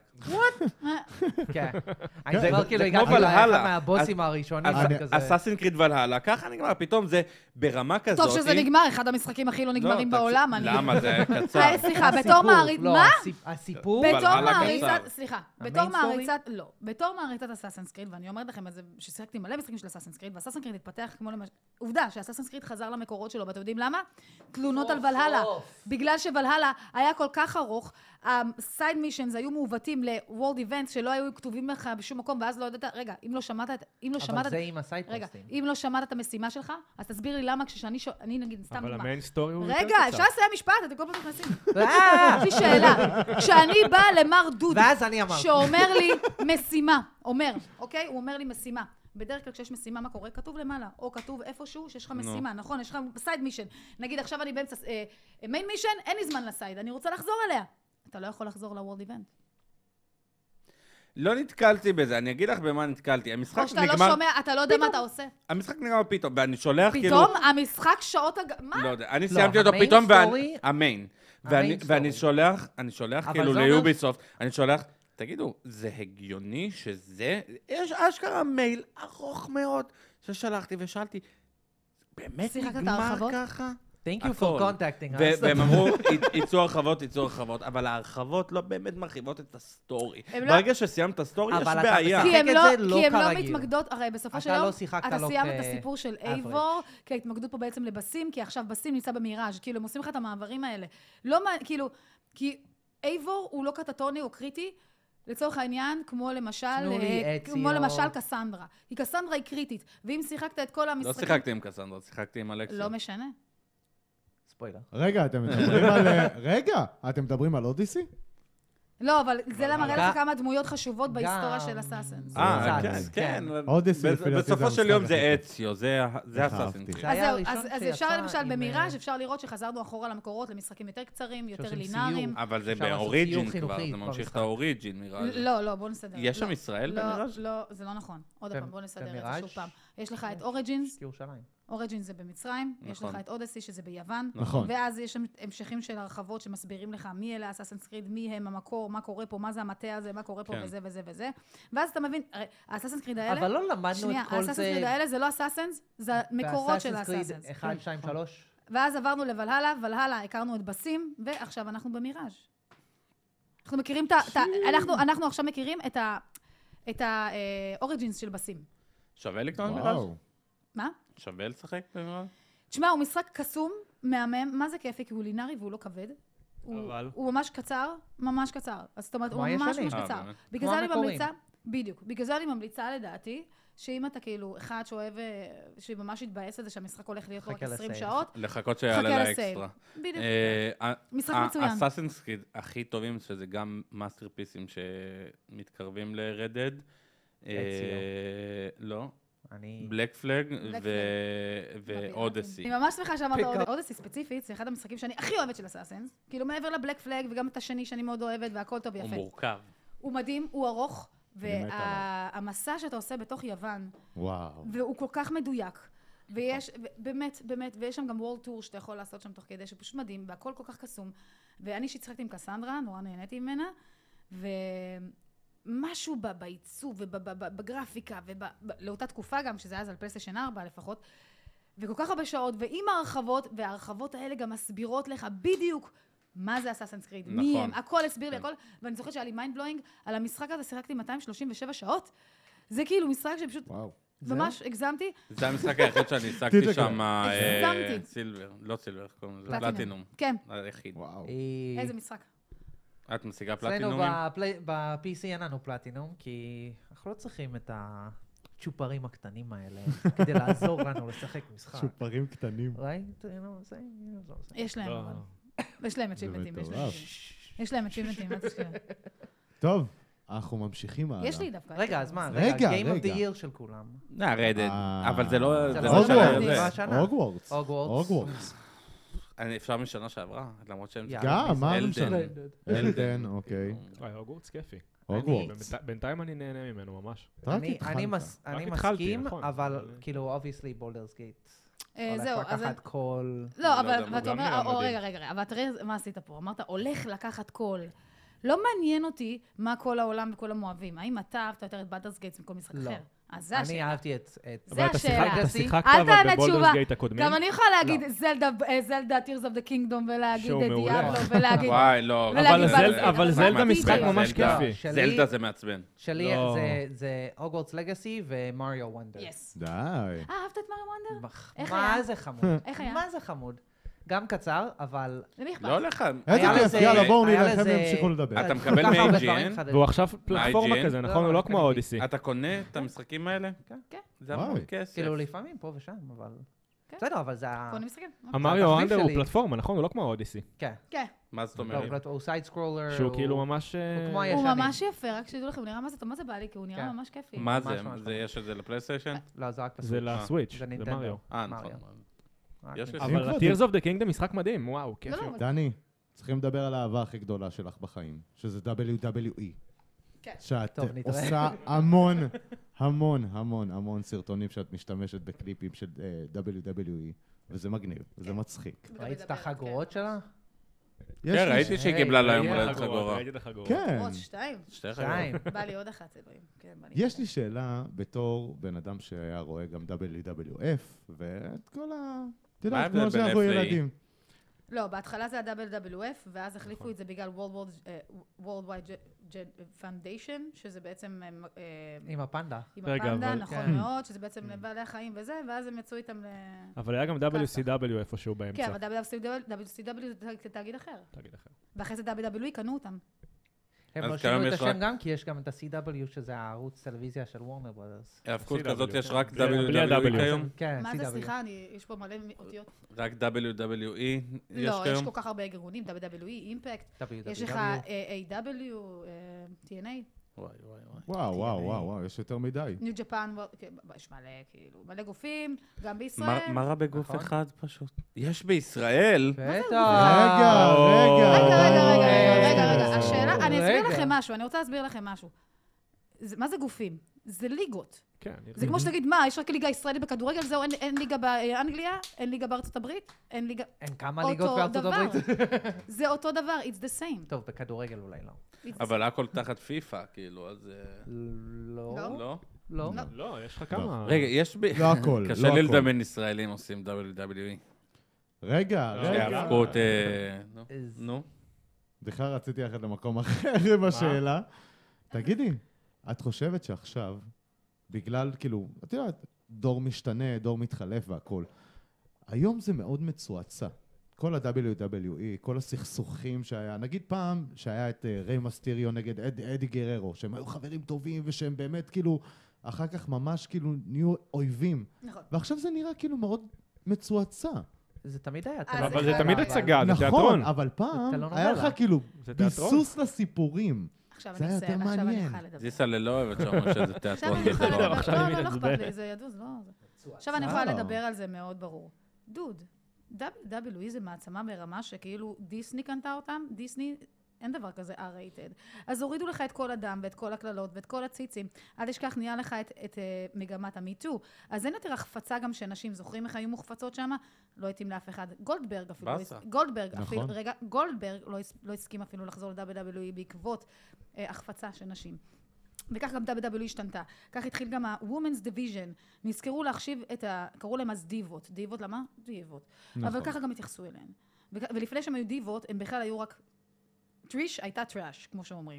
Speaker 2: כן. אני כבר כאילו
Speaker 5: זה כמו
Speaker 2: הגעתי לאחד
Speaker 5: ולהלה.
Speaker 2: מהבוסים הראשונים,
Speaker 5: אז
Speaker 2: ואני כזה...
Speaker 5: אסאסין קריד ולהלה, ככה נגמר, פתאום זה ברמה כזאת.
Speaker 4: טוב שזה נגמר, אחד המשחקים הכי לא נגמרים
Speaker 5: לא,
Speaker 4: בעולם.
Speaker 5: תקשיב,
Speaker 4: אני-
Speaker 5: למה? זה היה קצר.
Speaker 4: אה, סליחה, בתור
Speaker 2: הסיפור,
Speaker 4: מעריץ...
Speaker 2: לא,
Speaker 4: מה?
Speaker 2: הסיפ- הסיפור...
Speaker 4: בתור
Speaker 5: ולהלה
Speaker 4: מעריצת,
Speaker 5: קצר.
Speaker 4: סליחה,
Speaker 2: המיין
Speaker 4: בתור
Speaker 2: סטורי?
Speaker 4: מעריצת, לא, בתור מעריצת אסאסינס קריד, ואני אומרת לכם את זה, ששיחקתי מלא משחקים של אסאסינס קריד, ואסאסינס קריד התפתח כמו למשל, עובדה שאסאסינס קריד חזר למקורות שלו, ואתם יודעים למה? תלונות על ולהלה. בגלל שוולהלה היה כל כך ארוך, הסייד מישנס היו מעוותים ל-World Events שלא היו כתובים לך בשום מקום, ואז לא יודעת, רגע, אם לא שמעת את, אם לא שמעת
Speaker 2: אבל
Speaker 4: את,
Speaker 2: זה עם
Speaker 4: רגע,
Speaker 2: הסיידפוסטים.
Speaker 4: אם לא שמעת את המשימה שלך, אז תסביר לי למה כשאני, ש- אני נגיד, סתם
Speaker 3: אבל
Speaker 4: דוגמה.
Speaker 3: המיין סטורי הוא יותר
Speaker 4: רגע,
Speaker 3: קצר.
Speaker 4: אפשר לסיים משפט, אתם כל פעם נכנסים.
Speaker 2: אה!
Speaker 4: יש לי שאלה, כשאני באה למר דודי,
Speaker 2: ואז אני אמרתי.
Speaker 4: שאומר לי משימה, אומר, אוקיי? הוא אומר לי משימה. בדרך כלל כשיש משימה, מה קורה? כתוב למעלה, או כתוב איפשהו שיש לך משימה, נכון? יש לך סייד מישן. נגיד עכשיו אני באמצע מיין מישן, אין לי זמן לסייד, אני רוצה לחזור אליה. אתה לא יכול לחזור לוורד איבנט.
Speaker 5: לא נתקלתי בזה, אני אגיד לך במה נתקלתי. המשחק
Speaker 4: או שאתה לא
Speaker 5: נגמר,
Speaker 4: שומע, אתה לא יודע מה אתה עושה.
Speaker 5: המשחק נגמר פתאום, ואני שולח כאילו...
Speaker 4: פתאום המשחק שעות הג... מה?
Speaker 5: לא יודע, אני
Speaker 2: לא,
Speaker 5: סיימתי אותו
Speaker 2: המיין
Speaker 5: פתאום,
Speaker 2: סטורי-
Speaker 5: ואני... המיין.
Speaker 2: המיין
Speaker 5: ואני- ואני
Speaker 2: סטורי.
Speaker 5: שולח, אני שולח
Speaker 2: אבל
Speaker 5: כאילו
Speaker 2: זה אומר
Speaker 5: ליוביסופט, אני שולח, תגידו, זה הגיוני שזה... יש אשכרה מייל ארוך מאוד ששלחתי ושאלתי, באמת
Speaker 4: שיחקת את
Speaker 5: נגמר
Speaker 4: ההרחבות?
Speaker 5: ככה?
Speaker 2: Thank you for
Speaker 5: הכל.
Speaker 2: contacting
Speaker 5: ו-
Speaker 2: us.
Speaker 5: והם אמרו, ייצאו הרחבות, ייצאו הרחבות, אבל ההרחבות לא באמת מרחיבות את הסטורי.
Speaker 4: הם לא-
Speaker 5: ברגע שסיימת את הסטורי, יש
Speaker 2: אבל אתה
Speaker 5: בעיה.
Speaker 2: משחק
Speaker 4: כי הם
Speaker 2: את
Speaker 4: לא,
Speaker 2: זה לא
Speaker 4: כי הם לא
Speaker 2: כרגיל.
Speaker 4: מתמקדות, הרי בסופו
Speaker 2: אתה
Speaker 4: של יום,
Speaker 2: לא שיחקת
Speaker 4: אתה
Speaker 2: לו
Speaker 4: סיימת
Speaker 2: כ-
Speaker 4: את הסיפור של
Speaker 2: average.
Speaker 4: אייבור, כי ההתמקדות פה בעצם לבסים, כי עכשיו בסים נמצא במיראז', כאילו הם עושים לך את המעברים האלה. לא, מה- כאילו, כי אייבור הוא לא קטטוני או קריטי, לצורך העניין, כמו למשל,
Speaker 2: תנו לי
Speaker 4: אה,
Speaker 2: אצי
Speaker 4: כמו
Speaker 2: או-
Speaker 4: למשל קסנדרה. כי קסנדרה היא קריטית, ואם שיחקת את כל
Speaker 5: לא
Speaker 4: המשחקים...
Speaker 5: שיחקתי עם קסנדרה, שיחקתי עם אלכסיה.
Speaker 4: לא משנה.
Speaker 2: ספוילר.
Speaker 1: רגע, אתם מדברים על... אה, רגע, אתם מדברים על אודיסי?
Speaker 4: לא, אבל זה למה מראה
Speaker 2: גם-
Speaker 4: לך כמה דמויות חשובות בהיסטוריה
Speaker 2: גם-
Speaker 4: של אסאסנס.
Speaker 5: אה,
Speaker 2: קצת,
Speaker 5: כן, כן.
Speaker 2: כן.
Speaker 1: אודיסי,
Speaker 5: בס-
Speaker 1: לפי דעתי,
Speaker 5: בסופו
Speaker 1: זה
Speaker 5: של יום
Speaker 1: המשחק
Speaker 5: זה
Speaker 1: הכי טוב.
Speaker 5: אציו, זה ה- זה
Speaker 1: איך
Speaker 5: הסאסינס
Speaker 1: אהבתי.
Speaker 5: קריד.
Speaker 2: זה היה
Speaker 4: אז זהו,
Speaker 2: הראשון
Speaker 4: אז, אז
Speaker 2: שיצא
Speaker 4: אפשר למשל
Speaker 2: עם,
Speaker 4: במיראז'
Speaker 2: אה,
Speaker 4: אפשר לראות שחזרנו אחורה למקורות, למשחקים יותר קצרים, יותר
Speaker 2: שעושים
Speaker 4: לינאריים.
Speaker 2: סיור.
Speaker 5: אבל זה
Speaker 2: אפשר לעשות
Speaker 5: באוריג'ין
Speaker 2: סיור
Speaker 5: כבר,
Speaker 2: חינוכי
Speaker 5: זה ממשיך את
Speaker 2: במשחק.
Speaker 5: האוריג'ין, מיראז'.
Speaker 4: לא, לא, בוא נסדר.
Speaker 5: יש שם
Speaker 4: לא.
Speaker 5: ישראל
Speaker 4: לא,
Speaker 5: במיראז'?
Speaker 4: לא, זה לא נכון. עוד
Speaker 2: במ-
Speaker 4: פעם, בוא נסדר את זה
Speaker 2: במיראז'?
Speaker 4: שוב פעם. יש לך את אוריג'ינס,
Speaker 2: ירושלים.
Speaker 4: אוריג'ינס זה במצרים, יש
Speaker 5: נכון.
Speaker 4: לך את אודסי שזה ביוון,
Speaker 1: נכון.
Speaker 4: ואז יש שם המשכים של הרחבות שמסבירים לך מי אלה אסאסינס קריד, מי הם המקור, מה קורה פה, מה זה המטה הזה, מה קורה פה
Speaker 5: כן.
Speaker 4: וזה וזה וזה. ואז אתה מבין, הרי האסאסינס קריד האלה,
Speaker 2: אבל לא למדנו
Speaker 4: שנייה,
Speaker 2: את כל
Speaker 4: האסאסינס
Speaker 2: זה...
Speaker 4: קריד האלה זה לא אסאסינס, זה מקורות של האסאסינס.
Speaker 2: אחד, שתיים, שלוש.
Speaker 4: ואז עברנו לוולהלה, ולהלה הכרנו את בסים, ועכשיו אנחנו במיראז'. אנחנו מכירים את ה... את ה- אנחנו- אנחנו עכשיו מכירים את ה... את האוריג'ינס של בסים.
Speaker 5: שווה לקנות מיראז'?
Speaker 1: וואו.
Speaker 4: מה?
Speaker 5: שווה לשחק במיראז'?
Speaker 4: תשמע, הוא משחק קסום, מהמם, מה זה כיפי? כי הוא לינארי והוא לא כבד. הוא-
Speaker 3: אבל?
Speaker 4: הוא ממש קצר, ממש קצר. אז זאת אומרת,
Speaker 2: כמו
Speaker 4: הוא ממש
Speaker 2: הישנים.
Speaker 4: ממש
Speaker 5: אה,
Speaker 4: קצר.
Speaker 5: באמת?
Speaker 4: בגלל
Speaker 2: כמו
Speaker 4: זה אני
Speaker 2: המקוריים.
Speaker 4: ממליצה, בדיוק, בגלל זה אני ממליצה לדעתי, שאם אתה כאילו אחד שאוהב, אה, שממש יתבאס על זה שהמשחק הולך להיות לו רק
Speaker 2: חכה
Speaker 4: עשרים
Speaker 2: לסייב.
Speaker 4: שעות,
Speaker 5: לחכות
Speaker 4: חכה
Speaker 5: שיעלה
Speaker 4: לסייב.
Speaker 5: לאקסטרה.
Speaker 4: בדיוק.
Speaker 5: אה,
Speaker 4: משחק
Speaker 5: ה-
Speaker 4: מצוין.
Speaker 5: הסאסינס קריד הכי טובים, שזה גם מאסטרפיסים שמתקרבים לרדד. לא.
Speaker 2: אני...
Speaker 5: בלק פלג
Speaker 4: Black
Speaker 5: ואודסי.
Speaker 4: אני ממש שמחה שאמרת
Speaker 2: Pick up.
Speaker 4: אודסי ספציפית, זה אחד המשחקים שאני הכי אוהבת של אסאסינס. כאילו מעבר לבלק פלג וגם את השני שאני מאוד אוהבת והכל טוב
Speaker 5: הוא
Speaker 4: ויפה.
Speaker 5: מורכב.
Speaker 4: הוא מדהים, הוא ארוך,
Speaker 1: אני מת עליו.
Speaker 4: והמסע שאתה עושה בתוך יוון,
Speaker 1: וואו.
Speaker 4: והוא כל כך מדויק. ויש, ו- באמת, באמת, ויש שם גם וורלד טור שאתה יכול לעשות שם תוך כדי, שפשוט מדהים, והכל כל כך קסום. ואני שהצחקתי עם קסנדרה, נורא נהניתי ממנה, ומשהו ב- בעיצוב ובגרפיקה, ולאותה תקופה גם, שזה היה אז על פלייסטיישן ארבע לפחות, וכל כך הרבה שעות, ועם ההרחבות, וההרחבות האלה גם מסבירות לך בדיוק מה זה אסאסינס קריד, מי
Speaker 5: נכון.
Speaker 4: הם, הכל הסביר לי, הכל, ואני זוכרת שהיה לי מיינד בלואינג, על המשחק הזה שיחקתי מאתיים שלושים ושבע שעות, זה כאילו משחק שפשוט
Speaker 1: וואו.
Speaker 4: ממש הגזמתי,
Speaker 5: זה המשחק היחיד שאני השגתי
Speaker 1: תדאג.
Speaker 5: שם אה,
Speaker 4: הגזמתי.
Speaker 5: סילבר, לא סילבר, איך קוראים לזה?
Speaker 4: פלטינום.
Speaker 5: פלטינום.
Speaker 4: כן,
Speaker 5: היחיד.
Speaker 1: וואו.
Speaker 2: היא-
Speaker 4: איזה משחק.
Speaker 5: את משיגה
Speaker 2: אצלנו
Speaker 5: פלטינומים?
Speaker 2: בפלי- ב-פי סי אין לנו פלטינום, כי אנחנו לא צריכים את הצ'ופרים הקטנים האלה כדי לעזור לנו לשחק משחק.
Speaker 1: שופרים קטנים.
Speaker 2: ראית? נו, זה... זה- זה.
Speaker 4: יש להם
Speaker 3: לא.
Speaker 4: אבל. יש להם אצ'יבמנטים. יש להם
Speaker 1: מטורף.
Speaker 4: achievements. יש להם אצ'יבמנטים, אל תשכח.
Speaker 1: טוב, אנחנו ממשיכים הלאה.
Speaker 4: יש לי דווקא.
Speaker 2: רגע, אז מה?
Speaker 1: רגע,
Speaker 2: רגע, Game of the
Speaker 1: רגע.
Speaker 2: Year של כולם.
Speaker 5: אה, רדד.
Speaker 1: אה,
Speaker 5: אבל זה לא...
Speaker 2: זה
Speaker 5: זה
Speaker 2: לא
Speaker 5: לא
Speaker 2: השנה,
Speaker 5: שנה
Speaker 2: זה
Speaker 5: הזה.
Speaker 2: לא השנה.
Speaker 1: הוגוורטס.
Speaker 2: הוגוורטס.
Speaker 1: הוגוורטס.
Speaker 5: אני- אפשר משנה שעברה, למרות שהם...
Speaker 2: יאללה.
Speaker 1: גם, מה זה
Speaker 5: אלדן.
Speaker 1: משנה? אלדן, אוקיי.
Speaker 3: וואי, הוגוורטס כיפי.
Speaker 1: הוגוורטס.
Speaker 3: בינתי- בינתיים אני נהנה ממנו ממש.
Speaker 1: רק
Speaker 2: אני-
Speaker 1: התחלת.
Speaker 2: אני מס- אני
Speaker 3: רק התחלתי,
Speaker 2: מסכים,
Speaker 3: נכון.
Speaker 2: אבל
Speaker 3: אבל-
Speaker 2: כאילו, אובייסלי בולדרס גייט.
Speaker 4: אה,
Speaker 2: הולך
Speaker 4: זהו, אז...
Speaker 2: לקחת כל...
Speaker 4: לא,
Speaker 5: לא
Speaker 4: אבל
Speaker 5: יודע,
Speaker 4: ואתה
Speaker 3: גם
Speaker 4: אומר,
Speaker 3: נראה
Speaker 4: או,
Speaker 3: מדהים.
Speaker 4: רגע, רגע, רגע, אבל תראה מה עשית פה. אמרת, הולך לקחת קול. לא מעניין אותי מה כל העולם וכולם אוהבים. האם אתה אהבת יותר את בלדרס גייטס מכל משחק
Speaker 2: לא.
Speaker 4: אחר? אז זה
Speaker 2: אני
Speaker 4: השאלה.
Speaker 2: אהבתי את... את-
Speaker 4: זה
Speaker 3: אבל אתה
Speaker 4: השאלה.
Speaker 3: שיחקת- אתה
Speaker 2: Legacy?
Speaker 3: שיחקת
Speaker 4: אל
Speaker 3: אבל
Speaker 4: תענה
Speaker 3: בבולדרס
Speaker 4: תשובה.
Speaker 3: גייט הקודמים?
Speaker 4: גם אני יכולה להגיד
Speaker 2: לא.
Speaker 4: זלדה, אה, זלדה, Tears of the Kingdom, ולהגיד
Speaker 3: שהוא
Speaker 4: את
Speaker 3: מעולה.
Speaker 4: דיאבלו, ולהגיד...
Speaker 5: וואי, לא.
Speaker 4: ולהגיד
Speaker 3: אבל
Speaker 4: בלדרס
Speaker 3: זל-
Speaker 4: גייט,
Speaker 3: אבל
Speaker 4: אבל
Speaker 3: זלדה
Speaker 4: זה
Speaker 3: משחק
Speaker 4: מעצבן.
Speaker 3: ממש
Speaker 5: זלדה.
Speaker 3: כיפי.
Speaker 2: שלי-
Speaker 5: זלדה זה מעצבן.
Speaker 2: שלי
Speaker 3: לא.
Speaker 2: זה- זה הוגוורטס לגאסי ומריו וונדר.
Speaker 4: יס.
Speaker 1: די.
Speaker 4: אה, אהבת את מריו וונדר? איך
Speaker 2: מה
Speaker 4: היה?
Speaker 2: זה חמוד.
Speaker 4: איך היה?
Speaker 2: מה זה חמוד. גם קצר, אבל...
Speaker 4: למי אכפת?
Speaker 5: לא לך.
Speaker 1: איזה
Speaker 2: היה
Speaker 1: כיף,
Speaker 2: לזה-
Speaker 1: יאללה, בואו
Speaker 2: היה
Speaker 1: נראה איך הם
Speaker 2: לזה-
Speaker 1: ימשיכו לדבר.
Speaker 5: אתה
Speaker 2: כל
Speaker 5: מקבל
Speaker 2: כך הרבה
Speaker 5: מ-איי ג'י
Speaker 2: דברים
Speaker 5: אן?
Speaker 2: חדשים.
Speaker 3: והוא עכשיו פלטפורמה
Speaker 5: מה-איי ג'י אן?
Speaker 3: כזה,
Speaker 2: לא,
Speaker 3: נכון? הוא לא
Speaker 2: רק
Speaker 3: כמו
Speaker 2: קניתי.
Speaker 3: האודיסי.
Speaker 5: אתה קונה את המשחקים האלה?
Speaker 2: כן.
Speaker 4: כן.
Speaker 5: זה המון
Speaker 1: וואי.
Speaker 5: כסף.
Speaker 2: כאילו, לפעמים פה ושם, אבל...
Speaker 4: כן.
Speaker 2: בסדר, אבל זה ה...
Speaker 4: קונים משחקים?
Speaker 3: המריו
Speaker 2: התחביב
Speaker 3: אנדר הוא
Speaker 2: שלי.
Speaker 3: פלטפורמה, נכון? הוא לא כמו האודיסי.
Speaker 2: כן.
Speaker 4: כן.
Speaker 5: מה זאת
Speaker 2: לא,
Speaker 5: אומרת?
Speaker 2: הוא סייד סקרולר.
Speaker 3: שהוא כאילו ממש...
Speaker 2: הוא כמו
Speaker 3: אה,
Speaker 2: הישנים.
Speaker 4: הוא ממש יפה, רק שתדעו לכם, הוא נראה מה זה, מה זה בא לי, כי הוא נראה
Speaker 2: כן.
Speaker 4: ממש כיפי.
Speaker 5: מה
Speaker 2: ממש
Speaker 5: זה?
Speaker 2: ממש
Speaker 5: זה יש את זה לפלייסטיישן?
Speaker 2: לא, זה רק
Speaker 3: זה
Speaker 2: בסוויץ'.
Speaker 3: לסוויץ',
Speaker 2: זה
Speaker 3: זה
Speaker 2: נינטנדו.
Speaker 3: מריו.
Speaker 5: אה,
Speaker 2: מריו.
Speaker 5: נכון.
Speaker 2: רק
Speaker 5: יש לי-
Speaker 2: נינטנדו.
Speaker 3: אבל
Speaker 1: כבר
Speaker 3: ה-Tears of the Kingdom משחק מדהים, וואו, כיף
Speaker 4: לא,
Speaker 3: מאוד.
Speaker 1: דני, צריכים לדבר על האהבה הכי גדולה שלך בחיים, שזה דאבליו דאבליו אי.
Speaker 4: כן.
Speaker 1: שאת
Speaker 2: טוב, נתראה.
Speaker 1: עושה המון, המון, המון, המון סרטונים שאת משתמשת בקליפים של דאבליו דאבליו אי, וזה מגניב, וזה מצחיק.
Speaker 2: ראית את החגורות שלה?
Speaker 5: כן, ראיתי שהיא קיבלה לה יום הולדת חגורה.
Speaker 3: ראיתי את החגורה.
Speaker 1: כן.
Speaker 4: עוד שתיים.
Speaker 5: שתי חגורות.
Speaker 2: שתיים.
Speaker 4: בא לי עוד אחת, אלוהים. כן, בא לי.
Speaker 1: יש לי שאלה בתור בן אדם שהיה רואה גם דאבליו דאבליו אף, ואת כל ה... אתה יודע,
Speaker 5: ההבדל
Speaker 1: כמו
Speaker 5: בין
Speaker 1: שאנחנו
Speaker 5: F ל-E?
Speaker 1: ילדים.
Speaker 4: לא, בהתחלה זה ה-דאבליו דאבליו אף, ואז החליפו את זה בגלל World Wide Foundation, שזה בעצם
Speaker 2: עם הפנדה.
Speaker 4: עם
Speaker 3: רגע,
Speaker 4: הפנדה,
Speaker 3: אבל-
Speaker 4: נכון
Speaker 2: כן.
Speaker 4: מאוד, שזה בעצם לבעלי החיים וזה, ואז הם יצאו איתם ל...
Speaker 3: אבל היה גם דאבליו סי דאבליו איפשהו
Speaker 4: כן,
Speaker 3: באמצע.
Speaker 4: אבל דאבליו סי דאבליו זה תאגיד אחר.
Speaker 3: תגיד אחר.
Speaker 4: ואחרי זה דאבליו דאבליו אי קנו אותם.
Speaker 2: הם
Speaker 5: אז
Speaker 2: לא
Speaker 5: כיום
Speaker 2: שינו את
Speaker 5: יש
Speaker 2: השם
Speaker 5: רק-
Speaker 2: גם, כי יש גם את ה-סי דאבליו, שזה הערוץ טלוויזיה של וורנר ברודרס.
Speaker 5: ההפקות
Speaker 3: C W,
Speaker 5: כזאת יש
Speaker 3: כן.
Speaker 5: רק
Speaker 3: בלי-
Speaker 5: דאבליו
Speaker 3: בלי
Speaker 5: דאבליו
Speaker 3: ה-W.
Speaker 5: כיום?
Speaker 2: כן,
Speaker 4: מה
Speaker 2: סי
Speaker 4: זה,
Speaker 2: דאבליו.
Speaker 4: סליחה, אני- יש פה מלא אותיות.
Speaker 5: רק דאבליו דאבליו אי יש
Speaker 4: לא, יש
Speaker 5: כיום?
Speaker 4: כל כך הרבה ארגונים, דאבליו דאבליו אי, אימפקט, יש לך
Speaker 2: דאבליו דאבליו.
Speaker 4: איי דאבליו, טי אן איי,
Speaker 5: וואי, וואי, וואי.
Speaker 1: וואו, וואו, וואו, וואו, יש יותר מדי.
Speaker 4: ניו ג'פן, יש מלא, כאילו, מלא גופים, גם
Speaker 5: מה
Speaker 4: בישראל.
Speaker 5: מה רע בגוף
Speaker 2: נכון.
Speaker 5: אחד פשוט? יש בישראל?
Speaker 2: בטח.
Speaker 1: רגע, רגע.
Speaker 4: רגע, רגע, רגע,
Speaker 2: אה,
Speaker 4: רגע, רגע,
Speaker 2: אה,
Speaker 4: השאלה, אני אסביר
Speaker 2: רגע.
Speaker 4: לכם משהו, אני רוצה להסביר לכם משהו. זה- מה זה גופים? זה ליגות.
Speaker 3: כן.
Speaker 4: זה כמו שתגיד, מה, יש רק ליגה ישראלית בכדורגל, זהו, אין- אין ליגה באנגליה, אין ליגה בארצות הברית, אין ליגה...
Speaker 2: אין כמה
Speaker 4: אותו
Speaker 2: ליגות בארצות
Speaker 4: דבר.
Speaker 2: הברית.
Speaker 4: זה אותו דבר, it's the same.
Speaker 2: טוב, בכדורגל אולי לא.
Speaker 4: It's the
Speaker 5: אבל הכל תחת פיפא, כאילו, אז... אה,
Speaker 2: לא.
Speaker 4: לא.
Speaker 5: לא?
Speaker 2: לא.
Speaker 4: לא.
Speaker 3: לא, יש לך כמה...
Speaker 5: רגע, יש ב...
Speaker 1: לא הכל,
Speaker 5: קשה
Speaker 1: לא
Speaker 5: לי
Speaker 1: הכל.
Speaker 5: לדמיין ישראלים עושים דאבליו דאבליו אי.
Speaker 1: רגע,
Speaker 3: לא.
Speaker 1: רגע.
Speaker 5: שההפקות... אה, נו,
Speaker 2: אז-
Speaker 5: נו.
Speaker 1: בכלל רציתי ללכת למקום אחר בשאלה. תגידי, את חושבת שעכשיו, בגלל, כאילו, את יודעת, דור משתנה, דור מתחלף והכל, היום זה מאוד מצועצע. כל ה-דאבליו דאבליו אי, כל הסכסוכים שהיה, נגיד פעם שהיה את uh, ריי מסטיריו נגד אד, אדי גררו, שהם היו חברים טובים ושהם באמת כאילו, אחר כך ממש כאילו נהיו אויבים.
Speaker 4: נכון.
Speaker 1: ועכשיו זה נראה כאילו מאוד מצועצע.
Speaker 2: זה תמיד היה.
Speaker 4: אבל
Speaker 3: אבל זה תמיד
Speaker 2: אבל-
Speaker 3: הצגה, זה
Speaker 1: נכון,
Speaker 3: תיאטרון.
Speaker 1: אבל פעם
Speaker 2: טלנובלה.
Speaker 1: היה לך כאילו
Speaker 3: זה תיאטרון.
Speaker 1: ביסוס לסיפורים.
Speaker 4: עכשיו
Speaker 1: זה
Speaker 4: אני
Speaker 1: היה
Speaker 4: אסיים,
Speaker 1: יותר
Speaker 4: עכשיו אני
Speaker 1: מעניין.
Speaker 4: אוכל לדבר.
Speaker 5: זיסה ללא אוהבת שאומר שזה
Speaker 4: עכשיו
Speaker 5: תיאטרון
Speaker 4: אני יכולה
Speaker 5: גדול.
Speaker 4: לדבר,
Speaker 3: עכשיו
Speaker 4: לא,
Speaker 3: היא
Speaker 4: לא, לא אכפת
Speaker 3: מתעצבנת.
Speaker 4: לי, זה ידוע, זה לא... זה- עכשיו אני יכולה לדבר על זה מאוד ברור. דוד, דאבליו דאבליו אי זה מעצמה ברמה שכאילו דיסני קנתה אותם, דיסני, אין דבר כזה R-rated. אז הורידו לך את כל הדם ואת כל הכללות ואת כל הציצים. אל תשכח, נהיה לך את, את uh, מגמת המיטו. אז אין יותר החפצה גם שנשים, זוכרים איך היו מוחפצות שם? לא התאים לאף אחד. גולדברג אפילו, לא
Speaker 5: באסה.
Speaker 4: הס- גולדברג
Speaker 1: נכון.
Speaker 4: אפילו, רגע, גולדברג לא, הס- לא הסכים אפילו לחזור ל-דאבליו דאבליו אי בעקבות uh, החפצה של נשים. וכך גם דאבליו דאבליו אי השתנתה. כך התחיל גם ה-Women's Division. נזכרו להחשיב את ה... קראו להם אז דיבות. דיבות, למה? דיבות.
Speaker 1: נכון.
Speaker 4: אבל ככה גם התייחסו אליהן. וכ- ולפני שהם היו דיבות, הם בכלל היו רק... טריש הייתה טראש, כמו שאומרים.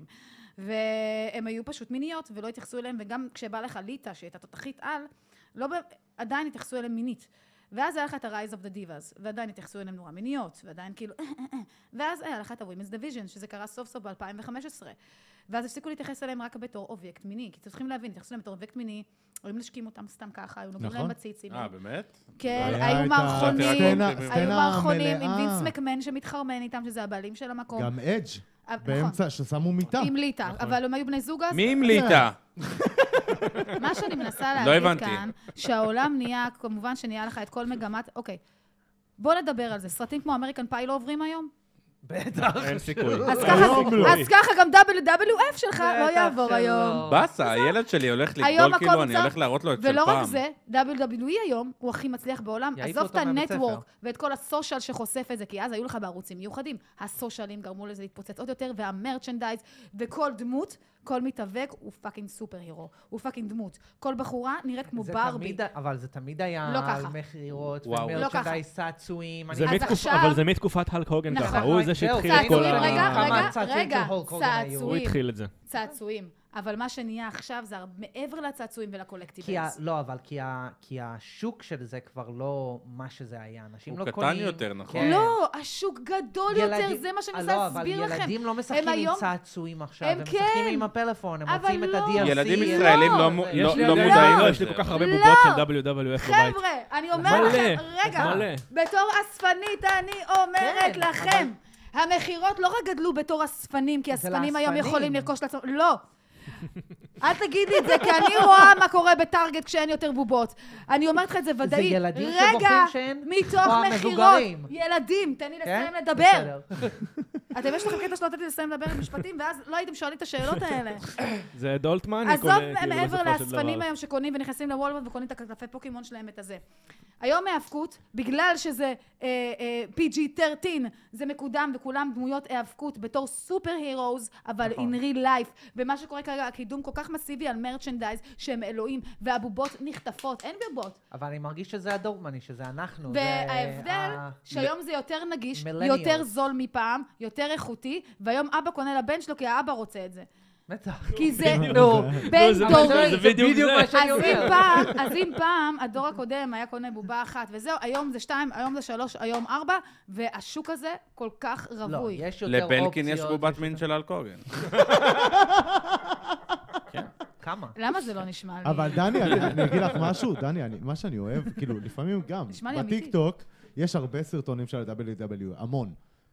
Speaker 4: והם היו פשוט מיניות, ולא התייחסו אליהם, וגם כשבא לך ליטה, שהייתה תותחית על, לא ב... עדיין התייחסו אליהם מינית. ואז היה לך את ה-Rise of the Divas, ועדיין התייחסו אליהם נורא מיניות, ועדיין כאילו... ואז היה לך את ה-Women's Division, שזה קרה סוף סוף ב-אלפיים וחמש עשרה. ואז הפסיקו להתייחס אליהם רק בתור אובייקט מיני, כי צריכים להבין, התייחסו אליהם בתור אובייקט מיני, היו משקים אותם סתם ככה, היו נוגעים
Speaker 1: נכון.
Speaker 4: להם בציצים.
Speaker 5: אה, באמת?
Speaker 4: כן,
Speaker 1: היה
Speaker 4: היו
Speaker 1: את
Speaker 4: מערכונים,
Speaker 1: הסצנה-
Speaker 5: היו
Speaker 4: היו
Speaker 1: הסצנה
Speaker 4: מערכונים עם
Speaker 1: המלאה.
Speaker 4: וינס מקמן שמתחרמן איתם, שזה הבעלים של המקום.
Speaker 1: גם אדג'
Speaker 4: אה, נכון.
Speaker 1: באמצע, ששמו מיטה.
Speaker 4: עם ליטה, אבל הם היו בני זוג אז.
Speaker 5: מי המליטה?
Speaker 4: מה שאני מנסה
Speaker 5: לא
Speaker 4: להגיד
Speaker 5: הבנתי.
Speaker 4: כאן, שהעולם נהיה, כמובן שנהיה לך את כל מגמת, אוקיי, בוא נדבר על זה. סרטים כמו אמריקן פאי לא עוברים היום?
Speaker 2: בטח.
Speaker 3: אין סיכוי.
Speaker 4: אז
Speaker 1: היום
Speaker 4: ככה-
Speaker 1: לא.
Speaker 4: אז ככה גם דאבליו דאבליו אף שלך לא
Speaker 2: בטח
Speaker 4: יעבור
Speaker 2: שלא.
Speaker 4: היום.
Speaker 5: באסה, הילד שלי הולך
Speaker 4: היום
Speaker 5: לגדול, כאילו,
Speaker 4: הכל
Speaker 5: אני
Speaker 4: מוצר-
Speaker 5: הולך להראות לו את של
Speaker 4: ולא
Speaker 5: פעם.
Speaker 4: רק זה, דאבליו דאבליו אי היום הוא הכי מצליח בעולם.
Speaker 2: יעיפו
Speaker 4: עזוב את
Speaker 2: אותו מהבית
Speaker 4: הנטוורק
Speaker 2: ספר.
Speaker 4: ואת כל הסושיאל שחושף את זה, כי אז היו לך בערוצים מיוחדים. הסושיאלים גרמו לזה להתפוצץ עוד יותר, והמרצ'נדייז, וכל דמות, כל מתאבק הוא פאקינג סופר הירו. הוא פאקינג דמות. כל בחורה נראית כמו
Speaker 2: זה
Speaker 4: ברבי.
Speaker 2: תמיד- אבל זה תמיד היה
Speaker 4: לא
Speaker 2: על
Speaker 4: ככה.
Speaker 2: מכירות,
Speaker 5: וואו.
Speaker 4: לא ככה.
Speaker 2: ומרצ'נדייז צעצועים.
Speaker 3: זה
Speaker 2: אני-
Speaker 4: אז
Speaker 3: מתקופ-
Speaker 4: עכשיו-
Speaker 3: אבל זה מתקופת הלק הוגן
Speaker 4: נכון.
Speaker 3: ככה, הוא זה
Speaker 2: זהו,
Speaker 3: שהתחיל את כל
Speaker 4: צעצועים,
Speaker 3: ה...
Speaker 4: רגע,
Speaker 2: כמה
Speaker 4: רגע,
Speaker 2: צעצועים
Speaker 4: רגע,
Speaker 2: של הולק הוגן היו.
Speaker 3: הוא
Speaker 4: צעצועים.
Speaker 3: התחיל את זה.
Speaker 4: צעצועים. אבל מה שנהיה עכשיו זה הרבה- מעבר לצעצועים
Speaker 2: כי ה...
Speaker 4: ולקולקטיבלס.
Speaker 2: לא, אבל כי, ה... כי השוק של זה כבר לא מה שזה היה. אנשים
Speaker 5: הוא
Speaker 2: לא
Speaker 5: קטן
Speaker 2: קונים.
Speaker 5: יותר, נכון?
Speaker 2: כן.
Speaker 4: לא, השוק גדול יותר,
Speaker 2: ילדים-
Speaker 4: זה מה שאני
Speaker 2: אה,
Speaker 4: מנסה
Speaker 2: לא, אבל
Speaker 4: להסביר לכם.
Speaker 2: ילדים לא משחקים עם
Speaker 4: היום-
Speaker 2: צעצועים עכשיו,
Speaker 4: הם
Speaker 2: הם
Speaker 4: כן.
Speaker 2: משחקים עם הפלאפון, הם
Speaker 4: אבל
Speaker 2: רוצים את
Speaker 4: לא.
Speaker 2: ה-די אל סי.
Speaker 5: ילדים
Speaker 4: לא.
Speaker 5: ישראלים לא מו-
Speaker 2: זה-
Speaker 5: לא
Speaker 3: יש לי
Speaker 5: לא
Speaker 3: ילדים-
Speaker 5: מודעים
Speaker 3: לא,
Speaker 5: לזה.
Speaker 3: יש לי כל כך הרבה
Speaker 4: לא.
Speaker 3: בובות של דאבליו דאבליו אף בבית.
Speaker 4: חבר'ה, אני אומרת
Speaker 3: מלא,
Speaker 4: לכם, רגע,
Speaker 3: מלא.
Speaker 4: בתור אספנית אני אומרת
Speaker 2: כן,
Speaker 4: לכם, המכירות לא רק גדלו בתור אספנים, כי
Speaker 2: זה
Speaker 4: אספנים היום
Speaker 2: לאספנים.
Speaker 4: יכולים לרכוש לעצמם, לא. אל תגיד לי את זה, כי אני רואה מה קורה בטארגט כשאין יותר בובות. אני אומרת לך את זה ודאי.
Speaker 2: ילדים
Speaker 4: רגע,
Speaker 2: שבוכים שאין?
Speaker 4: מתוך
Speaker 2: או
Speaker 4: מכירות.
Speaker 2: המבוגרים?
Speaker 4: ילדים, תן לי
Speaker 2: כן?
Speaker 4: לסיים לדבר.
Speaker 2: בסדר.
Speaker 4: אתם יש לכם קטע שלא נתתי לסיים לדבר עם משפטים, ואז לא הייתם שואלים את השאלות האלה.
Speaker 3: זה אדולט מאני
Speaker 4: עזוב
Speaker 3: קונה, כאילו,
Speaker 4: מעבר
Speaker 3: בסופו של
Speaker 4: לאספנים
Speaker 3: דבר.
Speaker 4: היום שקונים ונכנסים לוולמרט וקונים את הקלפי פוקימון שלהם את הזה. היום מהאבקות, בגלל שזה פי ג'י שלוש עשרה, זה מקודם וכולם דמויות האבקות בתור סופר הירוז, אבל in real life, ומה שקורה כרגע, הקידום כל כך מסיבי על מרצ'נדייז, שהם אלוהים, והבובות נחטפות, אין בובות.
Speaker 2: אבל אני מרגיש שזה הדורמני, שזה אנחנו.
Speaker 4: וההבדל, שהיום זה יותר נגיש, יותר זול מפעם, יותר איכותי, והיום אבא קונה לבן שלו, כי האבא רוצה את זה.
Speaker 2: בטח.
Speaker 4: כי זה
Speaker 2: נו,
Speaker 4: בן דורי.
Speaker 3: זה בדיוק
Speaker 2: מה שאני אומר.
Speaker 4: אז אם פעם, הדור הקודם היה קונה בובה אחת, וזהו, היום זה שתיים, היום זה שלוש, היום ארבע, והשוק הזה כל כך
Speaker 2: לא,
Speaker 4: רווי.
Speaker 2: יש יותר אופציות.
Speaker 5: לבלקין יש בובת מין של אלקוגן.
Speaker 2: כמה?
Speaker 4: למה זה לא נשמע לי?
Speaker 1: אבל דני, אני אני אגיד לך משהו, דני, אני- מה שאני אוהב, כאילו, לפעמים גם,
Speaker 4: נשמע לי אמיתי.
Speaker 1: בטיקטוק יש הרבה סרטונים של ה-דאבליו דאבליו, המון.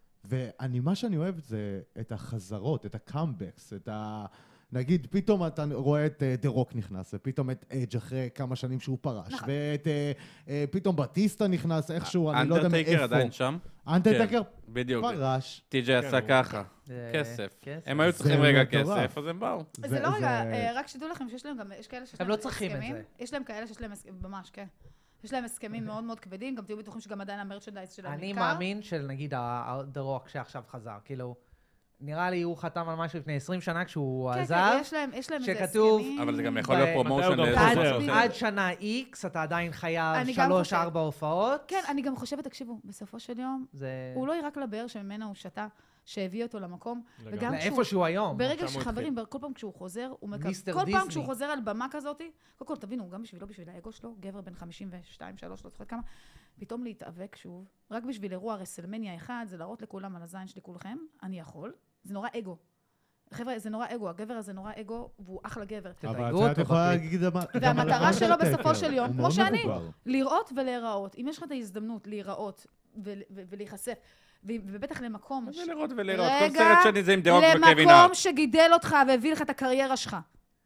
Speaker 1: ואני, מה שאני אוהב זה את החזרות, את הקאמבקס, את ה... נגיד, פתאום אתה רואה את דה רוק נכנס, ופתאום את אג' אחרי כמה שנים שהוא פרש,
Speaker 4: נכון.
Speaker 1: ואת אה, אה, פתאום בטיסטה נכנס איכשהו, אני לא יודע מאיפה.
Speaker 5: אנדרטייקר עדיין שם?
Speaker 1: אנדרטייקר
Speaker 5: בדיוק.
Speaker 1: פרש.
Speaker 5: טי.ג'יי עשה ככה.
Speaker 2: זה-
Speaker 5: כסף.
Speaker 2: כסף.
Speaker 5: הם היו
Speaker 1: זה
Speaker 5: צריכים רגע
Speaker 1: מטורף.
Speaker 5: כסף, אז הם באו.
Speaker 4: זה לא רגע, אה, רק שתדעו לכם שיש להם גם, יש כאלה שיש
Speaker 2: הם
Speaker 4: להם
Speaker 2: לא צריכים את
Speaker 4: הסכמים.
Speaker 2: זה.
Speaker 4: יש להם כאלה שיש להם הסכמים, ממש, כן. יש להם הסכמים מאוד מאוד כבדים, גם תהיו בטוחים שגם עדיין המרצ'נדייז שלהם
Speaker 2: אני
Speaker 4: נמכר.
Speaker 2: מאמין שנגיד דה רוק שעכשיו חזר, כאילו, נראה לי הוא חתם על משהו לפני עשרים שנה כשהוא
Speaker 4: כן,
Speaker 2: עזב.
Speaker 4: כן, יש להם, יש להם איזה
Speaker 2: שכתוב-
Speaker 4: הסכמים.
Speaker 5: אבל זה גם יכול להיות
Speaker 2: ב-
Speaker 5: פרומושן
Speaker 3: מתי הוא גם
Speaker 5: לאיזה
Speaker 3: חוזר?
Speaker 5: סרט.
Speaker 2: עד שנה X אתה עדיין חייב
Speaker 4: אני גם
Speaker 2: שלוש
Speaker 4: חושבת.
Speaker 2: ארבע הופעות.
Speaker 4: כן, אני גם חושבת, תקשיבו, בסופו של יום,
Speaker 2: זה...
Speaker 4: הוא לא יירק לבאר שממנה הוא שתה, שהביא אותו למקום,
Speaker 3: לגמרי.
Speaker 4: וגם כשהוא...
Speaker 2: לאיפה שהוא היום.
Speaker 4: ברגע
Speaker 3: שם הוא
Speaker 4: שחברים, כל פעם כשהוא חוזר, הוא מקבל...
Speaker 2: מיסטר
Speaker 4: כל פעם
Speaker 2: דיסני.
Speaker 4: כשהוא חוזר על במה כזאת, קודם כל, תבינו, גם בשבילו, בשביל האגו שלו, גבר בן חמישים ושתיים, שלוש, לא זוכרת כמה, פתאום להתאבק שוב, רק בשביל אירוע רסלמניה אחד, זה להראות לכולם על הזין שלי כולכם, אני יכול, זה נורא אגו. חבר'ה, זה נורא אגו, הגבר הזה נורא אגו, והוא אחלה גבר.
Speaker 1: אבל
Speaker 2: תתייגו
Speaker 1: את
Speaker 2: אותו
Speaker 1: יכולה
Speaker 2: בקליפ.
Speaker 1: להגיד... גם- גם
Speaker 4: והמטרה
Speaker 1: על
Speaker 4: שלו
Speaker 1: אנדרטייקר.
Speaker 4: בסופו של יום,
Speaker 1: הוא
Speaker 4: כמו
Speaker 1: מאוד
Speaker 4: שאני,
Speaker 1: מבוגר.
Speaker 4: לראות ולהיראות. אם יש לך את ההזדמנות להיראות ו- ו- ולהיחשף, ו- ובטח למקום... ש-
Speaker 5: ולראות ולראות. כל
Speaker 4: רגע,
Speaker 5: סרט שני זה עם דה רוק וקווין הארט.
Speaker 4: למקום שגידל אותך והביא לך את הקריירה שלך.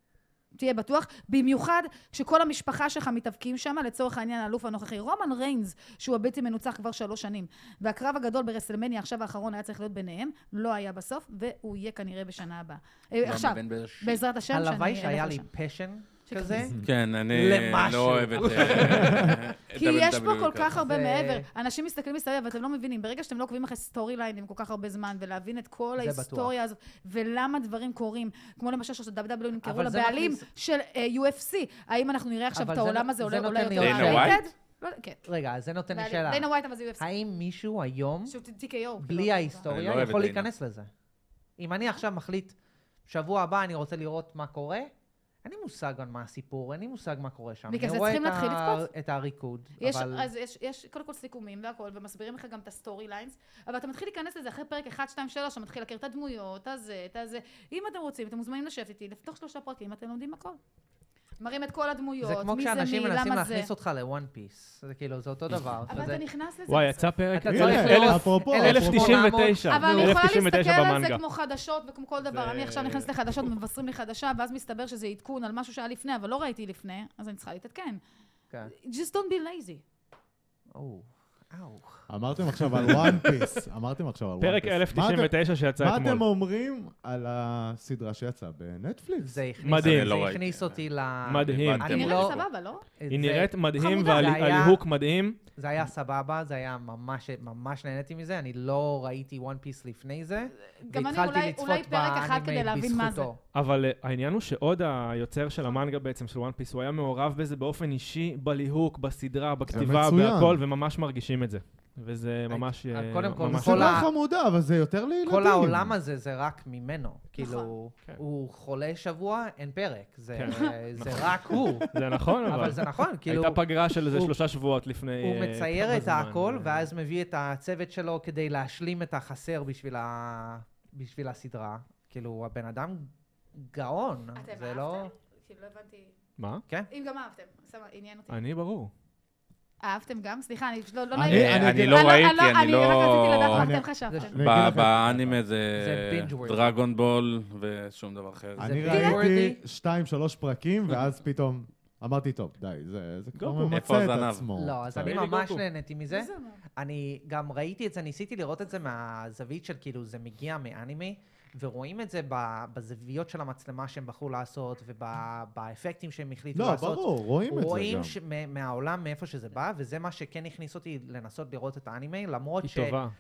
Speaker 4: תהיה בטוח, במיוחד כשכל המשפחה שלך מתאבקים שם, לצורך העניין האלוף הנוכחי, רומן ריינס, שהוא הבלתי מנוצח כבר שלוש שנים, והקרב הגדול ברסלמניה, עכשיו האחרון היה צריך להיות ביניהם, לא היה בסוף, והוא יהיה כנראה בשנה הבאה. אה, עכשיו, בעזרת השם, שאני
Speaker 2: הלוואי
Speaker 4: אלך
Speaker 2: שהיה לי
Speaker 4: לשם.
Speaker 2: פשן
Speaker 4: שכזה.
Speaker 2: כזה.
Speaker 5: כן, אני
Speaker 2: למשהו.
Speaker 5: לא אוהב את... אה, את
Speaker 4: כי יש פה
Speaker 5: דאבליו דאבליו
Speaker 4: כל כך
Speaker 5: ככה.
Speaker 4: הרבה
Speaker 2: זה-
Speaker 4: מעבר. אנשים מסתכלים מסביב, ואתם לא מבינים. ברגע שאתם לא עוקבים אחרי סטורי ליינים כל כך הרבה זמן, ולהבין את כל
Speaker 2: זה
Speaker 4: ההיסטוריה הזאת, ולמה דברים קורים, כמו למשל ש-דאבליו דאבליו נמכרו
Speaker 2: אבל זה
Speaker 4: לבעלים
Speaker 2: מכניס-
Speaker 4: של אה, יו אף סי. האם אנחנו נראה עכשיו
Speaker 2: אבל
Speaker 4: את
Speaker 2: זה
Speaker 4: העולם
Speaker 2: נו-
Speaker 4: הזה
Speaker 2: זה
Speaker 4: עולה עולה
Speaker 2: נותן
Speaker 4: יותר
Speaker 2: לי
Speaker 5: דיינה
Speaker 2: אולי.
Speaker 5: ווייט?
Speaker 4: לא, כן.
Speaker 2: רגע, זה נותן לי
Speaker 4: בעלים-
Speaker 2: שאלה.
Speaker 4: דיינה ווייט, אבל זה יו אף סי.
Speaker 2: האם מישהו היום,
Speaker 4: שהוא טי קיי או.
Speaker 2: בלי
Speaker 4: כאילו,
Speaker 5: אני
Speaker 2: ההיסטוריה,
Speaker 5: לא אוהב
Speaker 2: יכול
Speaker 5: את דיינה.
Speaker 2: להיכנס לזה? אם אני עכשיו מחליט, שבוע הבא אני רוצה לראות מה קורה, אין לי מושג על מה הסיפור, אין לי מושג מה קורה שם.
Speaker 4: בגלל
Speaker 2: אני
Speaker 4: זה
Speaker 2: רואה
Speaker 4: צריכים
Speaker 2: את
Speaker 4: להתחיל
Speaker 2: ה-
Speaker 4: לצפות.
Speaker 2: את הריקוד,
Speaker 4: יש,
Speaker 2: אבל...
Speaker 4: אז יש, יש קודם כל סיכומים והכל, ומסבירים לך גם את הסטורי ליינס, אבל אתה מתחיל להיכנס לזה אחרי פרק אחד, שתיים, שלוש, אתה מתחיל להכיר את הדמויות, את הזה, את הזה. אם אתם רוצים, אתם מוזמנים לשבת איתי, לפתוח שלושה פרקים, אתם לומדים הכל. מראים את כל הדמויות,
Speaker 2: זה כמו
Speaker 4: מי זה
Speaker 2: כשאנשים
Speaker 4: מי,
Speaker 2: מנסים
Speaker 4: למה זה.
Speaker 2: להכניס אותך לוואן פיס. זה כאילו, זה אותו דבר.
Speaker 4: אבל
Speaker 2: זה-
Speaker 4: אתה נכנס לזה
Speaker 3: וואי,
Speaker 4: בסוף.
Speaker 3: יצא פרק
Speaker 2: אתה
Speaker 3: אלף-
Speaker 2: צריך
Speaker 3: אלף-
Speaker 2: לראות-
Speaker 1: אפרופו,
Speaker 2: אלף
Speaker 1: אפרופו.
Speaker 3: תשעים ותשע.
Speaker 4: אבל אני
Speaker 3: אלף
Speaker 4: יכולה
Speaker 3: תשעים ותשע
Speaker 4: להסתכל על זה
Speaker 3: במנגה.
Speaker 4: כמו חדשות וכמו כל דבר. אני עכשיו נכנסת לחדשות ומבשרים לי חדשה, ואז מסתבר שזה עדכון על משהו שהיה לפני, אבל לא ראיתי לפני, אז אני צריכה להתעדכן.
Speaker 2: כן.
Speaker 4: Just don't be lazy.
Speaker 2: או, אאו.
Speaker 1: אמרתם עכשיו על וואן פיס, אמרתם עכשיו על וואן פיס.
Speaker 3: פרק אלף תשעים ותשע שיצא
Speaker 1: מה אתם
Speaker 3: אתמול.
Speaker 1: אומרים על הסדרה שיצאה בנטפליקס?
Speaker 2: זה הכניס-
Speaker 3: מדהים.
Speaker 2: זה
Speaker 5: לא ראיתי.
Speaker 2: הכניס אותי ל...
Speaker 3: מדהים.
Speaker 2: אני
Speaker 4: היא
Speaker 2: לא-
Speaker 4: נראית סבבה, לא?
Speaker 3: היא
Speaker 2: זה-
Speaker 3: נראית מדהים,
Speaker 4: חמודה.
Speaker 2: זה היה-
Speaker 3: והליהוק מדהים.
Speaker 2: זה היה סבבה, זה היה ממש, ממש נהניתי מזה, אני לא ראיתי וואן פיס לפני זה,
Speaker 4: גם אני
Speaker 2: והתחלתי
Speaker 4: אולי-
Speaker 2: לצפות
Speaker 4: אולי פרק אחד כדי
Speaker 2: באנימה
Speaker 4: להבין מה זה.
Speaker 2: בזכותו.
Speaker 3: אבל uh, העניין הוא שעוד היוצר של המנגה בעצם, של וואן פיס, הוא היה מעורב בזה באופן אישי, בליהוק, בסדרה, בכתיבה,
Speaker 1: מצוין.
Speaker 3: בהכל, וממש מרגישים את זה. וזה ממש...
Speaker 2: אז
Speaker 3: uh,
Speaker 2: קודם כל,
Speaker 3: ממש-
Speaker 2: כל
Speaker 1: סדרה
Speaker 2: ה-
Speaker 1: חמודה, אבל זה יותר לילדים.
Speaker 2: כל העולם הזה זה רק ממנו, כאילו,
Speaker 3: כן.
Speaker 2: הוא חולה שבוע, אין פרק, זה
Speaker 3: כן.
Speaker 2: זה רק הוא,
Speaker 3: זה נכון, אבל...
Speaker 2: אבל זה נכון, כאילו,
Speaker 3: הייתה פגרה של איזה
Speaker 2: הוא-
Speaker 3: שלושה שבועות לפני...
Speaker 2: הוא
Speaker 3: uh,
Speaker 2: מצייר
Speaker 3: כמה
Speaker 2: את
Speaker 3: זמן,
Speaker 2: הכל,
Speaker 3: uh,
Speaker 2: ואז מביא את הצוות שלו כדי להשלים את החסר בשביל ה- בשביל הסדרה, כאילו, הבן אדם גאון,
Speaker 4: אתם
Speaker 2: זה לא...
Speaker 4: אהבתם? כאילו, לא הבנתי.
Speaker 3: מה?
Speaker 4: אם גם אהבתם, סבבה, עניין אותי.
Speaker 3: אני ברור.
Speaker 4: אהבתם גם? סליחה, אני פשוט לא לא
Speaker 1: אני-
Speaker 4: נעים.
Speaker 1: אני-
Speaker 5: אני לא
Speaker 4: אני
Speaker 5: ראיתי, אני
Speaker 4: אני רק רציתי לדעת
Speaker 5: לא...
Speaker 4: מה
Speaker 1: אני-
Speaker 4: אתם חשבתם.
Speaker 1: אני
Speaker 5: ב-
Speaker 1: אגיד לכם-
Speaker 5: באנימה
Speaker 2: זה
Speaker 5: זה
Speaker 2: binge worthy.
Speaker 5: דרגון בול ושום דבר אחר.
Speaker 1: אני
Speaker 2: זה
Speaker 1: ראיתי
Speaker 2: binge
Speaker 1: שתיים, שלוש פרקים, ואז פתאום אמרתי, טוב, די, זה זה כבר
Speaker 3: גוקו.
Speaker 5: איפה
Speaker 1: ממצה את
Speaker 5: הזנב?
Speaker 1: עצמו.
Speaker 2: לא, אז
Speaker 1: קצת.
Speaker 2: אני
Speaker 3: ביבי
Speaker 2: ממש
Speaker 3: גוקו.
Speaker 2: נהניתי מזה.
Speaker 4: זה מה?
Speaker 2: אני גם ראיתי את זה, ניסיתי לראות את זה מהזווית של כאילו זה מגיע מאנימה, ורואים את זה בזוויות של המצלמה שהם בחרו לעשות, ובאפקטים שהם החליטו
Speaker 1: לא,
Speaker 2: לעשות.
Speaker 1: לא, ברור, רואים את זה גם.
Speaker 2: רואים מהעולם מאיפה שזה בא, וזה מה שכן הכניס אותי לנסות לראות את האנימה, למרות
Speaker 3: היא
Speaker 2: ש...
Speaker 3: טובה.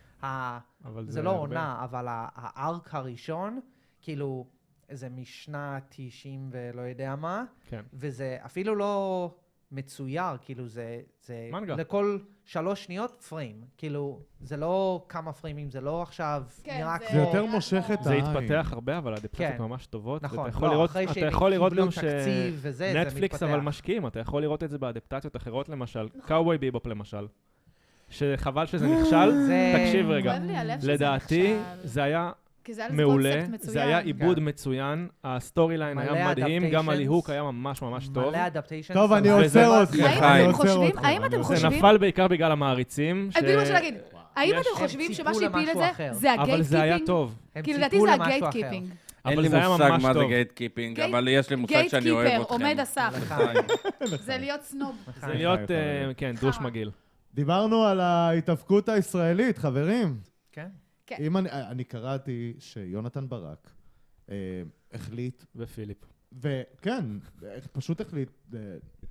Speaker 2: זה לא עונה, אבל הארק הראשון, כאילו, זה משנה תשעים ולא יודע מה, וזה אפילו לא מצויר, כאילו זה...
Speaker 3: מנגה.
Speaker 2: לכל שלוש שניות פריים, כאילו, זה לא כמה פריימים, זה לא עכשיו נראה כמו...
Speaker 1: זה יותר מושך את
Speaker 3: זה
Speaker 1: העין.
Speaker 3: התפתח הרבה, אבל האדפטציות ממש טובות.
Speaker 2: נכון,
Speaker 3: לא, אחרי שהם קיבלו
Speaker 2: תקציב וזה, זה מתפתח.
Speaker 3: נטפליקס אבל משקיעים, אתה יכול לראות את זה באדפטציות אחרות למשל, קאובוי ביבופ למשל. שחבל שזה נכשל, תקשיב רגע. לדעתי, זה היה מעולה, זה היה עיבוד מצוין, הסטורי ליין היה מדהים, גם הליהוק היה ממש ממש טוב.
Speaker 2: מלא אדפטיישן.
Speaker 1: טוב, אני עוצר אותך.
Speaker 4: האם אתם חושבים...
Speaker 3: זה נפל בעיקר בגלל המעריצים.
Speaker 4: בדיוק מה שלהגיד, האם אתם חושבים שמה שהפיל את זה, זה הגייט קיפינג?
Speaker 3: אבל זה היה טוב.
Speaker 4: כאילו, לדעתי זה הגייט קיפינג.
Speaker 5: אין לי מושג מה זה גייט קיפינג, אבל יש לי מושג שאני אוהב אתכם.
Speaker 4: גייט קיפר, עומד אסף. זה להיות סנוב.
Speaker 3: זה להיות, כן, דוש מגעיל.
Speaker 1: דיברנו על ההתאבקות הישראלית, חברים.
Speaker 2: כן.
Speaker 1: אם אני, אני קראתי שיונתן ברק אה, החליט...
Speaker 3: ופיליפ.
Speaker 1: וכן, פשוט החליט... אה,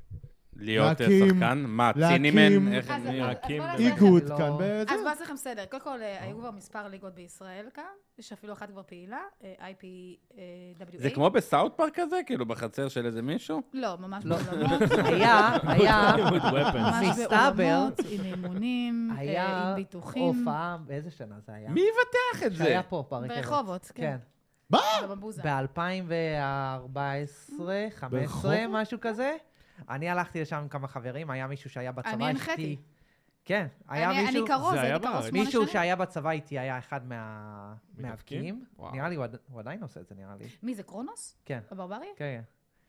Speaker 5: להיות שחקן? מה, צינימן? איך הם
Speaker 3: להקים?
Speaker 1: איגוד כאן בעצם.
Speaker 4: אז בוא נעשה לכם סדר. קודם כל, היו כבר מספר ליגות בישראל כאן, יש אפילו אחת כבר פעילה, איי פי דאבליו איי.
Speaker 5: זה כמו בסאוט פארק כזה? כאילו בחצר של איזה מישהו?
Speaker 4: לא, ממש בעולמות.
Speaker 2: היה, היה,
Speaker 4: ממש
Speaker 2: מסתבר,
Speaker 4: בעולמות, עם אימונים, עם ביטוחים.
Speaker 2: הופעה, באיזה שנה זה היה?
Speaker 5: מי יבטח את זה?
Speaker 2: שהיה פה, פארק.
Speaker 4: ברחובות, כן.
Speaker 1: מה?
Speaker 4: בבוזה.
Speaker 2: ב-אלפיים וארבע עשרה, חמש עשרה, משהו כזה. אני הלכתי לשם עם כמה חברים, היה מישהו שהיה בצבא איתי.
Speaker 4: אני הנחיתי.
Speaker 2: כן, היה מישהו...
Speaker 4: אני קרוב, זה הייתי קרוב שמונה שנים.
Speaker 2: מישהו שהיה בצבא איתי היה אחד מהמאבקים. נראה לי, הוא עדיין עושה את זה, נראה לי.
Speaker 4: מי זה, קרונוס?
Speaker 2: כן.
Speaker 4: בברבריה?
Speaker 2: כן.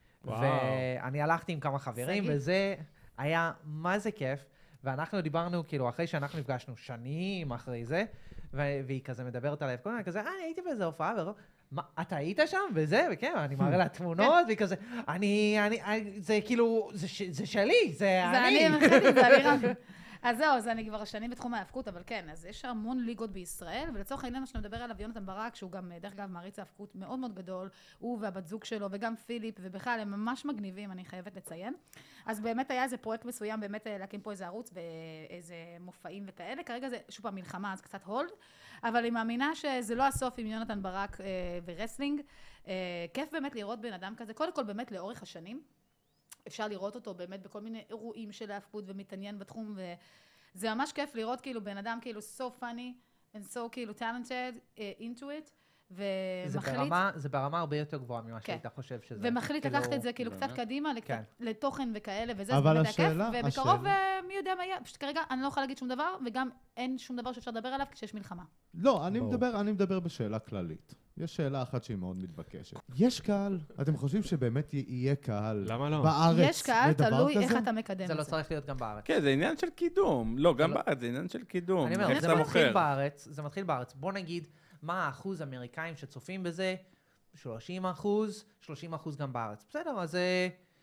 Speaker 2: ואני הלכתי עם כמה חברים, וזה היה מה זה כיף. ואנחנו דיברנו, כאילו, אחרי שאנחנו נפגשנו שנים אחרי זה, והיא כזה מדברת עליי, כל מיני כזה, אה, אני הייתי באיזה הופעה, מה, אתה היית שם? וזה, וכן, אני מראה לה תמונות, והיא כזה, אני, אני, זה כאילו, זה שלי, זה אני.
Speaker 4: זה אני, זה אני רק. אז זהו, אז אני כבר שנים בתחום ההאבקות, אבל כן, אז יש המון ליגות בישראל, ולצורך העניין שאתה מדבר עליו, יונתן ברק, שהוא גם, דרך אגב, מעריץ ההאבקות מאוד מאוד גדול, הוא והבת זוג שלו, וגם פיליפ, ובכלל, הם ממש מגניבים, אני חייבת לציין. אז באמת היה איזה פרויקט מסוים, באמת להקים פה איזה ערוץ, ואיזה מופעים וכאלה. כרגע זה, שוב פעם, מלחמה, אז קצת הולד, אבל אני מאמינה שזה לא הסוף עם יונתן ברק ורסלינג. כיף באמת לראות בן אדם כזה, קודם כל באמת לאורך השנים. אפשר לראות אותו באמת בכל מיני אירועים של ההאבקות ומתעניין בתחום, וזה ממש כיף לראות כאילו בן אדם כאילו so funny and so כאילו talented uh, into it, ומחליט...
Speaker 2: זה ברמה הרבה יותר גבוהה ממה שהיית חושב שזה...
Speaker 4: ומחליט לקחת את זה כאילו קצת קדימה, לתוכן וכאלה, וזה
Speaker 1: אבל
Speaker 4: באמת הכיף,
Speaker 1: השאלה...
Speaker 4: ובקרוב מי יודע מה יהיה, פשוט כרגע אני לא יכולה להגיד שום דבר, וגם אין שום דבר שאפשר לדבר עליו כשיש מלחמה.
Speaker 1: לא, אני מדבר, אני מדבר בשאלה כללית. יש שאלה אחת שהיא מאוד מתבקשת. יש קהל? אתם חושבים שבאמת יהיה קהל
Speaker 3: למה לא?
Speaker 1: בארץ?
Speaker 4: יש קהל, תלוי איך אתה מקדם את
Speaker 2: זה
Speaker 4: זה.
Speaker 2: לא צריך להיות גם בארץ.
Speaker 5: כן, זה עניין של קידום. לא, גם בארץ זה עניין של קידום.
Speaker 2: אני אומר, זה מתחיל בארץ, זה מתחיל בארץ. בוא נגיד, מה האחוז האמריקאים שצופים בזה? שלושים אחוז, שלושים אחוז גם בארץ. בסדר, אז זה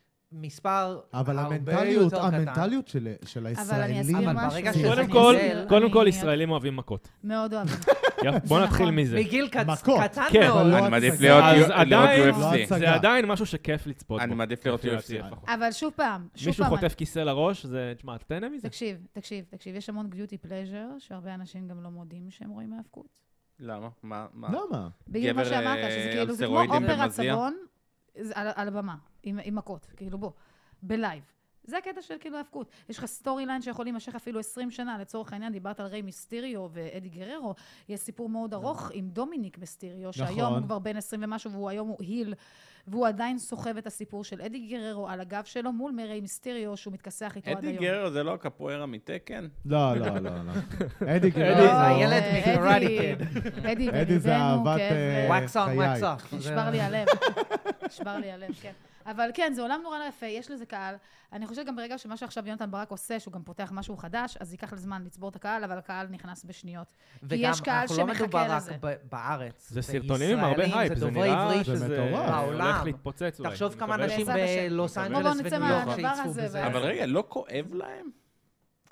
Speaker 2: מספר הרבה יותר קטן.
Speaker 1: המנטליות של הישראלים...
Speaker 4: אבל אני אסביר משהו.
Speaker 3: קודם כל, קודם כל ישראלים אוהבים מכות.
Speaker 4: מאוד אוהבים.
Speaker 3: בוא נתחיל מזה.
Speaker 2: בגיל קטן
Speaker 3: כן.
Speaker 2: מאוד.
Speaker 5: אני מעדיף להיות יו אף סי.
Speaker 3: זה עדיין משהו שכיף לצפות בו.
Speaker 5: אני מעדיף להיות יו אף סי.
Speaker 4: אבל שוב פעם, שוב
Speaker 3: מישהו
Speaker 4: פעם...
Speaker 3: חוטף כיסא לראש, זה, תשמע, תהנה מזה.
Speaker 4: תקשיב, תקשיב, תקשיב. יש המון גיוטי פלז'ר, שהרבה אנשים גם לא מודים שהם רואים מהאבקות.
Speaker 5: למה? מה?
Speaker 1: למה?
Speaker 4: בגלל מה שאמרת, שזה כאילו, זה כמו אופרת סבון על הבמה, עם מכות, כאילו בוא, בלייב. זה הקטע של כאילו ההאבקות. יש לך סטורי ליין שיכול להימשך אפילו עשרים שנה, לצורך העניין, דיברת על ריי מיסטריו ואדי גררו, יש סיפור מאוד ארוך עם דומיניק מיסטריו, שהיום הוא כבר בן עשרים ומשהו, והוא היום הוא היל, והוא עדיין סוחב את הסיפור של אדי גררו על הגב שלו, מול מריי מיסטריו, שהוא מתכסח איתו עד היום.
Speaker 5: אדי גררו זה לא הקפוארה מתקן?
Speaker 1: לא, לא, לא. אדי גררו...
Speaker 2: זה הילד מקראטי.
Speaker 1: אדי זה אהבת
Speaker 2: חיי.
Speaker 4: נשבר לי הלב. נשבר לי הלב, כן. אבל כן, זה עולם נורא יפה, יש לזה קהל. אני חושבת גם ברגע שמה שעכשיו יונתן ברק עושה, שהוא גם פותח משהו חדש, אז ייקח לזמן לצבור את הקהל, אבל הקהל נכנס בשניות. כי יש קהל שמחכה לזה.
Speaker 2: וגם אנחנו לא מדובר רק בארץ.
Speaker 3: זה סרטונים עם הרבה הייפ, זה נראה שזה הולך להתפוצץ אולי.
Speaker 2: תחשוב כמה אנשים בלוס אנג'לס וניו יורק שיצפו בזה.
Speaker 5: אבל רגע, לא כואב להם?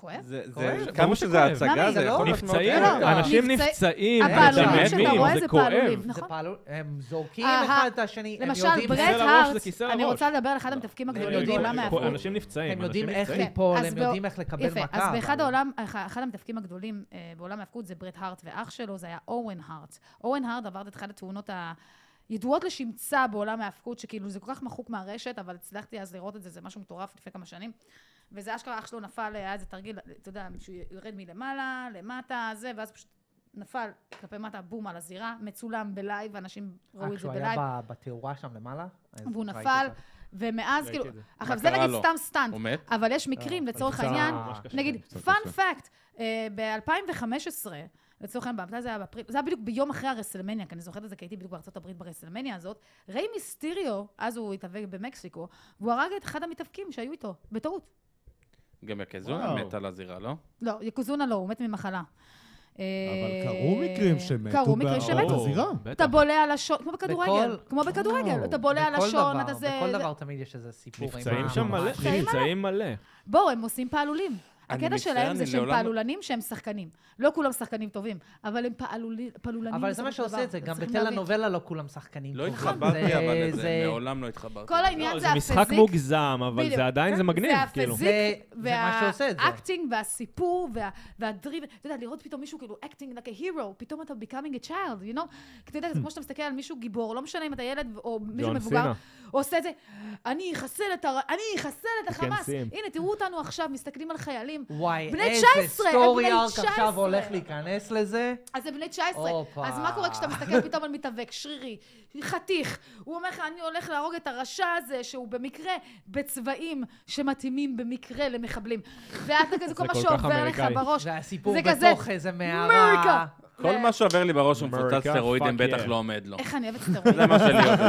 Speaker 4: כואב?
Speaker 5: כמה שזה הצגה, זה יכול
Speaker 3: להיות מאוד כואב. אנשים נפצעים,
Speaker 4: הפעלולים שאתה רואה זה פעלולים, נכון?
Speaker 2: הם זורקים אחד את השני, הם
Speaker 4: למשל,
Speaker 2: יודעים...
Speaker 4: ברט הארט, אני רוצה לדבר על אחד המתאפקים הגדולים בעולם ההפקות.
Speaker 3: אנשים נפצעים.
Speaker 2: הם יודעים איך ליפול, הם יודעים איך לקבל מכה.
Speaker 4: יפה, אז באחד המתאפקים הגדולים בעולם ההפקות זה ברט הארט, ואח שלו זה היה אורן הארט. אורן הארט עבר את אחת התאונות הידועות לשמצה בעולם ההפקות, שכאילו זה כל כך מחוק מהרשת, אבל הצלחתי אז לראות את זה, זה משהו מטורף לפני כמה שנים. וזה אשכרה, אח שלו נפל, היה איזה תרגיל, אתה יודע, שהוא ירד מלמעלה, למטה, זה, ואז פשוט נפל כלפי מטה, בום, על הזירה, מצולם בלייב, אנשים ראו את זה בלייב.
Speaker 2: כשהוא היה בתאורה שם למעלה?
Speaker 4: והוא נפל, ומאז כאילו, עכשיו זה נגיד סתם סטנט, אבל יש מקרים לצורך העניין, נגיד, פאנ פאקט, ב-אלפיים וחמש עשרה, לצורך העניין, זה היה בפריל, זה היה בדיוק ביום אחרי הרסלמניה, כי אני זוכרת את זה, כי הייתי בדיוק בארצות הברית ברסלמניה הזאת, ריי מיסטריו, אז הוא התאבק במקסיקו, והוא הרג את אחד המתאבקים שהיו איתו, בטעות.
Speaker 5: גם יקוזונה מת על הזירה, לא?
Speaker 4: לא, יקוזונה לא, הוא מת ממחלה.
Speaker 1: אבל קרו מקרים שמתו בזירה.
Speaker 4: אתה בולע על השון, כמו בכדורגל, כמו בכדורגל, אתה בולע על השון, אתה זה...
Speaker 2: בכל דבר תמיד יש איזה סיפור.
Speaker 3: נפצעים שם מלא, נפצעים מלא.
Speaker 4: בואו, הם עושים פעלולים. הקטע שלהם זה שהם פעלולנים שהם שחקנים. לא כולם שחקנים טובים, אבל הם פעלולנים.
Speaker 2: אבל זה מה שעושה את זה, גם בטלנובלה לא כולם שחקנים
Speaker 5: טובים. לא התחברתי אבל לזה, מעולם לא התחברתי.
Speaker 4: כל העניין זה הפיזיק.
Speaker 3: זה משחק מוגזם, אבל זה עדיין, זה מגניב.
Speaker 4: זה הפיזיק, והאקטינג, והסיפור, והדריב. אתה יודע, לראות פתאום מישהו כאילו acting like a hero, פתאום אתה becoming a child, you know? אתה יודע, זה כמו שאתה מסתכל על מישהו גיבור, לא משנה אם אתה ילד או מישהו מבוגר, עושה את זה, אני אחסל את החמאס. הנה, תראו אותנו עכשיו, מסתכלים על חיילים.
Speaker 2: וואי,
Speaker 4: איזה
Speaker 2: סטורי ארק עכשיו הולך להיכנס לזה.
Speaker 4: אז זה בני תשע עשרה. אז מה קורה כשאתה מסתכל פתאום על מתאבק, שרירי, חתיך? הוא אומר לך, אני הולך להרוג את הרשע הזה, שהוא במקרה בצבעים שמתאימים במקרה למחבלים. ואתה כזה, כל מה שעובר לך בראש.
Speaker 2: והסיפור בתוך איזה מערה.
Speaker 5: כל מה שעובר לי בראש הוא מפוצץ סטרואידים, בטח לא עומד לו.
Speaker 4: איך אני אוהבת סטרואידים?
Speaker 5: זה מה שלי עובד.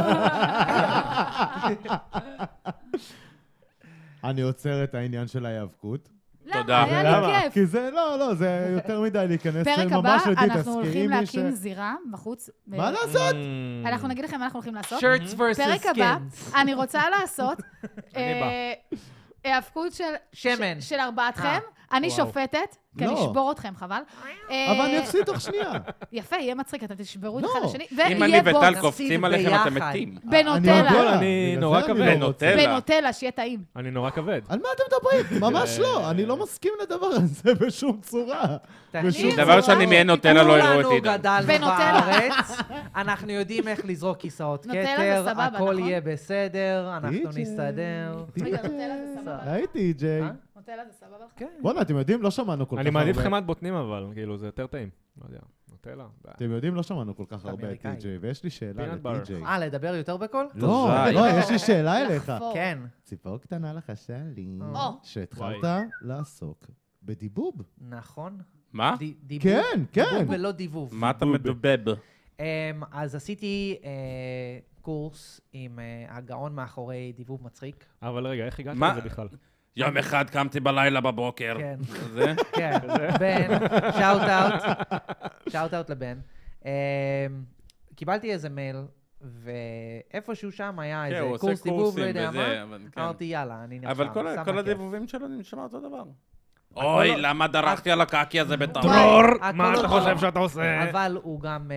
Speaker 1: אני עוצר את העניין של ההיאבקות.
Speaker 5: תודה.
Speaker 4: היה לי כיף.
Speaker 1: כי זה, לא, לא, זה יותר מדי להיכנס ממש לדית.
Speaker 4: פרק הבא, אנחנו הולכים להקים זירה בחוץ.
Speaker 1: מה לעשות?
Speaker 4: אנחנו נגיד לכם מה אנחנו הולכים לעשות.
Speaker 2: Shirts versus skins.
Speaker 4: פרק הבא, אני רוצה לעשות היאבקות של ארבעתכם. אני שופטת, כי אני אשבור אתכם, חבל.
Speaker 1: אבל אני אפסיד תוך שנייה.
Speaker 4: יפה, יהיה מצחיק, אתם תשברו את אחד לשני.
Speaker 5: אם אני וטל קופצים עליכם, אתם מתים.
Speaker 4: בנוטלה.
Speaker 3: אני נורא כבד.
Speaker 4: בנוטלה, שיהיה טעים.
Speaker 3: אני נורא כבד.
Speaker 1: על מה אתם מדברים? ממש לא. אני לא מסכים לדבר הזה בשום צורה.
Speaker 5: דבר שאני מעין נוטלה לא הראו אותי.
Speaker 2: כולנו גדלנו בארץ, אנחנו יודעים איך לזרוק כיסאות כתר, הכל יהיה בסדר, אנחנו נסתדר.
Speaker 4: רגע, נוטלה זה סבבה.
Speaker 1: הייתי, ג'יי.
Speaker 4: נוטלה זה סבבה לך?
Speaker 2: כן.
Speaker 1: בוא'נה, אתם יודעים, לא שמענו כל כך הרבה.
Speaker 3: אני מעדיף חמת בוטנים אבל, כאילו, זה יותר טעים. לא יודע, נוטלה.
Speaker 1: אתם יודעים, לא שמענו כל כך הרבה את טי-ג'יי, ויש לי שאלה לטי-ג'יי.
Speaker 2: אה, לדבר יותר בקול?
Speaker 1: לא, לא, יש לי שאלה אליך.
Speaker 2: כן.
Speaker 1: ציפור קטנה לחשה לי, שהתחלת לעסוק בדיבוב.
Speaker 2: נכון.
Speaker 5: מה?
Speaker 2: דיבוב.
Speaker 1: כן, כן.
Speaker 2: דיבוב ולא דיבוב.
Speaker 5: מה אתה מדובב?
Speaker 2: אז עשיתי קורס עם הגאון מאחורי דיבוב מצחיק.
Speaker 3: אבל רגע, איך הגעת לזה בכלל?
Speaker 5: יום אחד קמתי בלילה בבוקר.
Speaker 2: כן.
Speaker 5: זה?
Speaker 2: כן. בן, שאוט אאוט. שאוט אאוט לבן. קיבלתי איזה מייל, ואיפשהו שם היה איזה קורס דיבוב, לא יודע מה. אמרתי, יאללה, אני נרשם.
Speaker 5: אבל כל הדיבובים שלו נשמע אותו דבר. אוי, למה דרכתי על הקקי הזה בטעות?
Speaker 3: דרור, מה אתה חושב שאתה עושה?
Speaker 2: אבל הוא גם,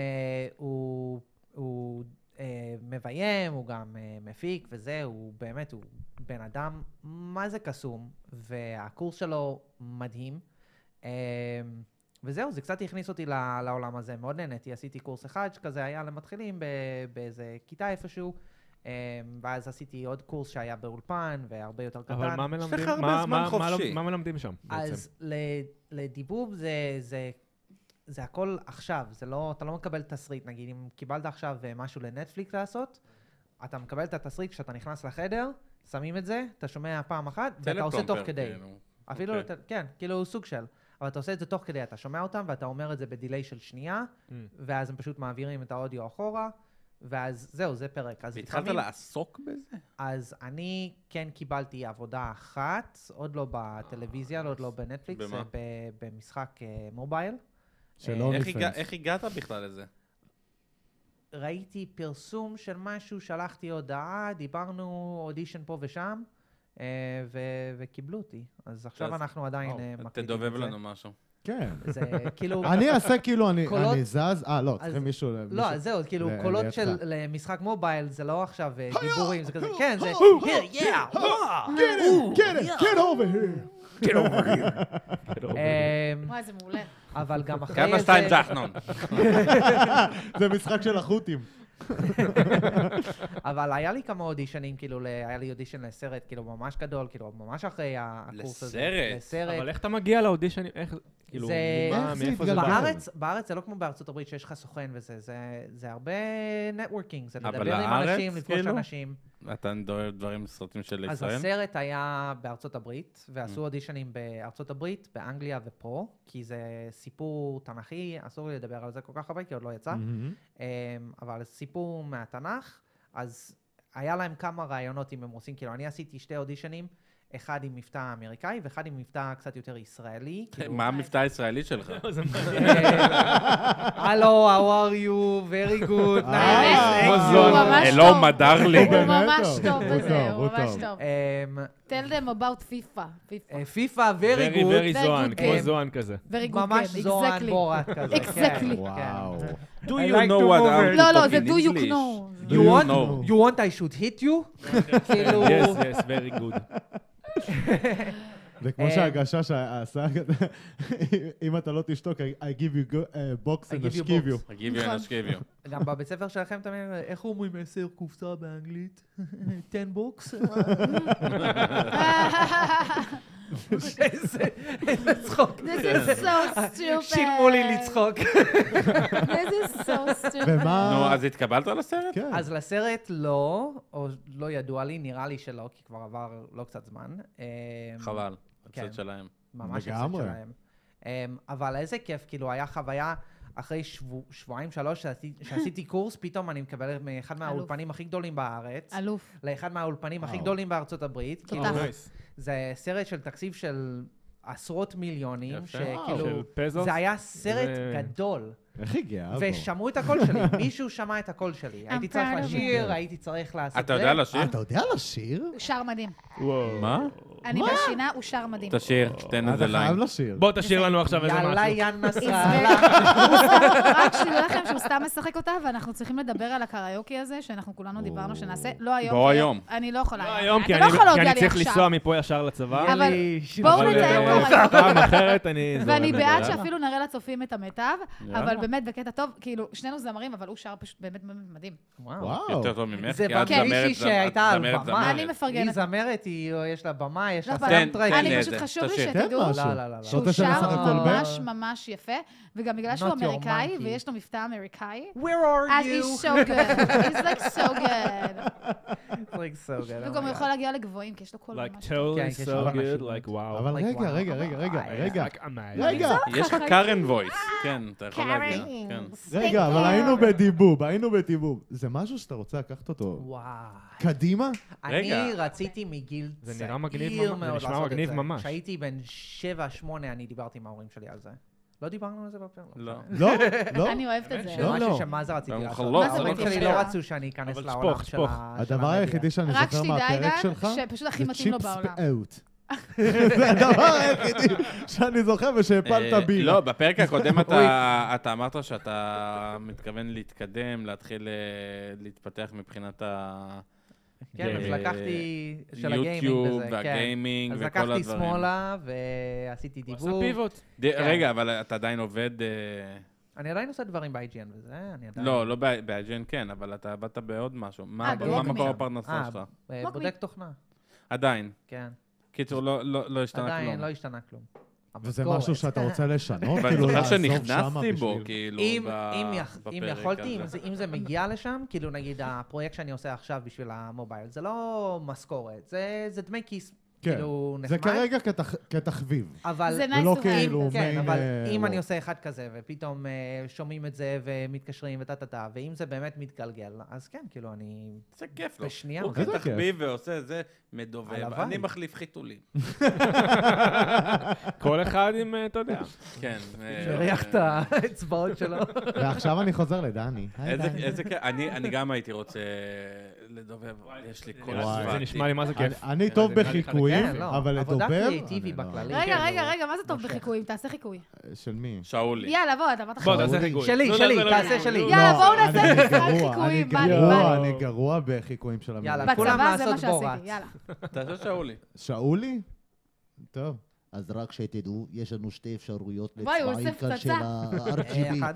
Speaker 2: הוא מביים, הוא גם מפיק וזה, הוא באמת, הוא בן אדם, מה זה קסום, והקורס שלו מדהים. וזהו, זה קצת הכניס אותי לעולם הזה, מאוד נהניתי, עשיתי קורס אחד שכזה היה למתחילים באיזה כיתה איפשהו, ואז עשיתי עוד קורס שהיה באולפן, והרבה יותר קטן.
Speaker 3: אבל מה מלמדים? מה מלמדים שם?
Speaker 2: אז לדיבוב זה... זה הכל עכשיו, זה לא, אתה לא מקבל תסריט, נגיד, אם קיבלת עכשיו משהו לנטפליקס לעשות, אתה מקבל את התסריט כשאתה נכנס לחדר, שמים את זה, אתה שומע פעם אחת, ואתה עושה תוך כדי. אפילו, כן, כאילו סוג של, אבל אתה עושה את זה תוך כדי, אתה שומע אותם, ואתה אומר את זה בדיליי של שנייה, ואז הם פשוט מעבירים את האודיו אחורה, ואז זהו, זה פרק.
Speaker 5: והתחלת לעסוק בזה?
Speaker 2: אז אני כן קיבלתי עבודה אחת, עוד לא בטלוויזיה, עוד לא בנטפליקס, במשחק מובייל.
Speaker 5: איך הגעת בכלל לזה?
Speaker 2: ראיתי פרסום של משהו, שלחתי הודעה, דיברנו אודישן פה ושם, וקיבלו אותי. אז עכשיו אנחנו עדיין מקליטים את זה.
Speaker 5: תדובב לנו משהו.
Speaker 1: כן.
Speaker 2: זה כאילו...
Speaker 1: אני אעשה כאילו, אני זז, אה, לא, צריכים מישהו...
Speaker 2: לא, זהו, כאילו, קולות של משחק מובייל, זה לא עכשיו דיבורים, זה כזה, כן, זה... Here, yeah,
Speaker 1: get it, get it, get over here.
Speaker 2: get over here.
Speaker 4: וואי, זה מעולה.
Speaker 2: אבל גם אחרי
Speaker 5: כמה שתיים ז'חנון.
Speaker 1: זה משחק של החות'ים.
Speaker 2: אבל היה לי כמה אודישנים, כאילו, היה לי אודישן לסרט, כאילו, ממש גדול, כאילו, ממש אחרי הקורס הזה.
Speaker 5: לסרט?
Speaker 3: אבל איך אתה מגיע לאודישנים? איך, כאילו, מה, מאיפה זה בא?
Speaker 2: בארץ זה לא כמו בארצות הברית, שיש לך סוכן וזה, זה הרבה נטוורקינג, זה לדבר עם אנשים, לפגוש אנשים.
Speaker 5: אתה דואר דברים סרטים של ישראל?
Speaker 2: אז הסרט היה בארצות הברית, ועשו אודישנים בארצות הברית, באנגליה ופה, כי זה סיפור תנכי, אסור לי לדבר על זה כל כך הרבה, כי עוד לא יצא, אבל סיפור מהתנ"ך, אז היה להם כמה רעיונות אם הם עושים, כאילו אני עשיתי שתי אודישנים, אחד עם מבטא אמריקאי, ואחד עם מבטא קצת יותר ישראלי.
Speaker 5: מה המבטא הישראלי שלך?
Speaker 2: הלו, how are you? very good.
Speaker 5: אלו מדר לי.
Speaker 4: הוא ממש טוב בזה, הוא ממש טוב. tell them about FIFA.
Speaker 2: FIFA, very good.
Speaker 3: very זוהן, כמו זוהן כזה.
Speaker 2: ממש זוהן בורת כזה.
Speaker 4: exactly.
Speaker 1: וואו.
Speaker 5: Do you know what I'm
Speaker 4: לא, לא,
Speaker 5: talking
Speaker 4: זה
Speaker 5: in
Speaker 4: do you
Speaker 5: English?
Speaker 4: know.
Speaker 2: You want, you want I should hit you? כאילו...
Speaker 3: yes, yes, very good.
Speaker 1: זה כמו שההגשה שעשה, אם אתה לא תשתוק, I give you box and I give you.
Speaker 5: I give you and I give you.
Speaker 2: גם בבית ספר שלכם תמיד, איך אומרים עשר קופסה באנגלית? ten box? איזה צחוק.
Speaker 4: This is so stupid.
Speaker 2: שילמו לי לצחוק.
Speaker 4: This is so stupid.
Speaker 1: ומה?
Speaker 5: נו, אז התקבלת לסרט?
Speaker 1: כן.
Speaker 2: אז לסרט לא, או לא ידוע לי, נראה לי שלא, כי כבר עבר לא קצת זמן.
Speaker 5: חבל,
Speaker 2: כן.
Speaker 5: הפסד שלהם.
Speaker 2: ממש הפסד
Speaker 1: לגמרי.
Speaker 2: שלהם. אבל איזה כיף, כאילו, היה חוויה אחרי שבוע, שבועיים, שלוש, שעשיתי, שעשיתי קורס, פתאום אני מקבל מאחד מהאולפנים הכי גדולים בארץ.
Speaker 4: אלוף.
Speaker 2: לאחד מהאולפנים הכי
Speaker 1: וואו.
Speaker 2: גדולים בארצות הברית.
Speaker 4: תודה.
Speaker 2: כאילו, זה סרט של תקציב של עשרות מיליונים,
Speaker 5: יפה.
Speaker 2: שכאילו,
Speaker 3: של פזוס?
Speaker 2: זה היה סרט
Speaker 3: ו-
Speaker 2: גדול.
Speaker 1: איך הגיע?
Speaker 2: ושמעו את הקול שלי, מישהו שמע את הקול שלי. הייתי צריך
Speaker 4: proud of
Speaker 2: לשיר, הייתי צריך לעשות זה.
Speaker 5: אתה יודע לשיר?
Speaker 1: אתה יודע לשיר?
Speaker 4: הוא שר מדהים.
Speaker 3: וואו.
Speaker 5: מה?
Speaker 4: אני בשינה, הוא שר מדהים.
Speaker 5: תשיר, תן איזה
Speaker 1: אתה חייב
Speaker 5: ליין.
Speaker 1: לשיר.
Speaker 3: בוא תשאיר לנו עכשיו איזה
Speaker 2: יאללה,
Speaker 3: משהו.
Speaker 2: יא נסראללה.
Speaker 4: רק שתדעו לכם שהוא סתם משחק אותה, ואנחנו צריכים לדבר על הקריוקי הזה, שאנחנו כולנו דיברנו שנעשה. לא היום.
Speaker 5: בוא
Speaker 4: כי
Speaker 5: היום.
Speaker 4: אני לא יכולה.
Speaker 3: לא היום, כי
Speaker 4: אתה לא
Speaker 3: אני
Speaker 4: יכול
Speaker 3: כי
Speaker 4: להודיע
Speaker 3: אני
Speaker 4: לי
Speaker 3: צריך לנסוע
Speaker 4: עכשיו.
Speaker 3: מפה ישר לצבא.
Speaker 4: אבל
Speaker 2: יאללה,
Speaker 4: בואו
Speaker 3: אבל,
Speaker 4: נתאם
Speaker 3: אה,
Speaker 4: קריוקי.
Speaker 3: פעם אחרת אני...
Speaker 4: ואני
Speaker 3: זורם
Speaker 4: בעד
Speaker 3: בזה.
Speaker 4: שאפילו נראה לצופים את המיטב,
Speaker 5: יאללה.
Speaker 4: אבל באמת בקטע טוב, כאילו, שנינו זמרים, אבל הוא שר פשוט באמת באמת מדהים.
Speaker 1: וואו.
Speaker 5: יותר טוב ממך,
Speaker 2: זה
Speaker 5: כי את
Speaker 2: כן,
Speaker 5: זמרת,
Speaker 2: מישהי שהייתה על
Speaker 5: זמרת,
Speaker 2: במה.
Speaker 5: זמרת.
Speaker 4: אני
Speaker 2: היא
Speaker 4: מפרגנת.
Speaker 2: זמרת, היא- יש לה במה, יש לה
Speaker 4: לא,
Speaker 2: סאונדטרק.
Speaker 4: אני
Speaker 5: תן
Speaker 4: פשוט
Speaker 5: לי
Speaker 4: חשוב לי
Speaker 5: תשאיר.
Speaker 1: תן
Speaker 4: שתדעו
Speaker 1: משהו.
Speaker 2: לא, לא, לא, לא.
Speaker 4: שהוא
Speaker 1: רוצה שנשחק
Speaker 4: שר
Speaker 1: הכל ב-
Speaker 4: ממש ממש יפה, וגם בגלל שהוא
Speaker 2: Not your
Speaker 4: אמריקאי,
Speaker 2: monkey.
Speaker 4: ויש לו מבטא אמריקאי,
Speaker 2: Where are
Speaker 4: אז
Speaker 2: you?
Speaker 4: he's so good, he's like so good.
Speaker 2: It's like so good.
Speaker 4: וגם הוא יכול להגיע לגבוהים, כי יש לו קול
Speaker 3: Like
Speaker 4: ממש
Speaker 3: totally
Speaker 2: כן, כי יש
Speaker 3: so
Speaker 2: הרבה
Speaker 3: good,
Speaker 2: אנשים.
Speaker 3: like wow.
Speaker 1: אבל
Speaker 2: Like,
Speaker 1: רגע,
Speaker 2: וואו.
Speaker 1: רגע, רגע, רגע,
Speaker 2: וואי,
Speaker 1: רגע.
Speaker 3: Like amazing.
Speaker 1: רגע,
Speaker 5: יש לך קארן וויס, כן, אתה יכול
Speaker 4: קארן.
Speaker 5: להגיע. כן.
Speaker 1: רגע, אבל היינו בדיבוב, היינו בדיבוב. זה משהו שאתה רוצה לקחת אותו
Speaker 2: וואו.
Speaker 1: קדימה?
Speaker 5: רגע.
Speaker 2: אני רציתי מגיל
Speaker 3: זה
Speaker 2: צעיר
Speaker 3: נראה מגניב
Speaker 2: מאוד
Speaker 3: ממש, זה נשמע
Speaker 2: לעשות את
Speaker 3: מגניב
Speaker 2: זה.
Speaker 3: ממש.
Speaker 2: כשהייתי בן שבע, שמונה, אני דיברתי עם ההורים שלי על זה. לא דיברנו על זה בפרק?
Speaker 5: לא.
Speaker 1: לא, לא.
Speaker 4: אני אוהבת את זה.
Speaker 1: לא,
Speaker 2: משהו
Speaker 1: לא.
Speaker 2: שמה זה רציתי
Speaker 5: גם
Speaker 2: לעשות.
Speaker 5: חלום.
Speaker 4: מה זה
Speaker 2: ההורים
Speaker 4: רציתי
Speaker 2: שלי
Speaker 4: לעשות?
Speaker 2: לא רצו שאני אכנס
Speaker 3: אבל
Speaker 2: לעולם
Speaker 3: שפוך,
Speaker 2: של
Speaker 3: שפוך.
Speaker 2: ה- של
Speaker 1: הדבר
Speaker 2: המדיה.
Speaker 1: היחידי שאני
Speaker 4: רק
Speaker 1: זוכר
Speaker 4: שתדע,
Speaker 1: מהפרק
Speaker 4: גל,
Speaker 1: שלך,
Speaker 4: שפשוט הכי
Speaker 1: זה
Speaker 4: מתאים לו
Speaker 1: צ'יפס
Speaker 4: בעולם.
Speaker 1: ואוט. זה הדבר היחידי שאני זוכר ושהפלת
Speaker 5: אה,
Speaker 1: בירה.
Speaker 5: לא, בפרק הקודם אתה אתה אמרת שאתה מתכוון להתקדם, להתחיל אה, להתפתח מבחינת ה...
Speaker 2: כן, אז
Speaker 5: אה,
Speaker 2: לקחתי של הגיימינג
Speaker 5: יוטיוב
Speaker 2: וזה, כן.
Speaker 5: והגיימינג
Speaker 2: אז
Speaker 5: וכל
Speaker 2: לקחתי
Speaker 5: הדברים.
Speaker 2: שמאלה ועשיתי
Speaker 3: הוא עשה
Speaker 2: דיבוב.
Speaker 3: פיבוט.
Speaker 5: ד- רגע, אבל אתה עדיין עובד... אה,
Speaker 2: אני עדיין עושה דברים ב-איי ג'י אן וזה, אני עדיין...
Speaker 5: לא, לא ב-איי ג'י אן כן, אבל אתה עבדת בעוד משהו. מה
Speaker 4: אה,
Speaker 5: מה
Speaker 4: בווקמי.
Speaker 5: מקור הפרנסה
Speaker 2: אה,
Speaker 5: שלך?
Speaker 2: אה,
Speaker 4: ווקמי.
Speaker 2: בודק תוכנה,
Speaker 5: עדיין.
Speaker 2: כן.
Speaker 5: קיצור, לא- לא לא השתנה
Speaker 2: עדיין
Speaker 5: כלום.
Speaker 2: לא השתנה כלום.
Speaker 1: וזה
Speaker 2: המשכורת.
Speaker 1: משהו שאתה רוצה לשנות?
Speaker 5: ואני
Speaker 1: כאילו
Speaker 5: זוכר
Speaker 1: לעזוב
Speaker 5: שנכנסתי
Speaker 1: שמה
Speaker 5: בו,
Speaker 1: בשביל-
Speaker 5: כאילו,
Speaker 2: אם,
Speaker 5: ב-
Speaker 2: אם, יכ, אם
Speaker 5: בפרק
Speaker 2: יכולתי, אם
Speaker 5: הזה.
Speaker 2: זה, אם זה מגיע לשם, כאילו נגיד הפרויקט שאני עושה עכשיו בשביל המובייל, זה לא משכורת, זה, זה דמי כיס כאילו נחמד.
Speaker 1: זה כרגע כתחביב.
Speaker 2: אבל...
Speaker 4: זה nice to have.
Speaker 2: כן, אבל אם אני עושה אחד כזה, ופתאום שומעים את זה ומתקשרים וטטטה, ואם זה באמת מתגלגל, אז כן, כאילו אני...
Speaker 5: זה כיף לו.
Speaker 2: בשנייה.
Speaker 5: הוא כתחביב ועושה זה מדובב. אני מחליף חיתולים.
Speaker 3: כל אחד עם, אתה יודע.
Speaker 5: כן.
Speaker 2: שריח את האצבעות שלו.
Speaker 1: ועכשיו אני חוזר לדני.
Speaker 5: איזה כיף. אני גם הייתי רוצה לדובב. יש לי כל
Speaker 3: הזמן. זה נשמע לי מה זה כיף.
Speaker 1: אני טוב בחיקויים, אבל לדובב...
Speaker 2: עבודה קריאיטיבי בכללי.
Speaker 4: רגע, רגע, רגע, מה זה טוב בחיקויים? תעשה חיקוי.
Speaker 1: של מי?
Speaker 5: שאולי.
Speaker 4: יאללה, בוא, אתה אמרת
Speaker 3: בוא, תעשה חיקוי.
Speaker 2: שלי, שלי, תעשה שלי.
Speaker 4: יאללה, בואו נעשה משחק חיקויים, בא לי, בא לי.
Speaker 1: אני גרוע בחיקויים של המדינה.
Speaker 2: יאללה, כולם
Speaker 4: בצבא זה מה
Speaker 2: לעשות בורת.
Speaker 4: שעשיתי, יאללה.
Speaker 5: תעשה שאולי.
Speaker 1: שאולי? טוב.
Speaker 6: אז רק שתדעו, יש לנו שתי אפשרויות
Speaker 4: וואי, הוא
Speaker 6: לצבעים
Speaker 4: עושה
Speaker 6: כאן של
Speaker 4: פצצה.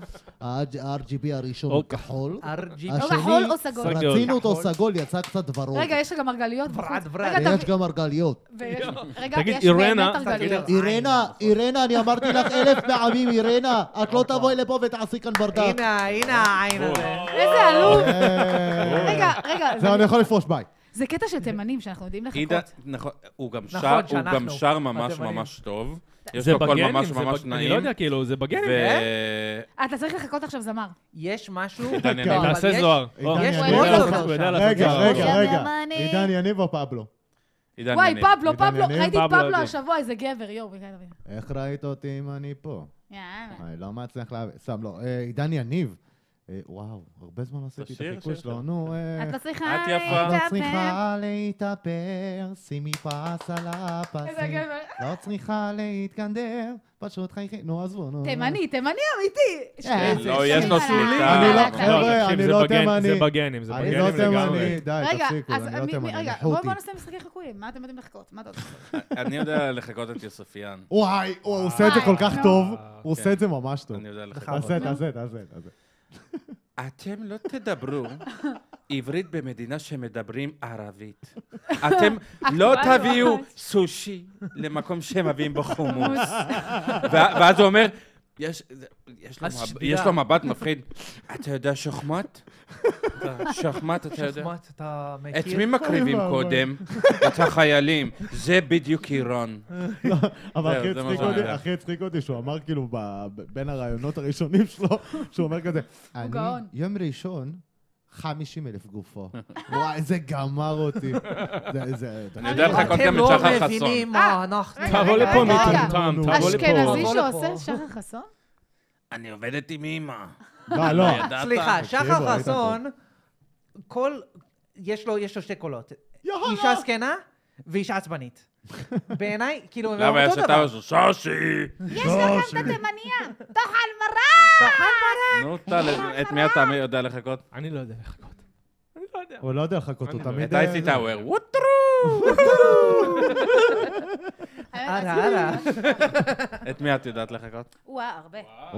Speaker 6: ה-אר ג'י בי הראשון הוא כחול.
Speaker 4: או כחול או סגול.
Speaker 6: רצינו אותו סגול, יצא קצת ורוד.
Speaker 4: רגע, יש גם מרגליות בחוץ.
Speaker 6: יש גם מרגליות.
Speaker 4: רגע,
Speaker 3: תגיד,
Speaker 4: יש
Speaker 3: אירנה,
Speaker 4: באמת מרגליות.
Speaker 6: אירנה, אירנה, אני אמרתי לך אלף פעמים, אירנה, את לא תבואי לפה ותעשי כאן ברדק.
Speaker 2: הנה, הנה העין הזה.
Speaker 4: איזה עלוב. רגע, רגע.
Speaker 1: זהו, אני יכול לפרוש, ביי.
Speaker 4: זה קטע של תימנים שאנחנו יודעים לחכות.
Speaker 5: נכון, הוא גם
Speaker 2: נכון,
Speaker 5: שר, הוא
Speaker 2: שאנחנו,
Speaker 5: גם שר ממש
Speaker 2: התימנים.
Speaker 5: ממש טוב. יש
Speaker 3: זה
Speaker 5: לו קול
Speaker 3: בגנים,
Speaker 5: ממש
Speaker 3: זה
Speaker 5: ממש
Speaker 3: בג-
Speaker 5: נעים.
Speaker 3: אני לא יודע, כאילו, זה בגנים.
Speaker 5: ו...
Speaker 4: אתה צריך לחכות עכשיו זמר.
Speaker 2: יש משהו...
Speaker 5: דניאל,
Speaker 2: לא, אבל
Speaker 3: תעשה
Speaker 2: יש-
Speaker 3: זוהר.
Speaker 1: עידן
Speaker 3: או,
Speaker 2: יש
Speaker 1: יניב.
Speaker 2: מאוד
Speaker 3: הוא יודע
Speaker 2: טוב
Speaker 3: לעשות- הוא יודע
Speaker 2: עכשיו.
Speaker 3: לעשות
Speaker 1: רגע,
Speaker 3: זוהר.
Speaker 1: רגע, רגע.
Speaker 4: ימני.
Speaker 1: עידן יניב או פבלו?
Speaker 5: עידן
Speaker 4: וואי,
Speaker 5: יניב.
Speaker 4: פבלו,
Speaker 1: עידן
Speaker 4: פבלו,
Speaker 1: יניב?
Speaker 4: ראיתי את
Speaker 3: פבלו
Speaker 4: פבלו
Speaker 3: יודעים.
Speaker 4: השבוע, איזה גבר, יואו.
Speaker 1: איך ראית אותי אם אני פה?
Speaker 4: יאללה.
Speaker 1: אני לא מצליח להבין. סתם, לא. אה, עידן יניב. אה, וואו, הרבה זמן עשיתי את
Speaker 5: תשיר,
Speaker 1: החיקוי
Speaker 5: שיר
Speaker 1: שלו.
Speaker 5: שלו.
Speaker 1: נו, אה...
Speaker 4: את לא צריכה
Speaker 5: את יפה.
Speaker 1: לא
Speaker 4: להתאפר.
Speaker 1: צריכה להתאפר, שימי פס על
Speaker 4: איזה
Speaker 1: הפסים.
Speaker 4: גבר.
Speaker 1: לא צריכה להתקנדר, פשוט חייכי. נו, עזבו, נו.
Speaker 4: תימני, תימני אמיתי.
Speaker 1: אה,
Speaker 5: לא, יש לו שליטה.
Speaker 1: אני לא-
Speaker 4: יאללה,
Speaker 1: חבר'ה,
Speaker 3: תקשיב,
Speaker 1: אני
Speaker 3: זה
Speaker 1: לא
Speaker 3: בגן-
Speaker 1: תימני.
Speaker 3: זה בגנים, זה
Speaker 1: אני
Speaker 3: בגנים
Speaker 1: לא
Speaker 3: לגמרי.
Speaker 1: תימני, די,
Speaker 4: רגע,
Speaker 1: תפסיקו,
Speaker 4: אז
Speaker 1: אני לא
Speaker 4: מי-
Speaker 1: תימני,
Speaker 4: רגע,
Speaker 1: נחו
Speaker 4: בואו
Speaker 1: אותי.
Speaker 4: בואו נעשה משחקי חיקויים. מה אתם יודעים לחכות? מה אתה רוצה?
Speaker 5: אני יודע לחכות את יוספיאן.
Speaker 1: וואי, הוא עושה את זה כל כך
Speaker 4: נו.
Speaker 1: טוב. הוא
Speaker 5: כן.
Speaker 1: עושה את זה ממש טוב.
Speaker 5: אני יודע לחכות.
Speaker 1: תעשה, תעשה, תעשה, תעשה.
Speaker 5: אתם לא תדברו עברית במדינה שמדברים ערבית. אתם לא תביאו סושי למקום שהם מביאים בו חומוס. ו- ואז הוא אומר, יש יש לו
Speaker 2: אז
Speaker 5: מב-
Speaker 2: שבירה.
Speaker 5: יש לו מבט מפחיד. אתה יודע שחמט? שחמט, אתה יודע?
Speaker 2: שחמט, אתה מכיר?
Speaker 5: את מי מקריבים
Speaker 1: אוי ואבוי.
Speaker 5: קודם? את החיילים. זה בדיוק אירון.
Speaker 1: אבל
Speaker 5: זהו,
Speaker 1: הכי
Speaker 5: זה מה
Speaker 1: הצחיק
Speaker 5: שאני
Speaker 1: אותי,
Speaker 5: יודע.
Speaker 1: הכי הצחיק אותי שהוא אמר כאילו ב- ב- בין הרעיונות הראשונים שלו, שהוא אומר כזה, אני
Speaker 4: גאון.
Speaker 1: יום ראשון, חמישים אלף גופו. וואי, זה גמר אותי. זה, זה,
Speaker 5: אני יודע לחכות גם
Speaker 2: אתם
Speaker 5: את
Speaker 2: לא
Speaker 5: שחר חסון.
Speaker 2: מבינים מה אנחנו...
Speaker 4: רגע,
Speaker 3: תבוא
Speaker 4: רגע,
Speaker 3: לפה
Speaker 4: רגע.
Speaker 3: מטומטם, תבוא לפה.
Speaker 4: אשכנזי
Speaker 2: בוא
Speaker 4: שעושה
Speaker 2: לפה.
Speaker 4: שחר חסון?
Speaker 5: אני עובדת עם אמא.
Speaker 1: לא, לא.
Speaker 5: ידעת?
Speaker 2: סליחה,
Speaker 1: תקשיבו,
Speaker 2: שחר
Speaker 1: היית
Speaker 2: חסון, כל... יש לו יש לו שתי קולות.
Speaker 1: יאללה.
Speaker 2: אישה זקנה ואישה עצבנית. בעיניי, כאילו, הם
Speaker 5: למה
Speaker 2: לא
Speaker 5: יש
Speaker 2: אותו
Speaker 5: את
Speaker 2: דבר.
Speaker 5: האוזו? שושי!
Speaker 4: יש לכם את התימניה, תאכל מרק!
Speaker 5: נו, טל, את מי אתה יודע לחכות?
Speaker 3: אני לא יודע לחכות. אני לא יודע.
Speaker 1: הוא לא יודע לחכות, הוא
Speaker 3: אני לא
Speaker 1: תמיד...
Speaker 5: את אייסי טאוור. ווטרו!
Speaker 2: הלאה, הלאה.
Speaker 5: את מי את יודעת לחכות?
Speaker 4: וואה, הרבה.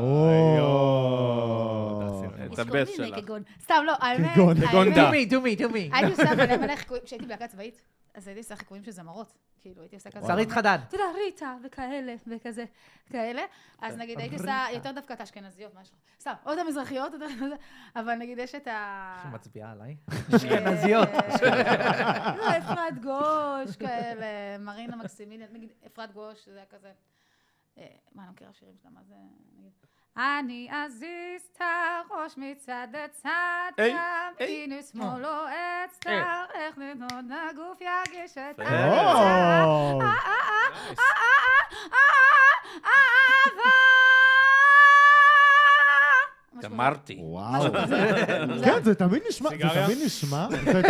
Speaker 1: או...
Speaker 5: את הבס שלך.
Speaker 4: סתם, לא, האמת...
Speaker 1: כגון.
Speaker 4: האמת-
Speaker 5: כגונדה.
Speaker 2: Do me, do me, do me.
Speaker 4: הייתי עושה מלא מלא חיקויים, כשהייתי בלהקה צבאית, אז הייתי עושה חיקויים של זמרות. כאילו, הייתי עושה כזה...
Speaker 2: שרית חדד.
Speaker 4: אתה יודע, ריטה וכאלה, וכזה, כאלה. אז נגיד, הייתי עושה יותר דווקא את האשכנזיות, מה יש לך? סתם, או את המזרחיות, או את ה... אבל נגיד, יש את ה...
Speaker 2: שמצביעה עליי. אשכנזיות.
Speaker 4: לא, אפרת גוש, כאלה, מרינה מקסימיליה, נגיד, אפרת גוש, זה היה כזה... אה, מה, אני לא מכירה שירים שלה, מה זה... נגיד... אני אזיז את הראש מצד לצד,
Speaker 5: היי,
Speaker 4: גם
Speaker 5: היי.
Speaker 4: הנה שמאל או אצטר, איך לנוד הגוף ירגיש את
Speaker 1: או.
Speaker 4: האהבה.
Speaker 5: גמרתי.
Speaker 1: וואו. כן, זה תמיד נשמע, זה
Speaker 3: סיגריה?
Speaker 1: תמיד נשמע.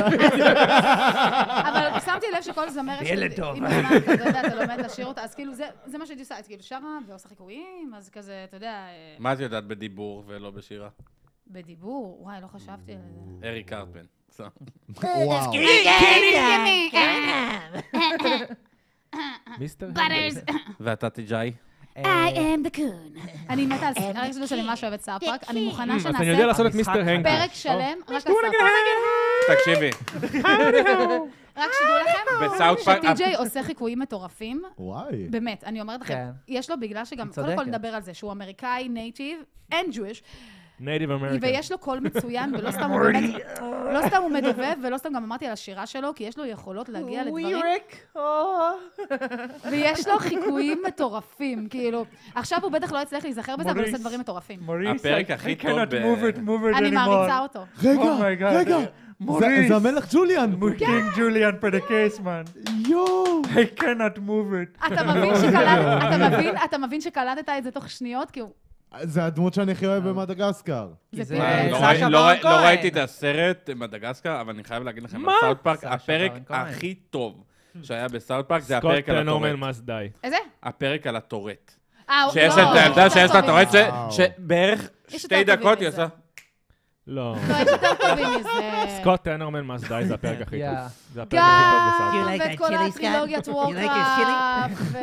Speaker 4: אבל שמתי לב שכל זמרת,
Speaker 2: ילד
Speaker 4: של-
Speaker 2: טוב.
Speaker 4: עם הזמן, אתה יודע, אתה לומד לשיר אותה, אז כאילו זה זה מה שהייתי עושה, הייתי כאילו שרה ועושה חיקויים, אז כזה, אתה יודע, אה,
Speaker 5: מה את יודעת בדיבור ולא בשירה?
Speaker 4: בדיבור, וואי, לא חשבתי על זה.
Speaker 5: אריק קרפן. סתם.
Speaker 1: וואו.
Speaker 3: מיסטר
Speaker 4: Butters.
Speaker 5: ואתה תיג'אי?
Speaker 4: I am the coon. אני מתה על סרט, רק שתדעו שאני ממש אוהבת סארט פארק, אני מוכנה
Speaker 3: אז אני יודע
Speaker 4: שנעשה
Speaker 3: לעשות את מיסטר הנק.
Speaker 4: פרק שלם, רק על סארט פארק.
Speaker 5: תקשיבי,
Speaker 4: רק שתדעו לכם,
Speaker 5: בסאוט פארק...
Speaker 4: שטי-ג'יי עושה חיקויים מטורפים,
Speaker 1: וואי.
Speaker 4: באמת, אני אומרת לכם,
Speaker 2: כן.
Speaker 4: יש לו בגלל שגם,
Speaker 2: היא
Speaker 4: קודם כל
Speaker 2: צודקת.
Speaker 4: נדבר על זה, שהוא אמריקאי, נייטיב, and Jewish,
Speaker 3: נייטיב אמריקן.
Speaker 4: ויש לו קול מצוין, ולא סתם הוא באמת, לא סתם הוא מדובב, ולא סתם גם אמרתי על השירה שלו, כי יש לו יכולות להגיע לדברים. ויש לו חיקויים מטורפים, כאילו. עכשיו הוא בטח לא יצליח להיזכר בזה, אבל הוא עושה דברים מטורפים.
Speaker 5: הפרק הכי טוב ב...
Speaker 4: אני מעריצה אותו.
Speaker 1: רגע, רגע. זה המלך ג'וליאן.
Speaker 7: קינג ג'וליאן for the case, man.
Speaker 1: יואו.
Speaker 7: I cannot move it.
Speaker 4: אתה מבין שקלטת, אתה מבין, אתה מבין שקלטת את זה תוך שניות? כי הוא...
Speaker 1: זה הדמות שאני הכי אוהב במדגסקר.
Speaker 5: לא ראיתי את הסרט מדגסקר, אבל אני חייב להגיד לכם, בסאוט פארק, הפרק הכי טוב שהיה בסאוט פארק, זה הפרק על הטורט.
Speaker 4: איזה?
Speaker 5: הפרק על הטורט.
Speaker 4: שיש
Speaker 5: את הילדה שיש לה טורט, שבערך שתי דקות היא עושה...
Speaker 3: לא.
Speaker 4: לא, יש יותר טובים מזה.
Speaker 3: סקוט טנרמן must die זה הפרק הכי טוב. זה הפרק
Speaker 4: גם,
Speaker 3: הכי טוב בסאוט.
Speaker 4: ואת כל הטרילוגיית וורקראפט, ו...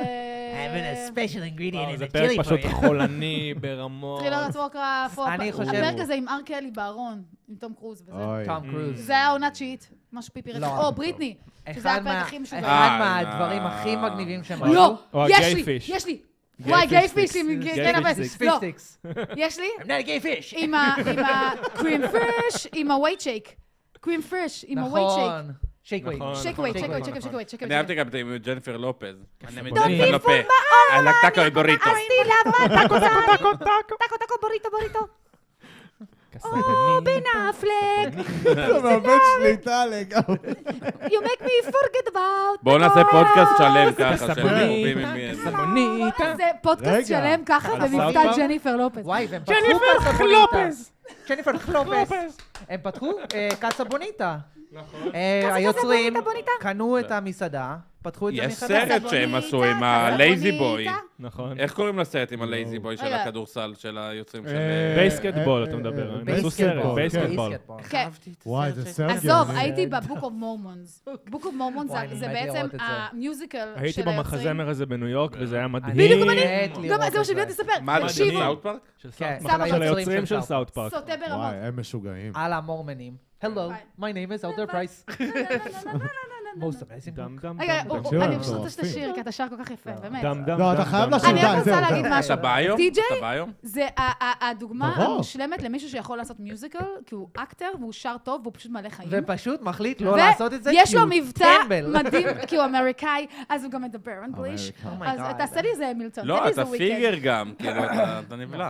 Speaker 3: זה פרק פשוט חולני ברמות.
Speaker 4: טרילוגיית וורקראפט,
Speaker 2: אני חושב...
Speaker 4: הפרק הזה עם ארק קלי בארון, עם תום קרוז וזה.
Speaker 2: תום קרוז.
Speaker 4: זה היה עונה תשיעית, משהו פיפי רצח. או, בריטני, שזה הפרק הכי משוגע.
Speaker 2: אחד מהדברים הכי מגניבים שהם עשו.
Speaker 4: לא,
Speaker 3: או
Speaker 4: יש
Speaker 3: הגיי
Speaker 4: לי,
Speaker 3: פיש.
Speaker 4: יש לי. וואי, גיי פיש עם גן הבס. לא,
Speaker 2: פישטיקס.
Speaker 4: יש לי.
Speaker 2: I'm not a gay fish.
Speaker 4: עם הקרים פיש, עם הווייט שייק. קרים פיש, עם הווייט שייק.
Speaker 2: נכון. שייק ווייט.
Speaker 4: שייק ווייט, שייק ווייט, שייק ווייט, שייק
Speaker 5: אני אהבתי גם עם ג'ניפר לופז.
Speaker 4: דודי
Speaker 5: לפה. על הטאקו ובוריטו.
Speaker 4: טאקו, טאקו, טאקו, טאקו, בוריטו, בוריטו. או, בן אפלק.
Speaker 1: אתה מאבד שליטה לגמרי.
Speaker 4: You make me forget about.
Speaker 5: בואו נעשה פודקאסט שלם ככה.
Speaker 3: סבונית, סבונית.
Speaker 4: זה פודקאסט שלם ככה במבטא ג'ניפר לופז.
Speaker 2: וואי, והם פתחו קאסה בוניטה. ג'ניפר לופז. הם פתחו קאסה בוניטה. היוצרים קנו את המסעדה, פתחו את זה
Speaker 5: יש
Speaker 2: מחדש.
Speaker 5: סרט שהם עשו עם הלייזי בוי.
Speaker 3: נכון.
Speaker 5: איך קוראים לסרט עם הלייזי בוי של הכדורסל של היוצרים של...
Speaker 3: בייסקטבול, אתה מדבר. הם עשו סרט, בייסקטבול.
Speaker 4: כן.
Speaker 1: וואי, זה סרט גאוני.
Speaker 4: עזוב, הייתי בבוק אוף מורמונס. בוק אוף מורמונס זה בעצם המיוזיקל של היוצרים.
Speaker 3: הייתי במחזמר הזה בניו יורק, וזה היה מדהים.
Speaker 4: בדיוק גם אני, גם זה מה שבאתי לספר.
Speaker 5: מה, זה
Speaker 4: תקשיבו.
Speaker 5: סאוט פארק?
Speaker 3: של היוצרים של סאוט פארק.
Speaker 4: סוטה ברמות.
Speaker 1: וואי, הם משוגעים.
Speaker 2: על המורמנים. Hello, my name is Elder Price. most amazing
Speaker 3: דם
Speaker 2: book.
Speaker 3: דם
Speaker 4: רגע,
Speaker 3: דם
Speaker 4: הוא-
Speaker 3: דם
Speaker 4: הוא-
Speaker 1: דם
Speaker 4: אני
Speaker 1: דם
Speaker 4: פשוט
Speaker 1: דם.
Speaker 4: רוצה שתשיר, כי אתה שר כל כך יפה, באמת.
Speaker 3: דם דם
Speaker 1: לא,
Speaker 3: דם
Speaker 1: אתה חייב
Speaker 3: דם.
Speaker 1: לשיר.
Speaker 4: אני
Speaker 1: די,
Speaker 4: רק רוצה
Speaker 1: זהו,
Speaker 4: להגיד
Speaker 1: זהו.
Speaker 4: משהו.
Speaker 5: אתה בא היום?
Speaker 4: די-ג'יי?
Speaker 5: אתה בא היום?
Speaker 4: זה ה- ה- הדוגמה
Speaker 1: ברור.
Speaker 4: המושלמת למישהו שיכול לעשות מיוזיקל, כי הוא אקטר והוא שר טוב והוא פשוט מלא חיים.
Speaker 2: ופשוט מחליט לא לעשות את זה,
Speaker 4: ויש
Speaker 2: כי
Speaker 4: לו
Speaker 2: הוא
Speaker 4: מבטא
Speaker 2: טמבל.
Speaker 4: מדהים, כי הוא אמריקאי, אז הוא גם מדבר אנגליש.
Speaker 1: אמריקאי.
Speaker 4: אז
Speaker 2: God.
Speaker 4: תעשה לי איזה מילטון, תן
Speaker 5: לא,
Speaker 4: לי
Speaker 5: אתה
Speaker 4: איזה וויקנד.
Speaker 5: פיגר גם, כאילו, אתה אתה נבלע.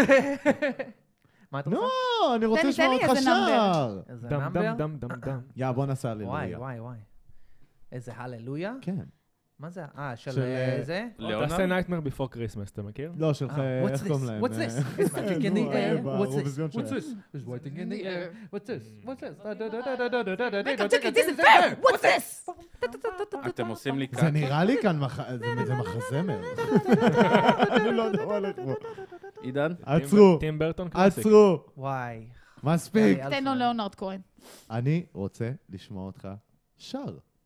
Speaker 2: מה אתה רוצה?
Speaker 1: לא, אני רוצה
Speaker 4: תן לי-
Speaker 1: לשמוע
Speaker 4: תן לי
Speaker 1: אותך
Speaker 4: איזה נאמבר.
Speaker 1: שר.
Speaker 2: איזה
Speaker 3: דם
Speaker 2: נאמבר?
Speaker 3: דם דם דם דם.
Speaker 1: יא, בוא נעשה
Speaker 2: וואי,
Speaker 1: הללויה.
Speaker 2: וואי, וואי. איזה הללויה?
Speaker 1: כן.
Speaker 2: מה זה? אה, של
Speaker 1: של,
Speaker 2: אה,
Speaker 1: אה,
Speaker 2: זה?
Speaker 3: תעשה Nightmare Before Christmas, אתה מכיר?
Speaker 1: לא, שלך,
Speaker 2: אה, what's
Speaker 1: איך
Speaker 2: this?
Speaker 1: קוראים להם?
Speaker 2: What's this?
Speaker 1: אה,
Speaker 2: It's magic in the
Speaker 1: נו, אה,
Speaker 2: air. What's this?
Speaker 1: באירוויזיון
Speaker 2: What's
Speaker 1: שלהם.
Speaker 2: this? It's waiting in the air. What's this? What's this? Da, da, da, da, da, da, da, da,
Speaker 4: Make
Speaker 2: da,
Speaker 4: a
Speaker 2: da,
Speaker 4: ticket,
Speaker 2: da,
Speaker 4: this is
Speaker 2: da,
Speaker 4: fair!
Speaker 2: da,
Speaker 4: What's this?
Speaker 5: אתם עושים לי
Speaker 1: זה
Speaker 5: קאקי.
Speaker 1: נראה לי כאן מח- זה- זה מחזמר. אני לא יודע מה הולך פה.
Speaker 5: עידן?
Speaker 1: עצרו,
Speaker 3: טים ברטון קלאסיק.
Speaker 1: עצרו.
Speaker 2: וואי.
Speaker 1: מספיק.
Speaker 2: יאללה,
Speaker 4: תן לו ליאונרד כהן.
Speaker 1: אני רוצה לשמוע אותך שר.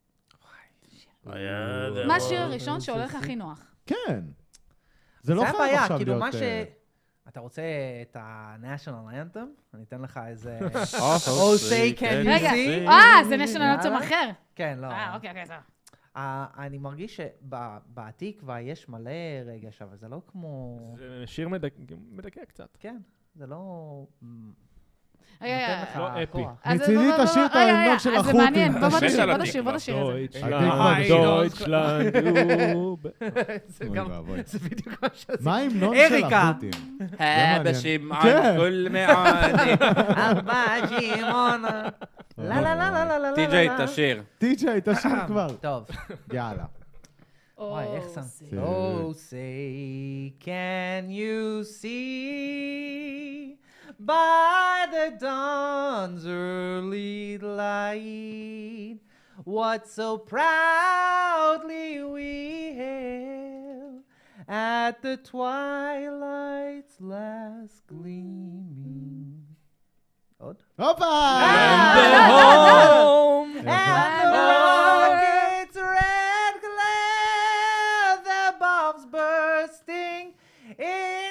Speaker 4: מה השיר הראשון שעולה לך הכי נוח?
Speaker 1: כן. זה לא
Speaker 2: זה
Speaker 1: חייב
Speaker 2: הבעיה,
Speaker 1: עכשיו
Speaker 2: כאילו
Speaker 1: להיות...
Speaker 2: מה ש...
Speaker 1: אה,
Speaker 2: אתה רוצה את ה-National Anthem? אני אתן לך איזה...
Speaker 5: Oh,
Speaker 2: say, can you
Speaker 4: רגע,
Speaker 2: see?
Speaker 4: אה, זה נשיונל אנת'ם
Speaker 2: יאללה.
Speaker 4: אחר.
Speaker 2: כן, לא.
Speaker 4: אה, אוקיי, אוקיי, בסדר.
Speaker 2: אה, אני מרגיש שבעתיקווה יש מלא רגש, אבל זה לא כמו...
Speaker 3: זה שיר מדכא- מדכא קצת.
Speaker 2: כן, זה לא...
Speaker 4: רגע,
Speaker 2: נותן
Speaker 4: רגע.
Speaker 2: לך
Speaker 3: לא אפי.
Speaker 2: כוח.
Speaker 4: אז
Speaker 1: מצידי
Speaker 4: בוא- בוא-
Speaker 1: תשאיר את
Speaker 4: רגע, רגע,
Speaker 1: ההמנון של
Speaker 4: אז זה
Speaker 1: החות'ים.
Speaker 4: מעניין, בוא בוא
Speaker 5: תשאיר
Speaker 4: נשאיר,
Speaker 5: על
Speaker 4: בוא נשאיר, בוא נשאיר את זה.
Speaker 3: דויטשלנד,
Speaker 1: התקווה.
Speaker 3: דויטשלנד.
Speaker 2: זה
Speaker 1: אוי
Speaker 2: גם...
Speaker 1: ואבוי.
Speaker 2: זה בדיוק מה שזה.
Speaker 1: מה ההמנון של
Speaker 2: אריקה.
Speaker 1: החות'ים? מעניין.
Speaker 5: בשמעון
Speaker 1: כן.
Speaker 5: כל מעני.
Speaker 2: אבא ג'ימונה. לה לה לה לה לה לה.
Speaker 5: טי.ג'יי, תשיר.
Speaker 1: טי.ג'יי, תשאיר כבר.
Speaker 2: טוב.
Speaker 1: יאללה.
Speaker 2: וואי, איך
Speaker 4: Oh,
Speaker 2: שם?
Speaker 4: see.
Speaker 2: Oh, say, can you see by the dawn's early light what so proudly we hailed at the twilight's last gleaming? עוד?
Speaker 1: הופה!
Speaker 3: home.
Speaker 2: And the rocket's red glare, the bombs bursting in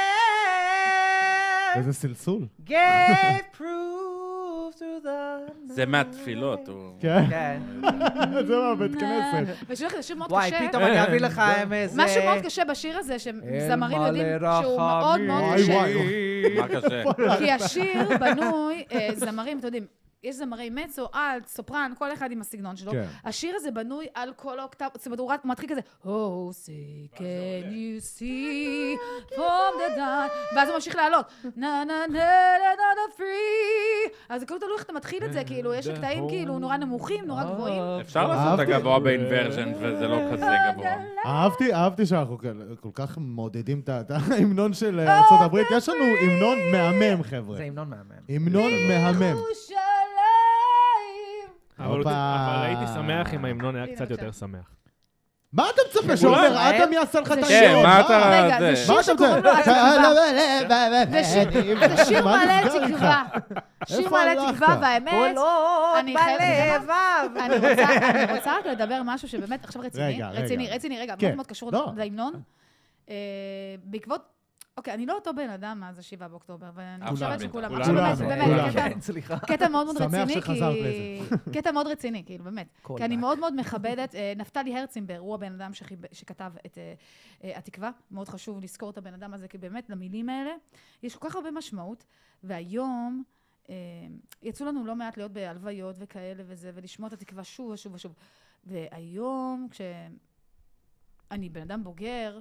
Speaker 2: air,
Speaker 1: איזה סלסול.
Speaker 2: gave proof through the night.
Speaker 5: זה מהתפילות.
Speaker 1: כן. זה מהבית כנסת.
Speaker 4: ושיר לך, זה שיר מאוד
Speaker 2: וואי,
Speaker 4: קשה.
Speaker 2: פתאום אני אביא לך איזה...
Speaker 4: משהו מאוד קשה בשיר הזה, שזמרים יודעים שהוא מאוד מאוד קשה.
Speaker 5: מה קשה?
Speaker 4: כי השיר בנוי, זמרים, אתם יודעים, יש זמרי מצו, אלט, סופרן, כל אחד עם הסגנון שלו. השיר הזה בנוי על כל האוקטב, זאת אומרת, הוא מתחיל כזה, Oh, say, can you see from the dawn, ואז הוא ממשיך לעלות, na na na na na free, אז זה כאילו תלוי איך אתה מתחיל את זה, כאילו, יש קטעים כאילו נורא נמוכים, נורא גבוהים.
Speaker 5: אפשר לעשות את הגבוה באינברז'ן, וזה לא כזה גבוה.
Speaker 1: אהבתי, אהבתי שאנחנו כל כך מעודדים את ההמנון של ארצות הברית. יש לנו המנון מהמם, חבר'ה.
Speaker 2: זה המנון מהמם.
Speaker 1: המנון מהמם.
Speaker 3: אבל הייתי שמח אם ההמנון היה קצת יותר שמח.
Speaker 1: מה אתה מצפה? שאומר, אדם יעשה לך את השיר.
Speaker 5: כן, מה אתה...
Speaker 4: רגע, זה שיר שקוראים לו התקווה. זה שיר מלא תקווה. שיר מלא תקווה, והאמת, אני חייבת... אני רוצה רק לדבר משהו שבאמת, עכשיו רציני, רציני, רציני, רגע, מאוד מאוד קשור להמנון. בעקבות... אוקיי, אני לא אותו בן אדם מאז השבעה באוקטובר, ואני חושבת שכולם...
Speaker 3: כולם,
Speaker 4: באמת, קטע מאוד מאוד רציני, כי... קטע מאוד רציני, כאילו, באמת. כי אני מאוד מאוד מכבדת, נפתלי הרצינבר, הוא הבן אדם שכתב את התקווה, מאוד חשוב לזכור את הבן אדם הזה, כי באמת, למילים האלה, יש כל כך הרבה משמעות, והיום יצאו לנו לא מעט להיות בהלוויות וכאלה וזה, ולשמוע את התקווה שוב ושוב ושוב. והיום, כשאני בן אדם בוגר,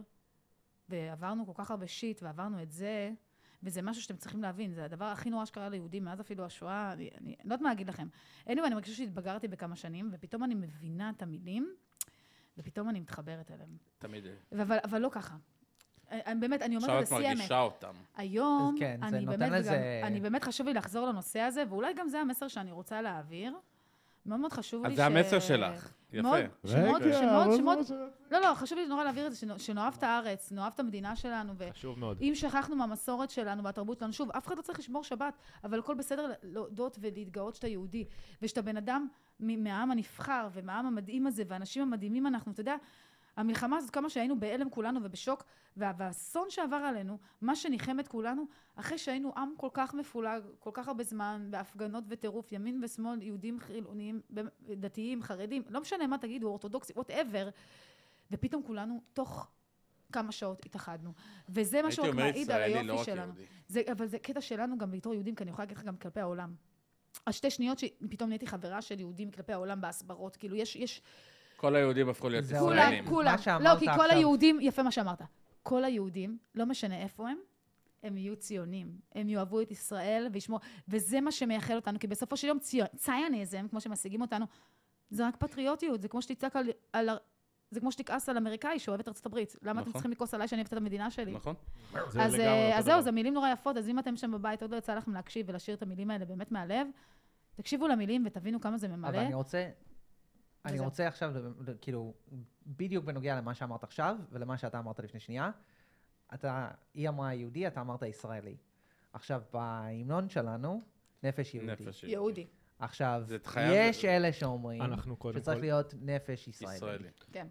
Speaker 4: ועברנו כל כך הרבה שיט, ועברנו את זה, וזה משהו שאתם צריכים להבין, זה הדבר הכי נורא שקרה ליהודים, מאז אפילו השואה, אני, אני לא יודעת מה להגיד לכם. anyway, אני מרגישה שהתבגרתי בכמה שנים, ופתאום אני מבינה את המילים, ופתאום אני מתחברת אליהם.
Speaker 5: תמיד.
Speaker 4: אבל, אבל לא ככה. אני באמת, אני אומרת
Speaker 5: עכשיו את מרגישה אותם.
Speaker 4: היום,
Speaker 2: כן,
Speaker 4: אני באמת,
Speaker 2: לזה...
Speaker 4: גם, אני באמת חשוב לי לחזור לנושא הזה, ואולי גם זה המסר שאני רוצה להעביר. מאוד מאוד חשוב לי ש...
Speaker 5: אז זה המסר שלך. יפה.
Speaker 4: שמות, שמות, שמות... לא, לא, חשוב לי נורא להעביר את זה, שנאהב את הארץ, נאהב את המדינה שלנו.
Speaker 3: חשוב מאוד.
Speaker 4: אם שכחנו מהמסורת שלנו והתרבות שלנו, שוב, אף אחד לא צריך לשמור שבת, אבל הכל בסדר להודות ולהתגאות שאתה יהודי, ושאתה בן אדם מהעם הנבחר, ומהעם המדהים הזה, והאנשים המדהימים אנחנו, אתה יודע, המלחמה הזאת, כמה שהיינו בהלם כולנו ובשוק, והאסון שעבר עלינו, מה שניחם את כולנו, אחרי שהיינו עם כל כך מפולג, כל כך הרבה זמן, בהפגנות וטירוף, ימין ושמאל, יהודים חילוניים, דתיים, חרדים, לא משנה מה תגידו, אורתודוקסי, whatever, ופתאום כולנו תוך כמה שעות התאחדנו. וזה משהו רק מעיד על היופי שלנו. זה, אבל זה קטע שלנו גם בתור יהודים, כי אני יכולה להגיד לך גם כלפי העולם. השתי שניות שפתאום נהייתי חברה של יהודים כלפי העולם בהסברות, כאילו יש, יש...
Speaker 5: כל היהודים הפכו להיות ישראלים.
Speaker 4: כולם, כולם. לא, כי כל היהודים, יפה מה שאמרת, כל היהודים, לא משנה איפה הם, הם יהיו ציונים, הם יאהבו את ישראל וישמור, וזה מה שמייחד אותנו, כי בסופו של יום ציוניזם, כמו שמשיגים אותנו, זה רק פטריוטיות, זה כמו שתצעק על, על, זה כמו שתכעס על אמריקאי שאוהב את ארצות הברית. למה אתם צריכים לכעוס עליי שאני אוהבת את המדינה שלי?
Speaker 5: נכון.
Speaker 4: אז זהו, זה מילים נורא יפות, אז אם אתם שם בבית, עוד לא יצא לכם להקשיב ולשיר את המילים האלה באמת מהלב, תקשיבו למילים ותבינו כמה זה ממלא.
Speaker 2: אבל אני רוצה, אני רוצה עכשיו, כאילו, בדיוק בנוגע למה שאמרת עכשיו, ולמה שאתה אמרת לפני שנייה, אתה, היא אמרה יהודי, אתה אמרת ישראלי. עכשיו, בהמנון שלנו, נפש יהודי.
Speaker 4: יהודי.
Speaker 2: עכשיו, יש אלה שאומרים שצריך להיות נפש ישראלי.
Speaker 5: ישראלי.
Speaker 4: כן.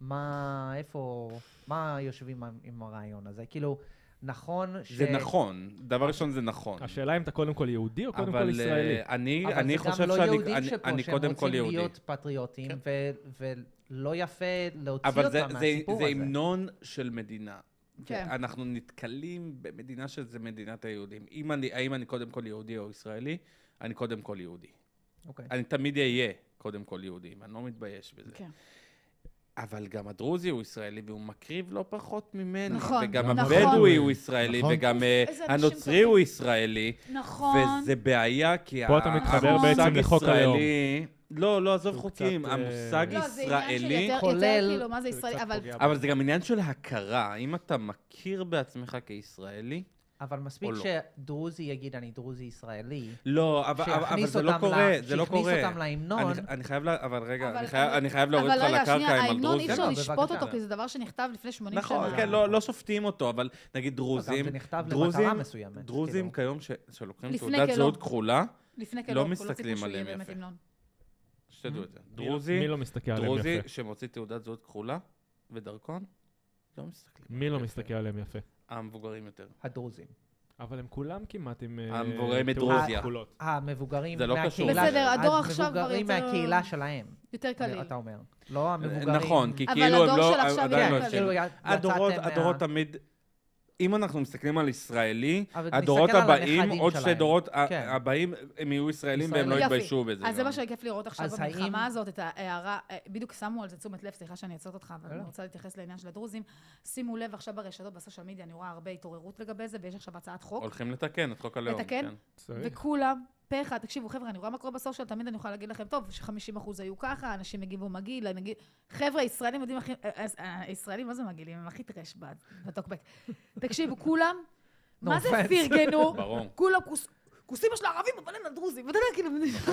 Speaker 2: מה, איפה, מה יושבים עם הרעיון הזה? כאילו, נכון ש...
Speaker 5: זה נכון. דבר ראשון זה נכון.
Speaker 3: השאלה אם אתה קודם כל יהודי או קודם כל ישראלי.
Speaker 5: אני, אני חושב שאני קודם כל יהודי.
Speaker 2: שהם רוצים להיות פטריוטים, ולא יפה להוציא אותם מהסיפור הזה.
Speaker 5: אבל זה המנון של מדינה. אנחנו נתקלים במדינה שזה מדינת היהודים. האם אני קודם כל יהודי או ישראלי? אני קודם כל יהודי. אני תמיד אהיה קודם כל יהודי, אני לא מתבייש בזה. אבל גם הדרוזי הוא ישראלי, והוא מקריב לא פחות ממנו.
Speaker 4: נכון,
Speaker 5: וגם הבדואי הוא ישראלי, וגם הנוצרי הוא ישראלי.
Speaker 4: נכון.
Speaker 5: וזה בעיה, כי
Speaker 3: פה אתה מתחבר בעצם לחוק הלאום.
Speaker 5: לא, לא, עזוב חוקים. המושג ישראלי
Speaker 4: כולל...
Speaker 5: אבל זה גם עניין של הכרה. אם אתה מכיר בעצמך כישראלי,
Speaker 2: אבל מספיק שדרוזי יגיד, אני דרוזי ישראלי.
Speaker 5: לא, אבל זה לא קורה, זה לא קורה.
Speaker 2: שהכניס אותם להמנון.
Speaker 5: אני חייב, אבל רגע, אני חייב להוריד אותך לקרקע עם הדרוזי.
Speaker 4: ההמנון אי אפשר לשפוט אותו, כי זה דבר שנכתב לפני שמונים שנה.
Speaker 5: נכון, כן, לא שופטים אותו, אבל נגיד דרוזים,
Speaker 2: זה נכתב למטרה מסוימת.
Speaker 5: דרוזים כיום שלוקחים תעודת זהות כחולה, לא
Speaker 4: מסתכלים
Speaker 5: עליהם יפה. שתדעו את זה.
Speaker 3: מי לא מסתכל עליהם יפה?
Speaker 5: דרוזי שמוציא תעודת זהות כחולה ודרכון, לא מסתכלים.
Speaker 3: מי לא מסתכל עליהם יפה?
Speaker 5: המבוגרים יותר.
Speaker 2: הדרוזים.
Speaker 3: אבל הם כולם כמעט עם...
Speaker 5: המבוגרים מדרוזיה.
Speaker 2: המבוגרים
Speaker 5: זה לא קשור.
Speaker 4: בסדר, הדור עכשיו כבר
Speaker 2: המבוגרים
Speaker 4: יותר...
Speaker 2: מהקהילה שלהם.
Speaker 4: יותר קליל.
Speaker 2: אתה אומר. לא המבוגרים.
Speaker 5: נכון, כי
Speaker 4: אבל
Speaker 5: כאילו הם
Speaker 4: הדור
Speaker 5: לא...
Speaker 4: של עכשיו
Speaker 5: עדיין לא
Speaker 4: יותר
Speaker 5: הבשילו.
Speaker 2: כאילו
Speaker 5: הדורות,
Speaker 2: יצאתם
Speaker 5: הדורות
Speaker 2: מה-
Speaker 5: תמיד... אם אנחנו מסתכלים על ישראלי,
Speaker 2: אבל
Speaker 5: הדורות
Speaker 2: נסתכל על
Speaker 5: הבאים,
Speaker 2: הנכדים
Speaker 5: עוד שתי
Speaker 2: שלהם.
Speaker 5: דורות
Speaker 2: כן.
Speaker 5: הבאים, הם יהיו ישראלים והם לא
Speaker 4: יופי.
Speaker 5: יתביישו בזה.
Speaker 4: אז זה
Speaker 5: גם.
Speaker 4: מה שכיף לראות עכשיו
Speaker 2: אז
Speaker 4: במלחמה
Speaker 2: האם-
Speaker 4: הזאת, את ההערה, אה, בדיוק שמו על זה תשומת לב, סליחה שאני אעצור אותך, אבל
Speaker 2: לא.
Speaker 4: אני רוצה להתייחס לעניין של הדרוזים. שימו לב עכשיו ברשתות, בסושיאל מדיה, אני רואה הרבה התעוררות לגבי זה, ויש עכשיו הצעת חוק.
Speaker 5: הולכים לתקן את חוק הלאום.
Speaker 4: לתקן?
Speaker 5: כן.
Speaker 3: צריך.
Speaker 4: וכולם, פה אחד, תקשיבו, חבר'ה, אני רואה מה קורה בסושיאל, תמיד אני יכולה להגיד לכם, טוב, ש-חמישים אחוז היו ככה, אנשים הגיבו מגעיל, נגיד, חבר'ה, ישראלים יודעים הכי, הישראלים, מה זה מגעילים? הם הכי טרש בטוקבק. תקשיבו, כולם, מה זה פרגנו?
Speaker 5: ברור.
Speaker 4: כולם כוסים יש לערבים, אבל אין לדרוזים, ואתה יודע, כאילו,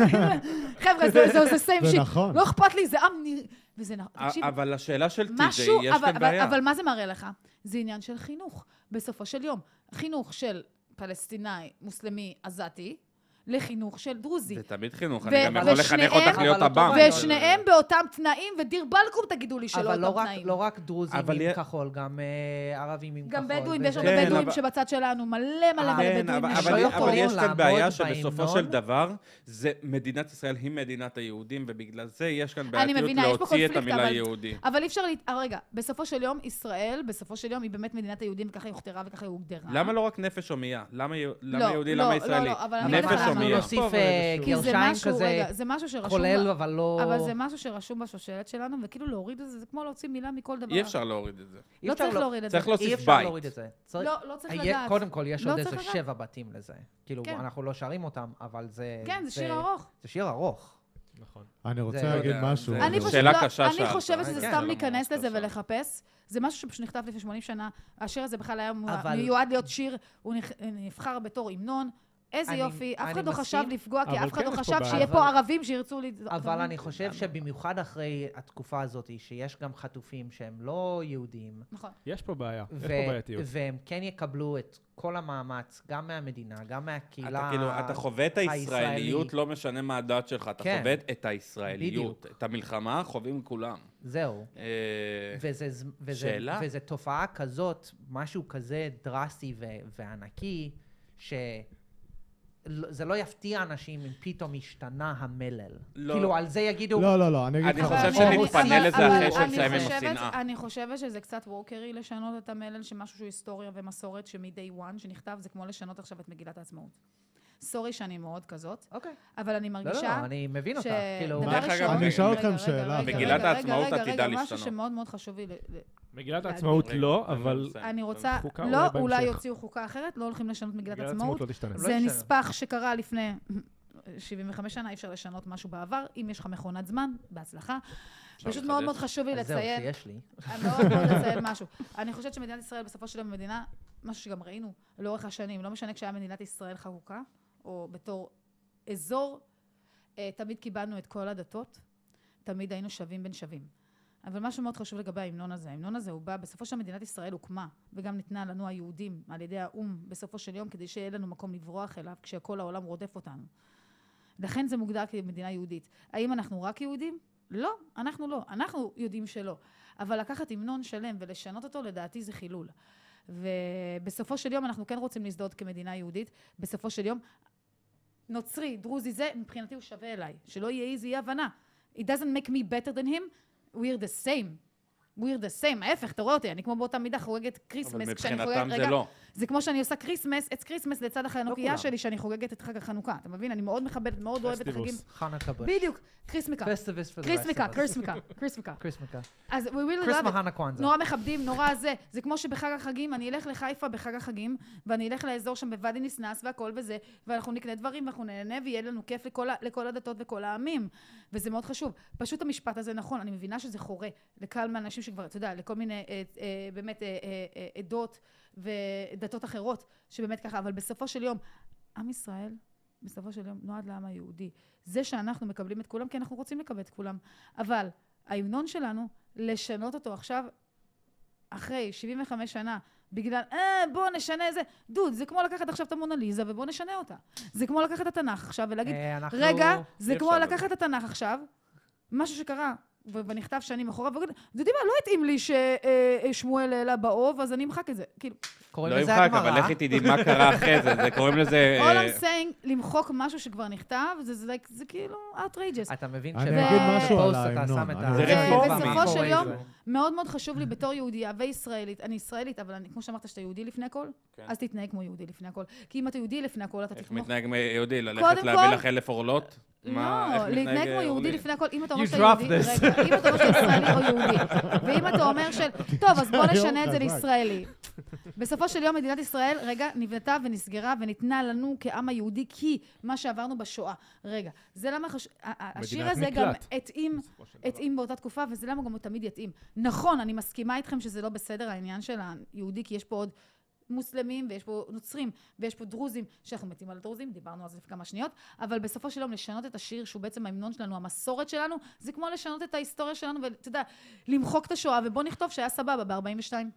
Speaker 4: חבר'ה, זה סיים שיט.
Speaker 1: נכון.
Speaker 4: לא אכפת לי, זה עם נראה, וזה נכון, תקשיבו.
Speaker 5: אבל השאלה של טי ג'יי,
Speaker 4: משהו,
Speaker 5: יש כאן בעיה.
Speaker 4: אבל מה זה מראה לך? זה עניין של חינוך, בסופו של יום. חינוך של פלסטינאי, מוסלמי, עזתי, לחינוך של דרוזי.
Speaker 5: זה תמיד חינוך,
Speaker 4: ו-
Speaker 5: אני גם יכול לחנך
Speaker 4: ושניהם-
Speaker 5: אותך להיות
Speaker 2: אבל אותו
Speaker 5: הבנק.
Speaker 2: רעיון.
Speaker 4: ושניהם באותם תנאים, ודיר בלקום תגידו לי שלא
Speaker 2: אבל לא
Speaker 4: אותם
Speaker 2: רק-
Speaker 4: תנאים.
Speaker 2: לא רק דרוזים
Speaker 5: אבל
Speaker 2: עם
Speaker 5: י-
Speaker 2: כחול, גם אה, ערבים עם כחול.
Speaker 4: גם בדואים, ויש
Speaker 2: וזה-
Speaker 4: הרבה
Speaker 5: כן,
Speaker 4: בדואים
Speaker 5: אבל-
Speaker 4: שבצד שלנו, מלא מלא מלא
Speaker 5: כן,
Speaker 4: בדואים.
Speaker 5: אבל,
Speaker 2: שלא
Speaker 5: אבל, אבל
Speaker 2: יכולים
Speaker 5: יש כאן
Speaker 2: לעמוד
Speaker 5: בעיה שבסופו
Speaker 2: בהמנון.
Speaker 5: של דבר, זה מדינת ישראל היא מדינת היהודים, ובגלל זה יש כאן בעייתיות
Speaker 4: מבינה, יש פה
Speaker 5: להוציא את
Speaker 4: קונפליקט,
Speaker 5: המילה
Speaker 4: אבל-
Speaker 5: יהודי.
Speaker 4: אבל אי אפשר, להת- אה, רגע, בסופו של יום, ישראל, בסופו של יום, היא באמת מדינת היהודים, וככה היא הוכתרה וככה היא הוגדרה.
Speaker 5: למה לא רק נפש הומייה? למה י- למה
Speaker 4: לא,
Speaker 5: יהודי?
Speaker 4: לא,
Speaker 5: למה
Speaker 4: לא,
Speaker 5: ישראלי?
Speaker 4: לא, אבל אני
Speaker 5: נפש
Speaker 4: אומרת, אנחנו
Speaker 5: הומייה.
Speaker 2: נוסיף
Speaker 3: אבל
Speaker 2: אה,
Speaker 3: איזשהו-
Speaker 4: כי זה
Speaker 2: גרשיים
Speaker 4: משהו,
Speaker 2: כזה,
Speaker 4: רגע, זה משהו שרשום...
Speaker 2: כולל,
Speaker 4: ב-
Speaker 2: אבל לא...
Speaker 4: אבל זה משהו שרשום בשושלת שלנו, וכאילו להוריד את זה, זה כמו להוציא מילה מכל דבר.
Speaker 5: אי אפשר להוריד את זה.
Speaker 2: אי
Speaker 4: לא
Speaker 2: אפשר
Speaker 4: צריך להוריד את זה.
Speaker 5: צריך להוסיף
Speaker 2: אי אפשר
Speaker 5: בית.
Speaker 2: להוריד את זה. צריך-
Speaker 4: לא, לא צריך
Speaker 2: יהיה-
Speaker 4: לדעת.
Speaker 2: קודם כל, יש
Speaker 4: לא
Speaker 2: עוד
Speaker 4: צריך
Speaker 2: איזה
Speaker 4: לדעת.
Speaker 2: שבע בתים לזה. כאילו,
Speaker 4: כן.
Speaker 2: אנחנו לא שרים אותם, אבל זה...
Speaker 4: כן, זה שיר ארוך.
Speaker 2: זה שיר ארוך.
Speaker 3: נכון.
Speaker 1: אני רוצה
Speaker 2: זה-
Speaker 1: להגיד
Speaker 5: לא יודע,
Speaker 1: משהו.
Speaker 5: זה-
Speaker 4: אני
Speaker 5: זו
Speaker 4: פשוט
Speaker 5: שאלה
Speaker 4: לא,
Speaker 5: קשה
Speaker 4: אני
Speaker 5: שאלת.
Speaker 4: חושבת שזה
Speaker 2: כן,
Speaker 4: סתם
Speaker 5: זה לא
Speaker 4: להיכנס
Speaker 5: ממש
Speaker 4: לזה
Speaker 5: קשה.
Speaker 4: ולחפש. זה משהו שפשוט לפני שמונים שנה. השיר הזה בכלל היה
Speaker 2: אבל-
Speaker 4: מיועד להיות שיר, הוא נכ- נבחר בתור המנון. איזה
Speaker 2: אני-
Speaker 4: יופי, אף
Speaker 2: אני
Speaker 4: אחד לא
Speaker 2: מסכים,
Speaker 4: חשב לפגוע, כי
Speaker 3: אבל
Speaker 4: אף אחד
Speaker 3: כן
Speaker 4: לא
Speaker 3: יש פה
Speaker 4: חשב
Speaker 3: בעיה.
Speaker 4: שיהיה
Speaker 2: אבל-
Speaker 4: פה ערבים שירצו... ל-
Speaker 2: אבל
Speaker 4: אתה
Speaker 2: אני
Speaker 4: מבין?
Speaker 2: חושב שבמיוחד אחרי התקופה הזאת, שיש גם חטופים שהם לא יהודים,
Speaker 4: נכון.
Speaker 3: יש פה בעיה, יש
Speaker 2: ו-
Speaker 3: פה בעייתיות.
Speaker 2: והם כן יקבלו את כל המאמץ, גם מהמדינה, גם מהקהילה
Speaker 5: אתה כאילו, אתה חווה את הישראליות,
Speaker 2: הישראלית.
Speaker 5: לא משנה מה הדת שלך, אתה
Speaker 2: כן.
Speaker 5: חווה את הישראליות.
Speaker 2: בדיוק.
Speaker 5: את המלחמה חווים כולם.
Speaker 2: זהו.
Speaker 5: אה,
Speaker 2: וזה, ז- וזה,
Speaker 5: שאלה?
Speaker 2: וזה תופעה כזאת, משהו כזה דרסטי ו- וענקי, שזה לא יפתיע אנשים אם פתאום השתנה המלל.
Speaker 5: לא.
Speaker 2: כאילו, על זה יגידו...
Speaker 1: לא, לא, לא, אני אגיד
Speaker 5: אני
Speaker 1: לך...
Speaker 5: חושב
Speaker 4: אבל
Speaker 5: שנתפנה
Speaker 4: אני- אבל-
Speaker 5: לזה
Speaker 4: אבל
Speaker 5: אחרי
Speaker 4: אני
Speaker 5: שנסיים עם
Speaker 4: חושבת-
Speaker 5: השנאה.
Speaker 4: אני חושבת שזה קצת ווקרי לשנות את המלל, שמשהו שהוא היסטוריה ומסורת, שמ-day one שנכתב, זה כמו לשנות עכשיו את מגילת העצמאות. סורי שאני מאוד כזאת,
Speaker 2: אוקיי.
Speaker 4: אבל אני
Speaker 2: לא, לא,
Speaker 4: מרגישה...
Speaker 2: לא, אני מבין אותך.
Speaker 4: ש-
Speaker 2: כאילו...
Speaker 4: דבר
Speaker 5: דרך אגב,
Speaker 4: ראשון-
Speaker 5: אני
Speaker 1: אשאל
Speaker 4: רגע,
Speaker 1: אתכם
Speaker 4: רגע,
Speaker 1: שאלה.
Speaker 4: רגע,
Speaker 5: מגילת
Speaker 4: רגע,
Speaker 5: העצמאות
Speaker 4: רגע,
Speaker 5: עתידה
Speaker 4: רגע, משהו
Speaker 5: להשתנות.
Speaker 4: שמאוד מאוד חשוב לי... ל- ל-
Speaker 3: מגילת
Speaker 4: להגיד.
Speaker 3: העצמאות
Speaker 5: רגע,
Speaker 3: לא,
Speaker 5: אני
Speaker 3: אבל
Speaker 5: מסיים.
Speaker 4: אני רוצה...
Speaker 3: חוקה
Speaker 4: לא,
Speaker 3: אולי
Speaker 4: אולי
Speaker 3: בהמשך.
Speaker 4: יוציאו חוקה אחרת, לא הולכים לשנות מגילת
Speaker 3: מגילת
Speaker 4: העצמאות.
Speaker 3: העצמאות לא תשתנה.
Speaker 2: לא
Speaker 4: זה
Speaker 2: ישנה.
Speaker 4: נספח שקרה לפני שבעים וחמש שנה, אי אפשר לשנות משהו בעבר. אם יש לך מכונת זמן, בהצלחה. פשוט מאוד
Speaker 5: לחדש.
Speaker 4: מאוד חשוב לי
Speaker 2: אז זהו,
Speaker 4: לציין...
Speaker 2: שיש לי.
Speaker 4: אני מאוד מאוד לציין משהו. אני חושבת שמדינת ישראל בסופו של דבר מדינה, משהו שגם ראינו לאורך השנים, לא משנה כשהיה מדינת ישראל חקוקה, או בתור אזור, אה, תמיד קיבלנו את כל הדתות, תמיד היינו שווים בין שווים. אבל משהו מאוד חשוב לגבי ההמנון הזה. ההמנון הזה הוא בא, בסופו של מדינת ישראל הוקמה, וגם ניתנה לנו היהודים על ידי האום בסופו של יום, כדי שיהיה לנו מקום לברוח אליו, כשכל העולם רודף אותנו. לכן זה מוגדר כמדינה יהודית. האם אנחנו רק יהודים? לא, אנחנו לא. אנחנו יודעים שלא. אבל לקחת המנון שלם ולשנות אותו, לדעתי זה חילול. ובסופו של יום אנחנו כן רוצים להזדהות כמדינה יהודית. בסופו של יום, נוצרי, דרוזי, זה מבחינתי הוא שווה אליי. שלא יהיה איזו אי הבנה. It doesn't make me better than him, we're the same. we're the same, ההפך, אתה רואה אותי, אני כמו באותה מידה חוגגת קריסמס.
Speaker 5: אבל
Speaker 4: כשאני
Speaker 5: מבחינתם
Speaker 4: חוגגת-
Speaker 5: זה
Speaker 4: רגע,
Speaker 5: לא.
Speaker 4: זה כמו שאני עושה קריסמס, את קריסמס לצד החנוכיה
Speaker 2: כולם.
Speaker 4: שלי, שאני חוגגת את חג החנוכה. אתה מבין? אני מאוד מכבדת, מאוד אוהבת
Speaker 3: פסטיבוס.
Speaker 4: חגים.
Speaker 2: חנוכה בוש.
Speaker 4: בדיוק, קריסמיקה.
Speaker 2: פסטיבוס for the rest
Speaker 4: קריסמיקה,
Speaker 2: of us.
Speaker 4: קריסמיקה, קריסמיקה.
Speaker 2: קריסמיקה.
Speaker 4: אז we will love
Speaker 2: קריסמה
Speaker 4: it.
Speaker 2: חנה קוואנזה.
Speaker 4: נורא מכבדים, נורא זה. זה כמו שבחג החגים, אני אלך לחיפה בחג החגים, ואני אלך לאזור שם בוואדי ניסנס והכל וזה, ואנחנו נקנה דברים ואנחנו נהנה ויהיה לנו כיף לכל, ה- לכל הדתות וכל העמים. וזה מאוד חשוב. פשוט המשפט הזה נכון, אני מבינה שזה חורה לקהל מהאנשים שכבר, אתה יודע, לכל מיני, אה, אה, באמת, אה, אה, אה, עדות ודתות אחרות, שבאמת ככה, אבל בסופו של יום, עם ישראל, בסופו של יום, נועד לעם היהודי. זה שאנחנו מקבלים את כולם, כי אנחנו רוצים לקבל את כולם. אבל ההמנון שלנו, לשנות אותו עכשיו, אחרי שבעים וחמש שנה, בגלל, אה, בוא נשנה איזה, דוד, זה כמו לקחת עכשיו את המונליזה ובוא נשנה אותה. זה כמו לקחת את התנ"ך עכשיו ולהגיד,
Speaker 2: אה, אנחנו-
Speaker 4: רגע, זה
Speaker 5: אי
Speaker 4: כמו
Speaker 5: אפשר
Speaker 4: לקחת את התנ"ך עכשיו, משהו שקרה ונכתב שנים אחורה, ואתה יודעים מה, לא התאים לי ששמואל העלה באוב, אז אני אמחק את זה. כאילו...
Speaker 5: לא ימחק, אבל איך היא תדעי מה קרה אחרי זה? זה קוראים לזה...
Speaker 4: All I'm saying, למחוק משהו שכבר נכתב, זה כאילו outrageous.
Speaker 2: אתה מבין
Speaker 1: אני אגיד משהו על ההמנון.
Speaker 5: זה רפורמי.
Speaker 4: בסופו של יום, מאוד מאוד חשוב לי בתור יהודייה וישראלית, אני ישראלית, אבל כמו שאמרת שאתה יהודי לפני הכל, אז תתנהג כמו יהודי לפני הכל. כי אם אתה יהודי לפני הכל, אתה תתמוך...
Speaker 5: איך מתנהג כמו יהודי? ללכת להביא לך אלף אורלות?
Speaker 4: לא, להתנהג כמו יהודי לפני הכל, אם אתה אומר שאתה יהודי, רגע, אם אתה אומר שאתה ישראלי או יהודי, ואם אתה אומר של, טוב, אז בוא נשנה את זה לישראלי. בסופו של יום מדינת ישראל, רגע, נבנתה ונסגרה וניתנה לנו כעם היהודי, כי מה שעברנו בשואה. רגע, זה למה חשוב, השיר הזה גם התאים באותה תקופה, וזה למה גם הוא תמיד יתאים. נכון, אני מסכימה איתכם שזה לא בסדר העניין של היהודי, כי יש פה עוד מוסלמים, ויש פה נוצרים, ויש פה דרוזים, שאנחנו מתים על הדרוזים, דיברנו על זה לפני כמה שניות, אבל בסופו של יום לשנות את השיר, שהוא בעצם ההמנון שלנו, המסורת שלנו, זה כמו לשנות את ההיסטוריה שלנו, ואתה יודע, למחוק את השואה, ובוא נכתוב שהיה סבבה ב-ארבעים ושתיים.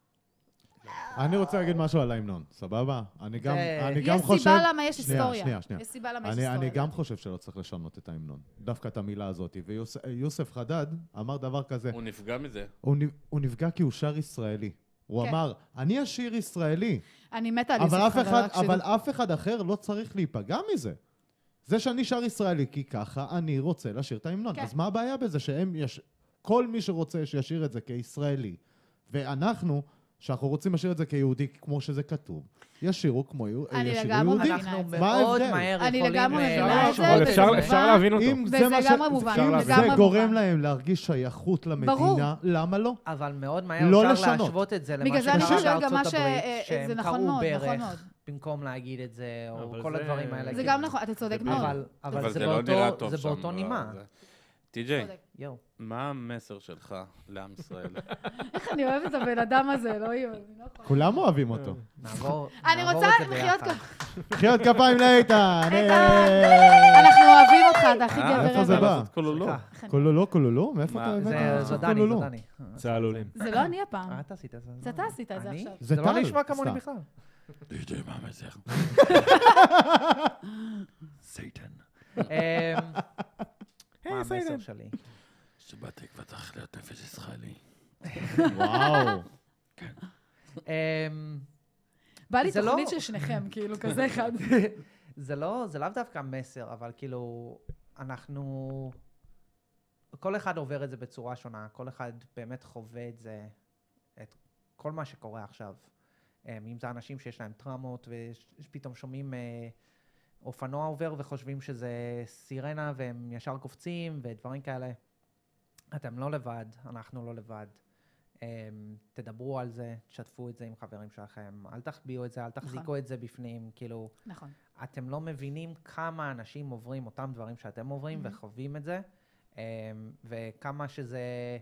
Speaker 1: אני רוצה להגיד משהו על ההמנון, סבבה? אני גם, אני גם חושב...
Speaker 4: יש סיבה למה יש היסטוריה.
Speaker 1: שנייה, שנייה.
Speaker 4: יש סיבה למה יש היסטוריה.
Speaker 1: אני גם חושב שלא צריך לשנות את ההמנון. דווקא את המילה הזאת. ויוסף חדד אמר דבר כזה.
Speaker 5: הוא נפגע מזה.
Speaker 1: הוא נפגע כי הוא שר ישראלי. הוא אמר, אני אשיר ישראלי.
Speaker 4: אני מתה על יוסף חדד.
Speaker 1: אבל אף אחד אחר לא צריך להיפגע מזה. זה שאני שר ישראלי, כי ככה אני רוצה לשיר את ההמנון. אז מה הבעיה בזה שהם יש... כל מי שרוצה שישיר את זה כישראלי, ואנחנו... שאנחנו רוצים לשיר את זה כיהודי, כמו שזה כתוב. ישירו כמו יהודי.
Speaker 2: אנחנו מאוד מהר יכולים...
Speaker 4: אני לגמרי מבינה את זה.
Speaker 3: אפשר להבין אותו.
Speaker 4: וזה לגמרי מובן.
Speaker 1: אם זה גורם להם להרגיש שייכות למדינה, למה לא?
Speaker 2: אבל מאוד מהר אפשר להשוות את זה למה שקרה בארצות הברית, שהם קראו ברך, במקום להגיד את זה, או כל הדברים האלה.
Speaker 4: זה גם נכון, אתה צודק מאוד.
Speaker 2: אבל זה באותו נימה.
Speaker 5: טי-ג'יי, מה המסר שלך לעם ישראל?
Speaker 4: איך אני אוהבת את הבן אדם הזה, לא יהיו.
Speaker 1: כולם אוהבים אותו.
Speaker 4: אני רוצה לחיות כפיים.
Speaker 1: לחיות כפיים לאיתן.
Speaker 4: אנחנו אוהבים אותך, אתה הכי גבר.
Speaker 1: איפה זה בא? קולולו, קולולו? מאיפה אתה הבאת?
Speaker 2: זה דני, זה דני.
Speaker 3: צהלולים.
Speaker 4: זה לא אני הפעם.
Speaker 2: אתה עשית את זה.
Speaker 4: זה אתה עשית את זה עכשיו.
Speaker 2: זה לא נשמע כמוני בכלל.
Speaker 5: די-ג'יי, מה המסר? סייטן.
Speaker 2: מה המסר שלי?
Speaker 5: שבתקווה צריך להיות נפש ישראלי.
Speaker 1: וואו.
Speaker 5: כן.
Speaker 4: בא לי תוכנית של שניכם, כאילו, כזה אחד.
Speaker 2: זה לא, זה לאו דווקא מסר, אבל כאילו, אנחנו... כל אחד עובר את זה בצורה שונה, כל אחד באמת חווה את זה, את כל מה שקורה עכשיו. אם זה אנשים שיש להם טראומות, ופתאום שומעים... אופנוע עובר וחושבים שזה סירנה והם ישר קופצים ודברים כאלה. אתם לא לבד, אנחנו לא לבד. תדברו על זה, תשתפו את זה עם חברים שלכם, אל תחביאו את זה, אל תחזיקו את זה בפנים, כאילו... נכון. אתם לא מבינים כמה אנשים עוברים אותם דברים שאתם עוברים וחווים את זה, וכמה שזה...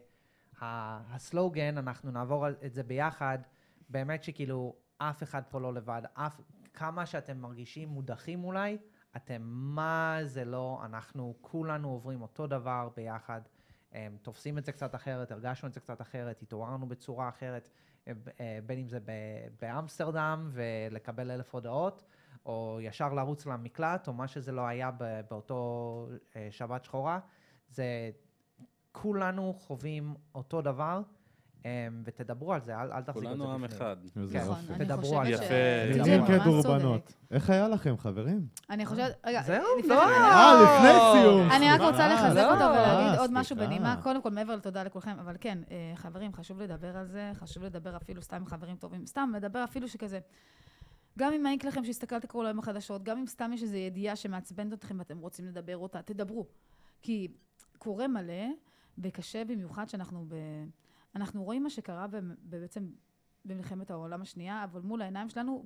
Speaker 2: הסלוגן, אנחנו נעבור את זה ביחד, באמת שכאילו אף אחד פה לא לבד, אף... כמה שאתם מרגישים מודחים אולי, אתם מה זה לא, אנחנו כולנו עוברים אותו דבר ביחד, תופסים את זה קצת אחרת, הרגשנו את זה קצת אחרת, התעוררנו בצורה אחרת, בין אם זה באמסטרדם ולקבל אלף הודעות, או ישר לרוץ למקלט, או מה שזה לא היה באותו שבת שחורה, זה כולנו חווים אותו דבר, ותדברו על זה, אל תחזיקו את זה בפנים.
Speaker 5: כולנו עם אחד.
Speaker 2: תדברו על זה.
Speaker 1: יפה. תדים כדורבנות. איך היה לכם, חברים?
Speaker 4: אני חושבת, רגע,
Speaker 2: זהו,
Speaker 4: לא.
Speaker 1: אה, לפני סיום.
Speaker 4: אני רק רוצה לחזק אותו ולהגיד עוד משהו בנימה. קודם כל, מעבר לתודה לכולכם, אבל כן, חברים, חשוב לדבר על זה, חשוב לדבר אפילו סתם עם חברים טובים, סתם לדבר אפילו שכזה, גם אם מעיק לכם שהסתכלת כל היום החדשות, גם אם סתם יש איזו ידיעה שמעצבנת אתכם ואתם רוצים לדבר אותה, תדברו. כי קורה מלא, וקשה במיוחד שאנחנו ב... אנחנו רואים מה שקרה בעצם במלחמת העולם השנייה, אבל מול העיניים שלנו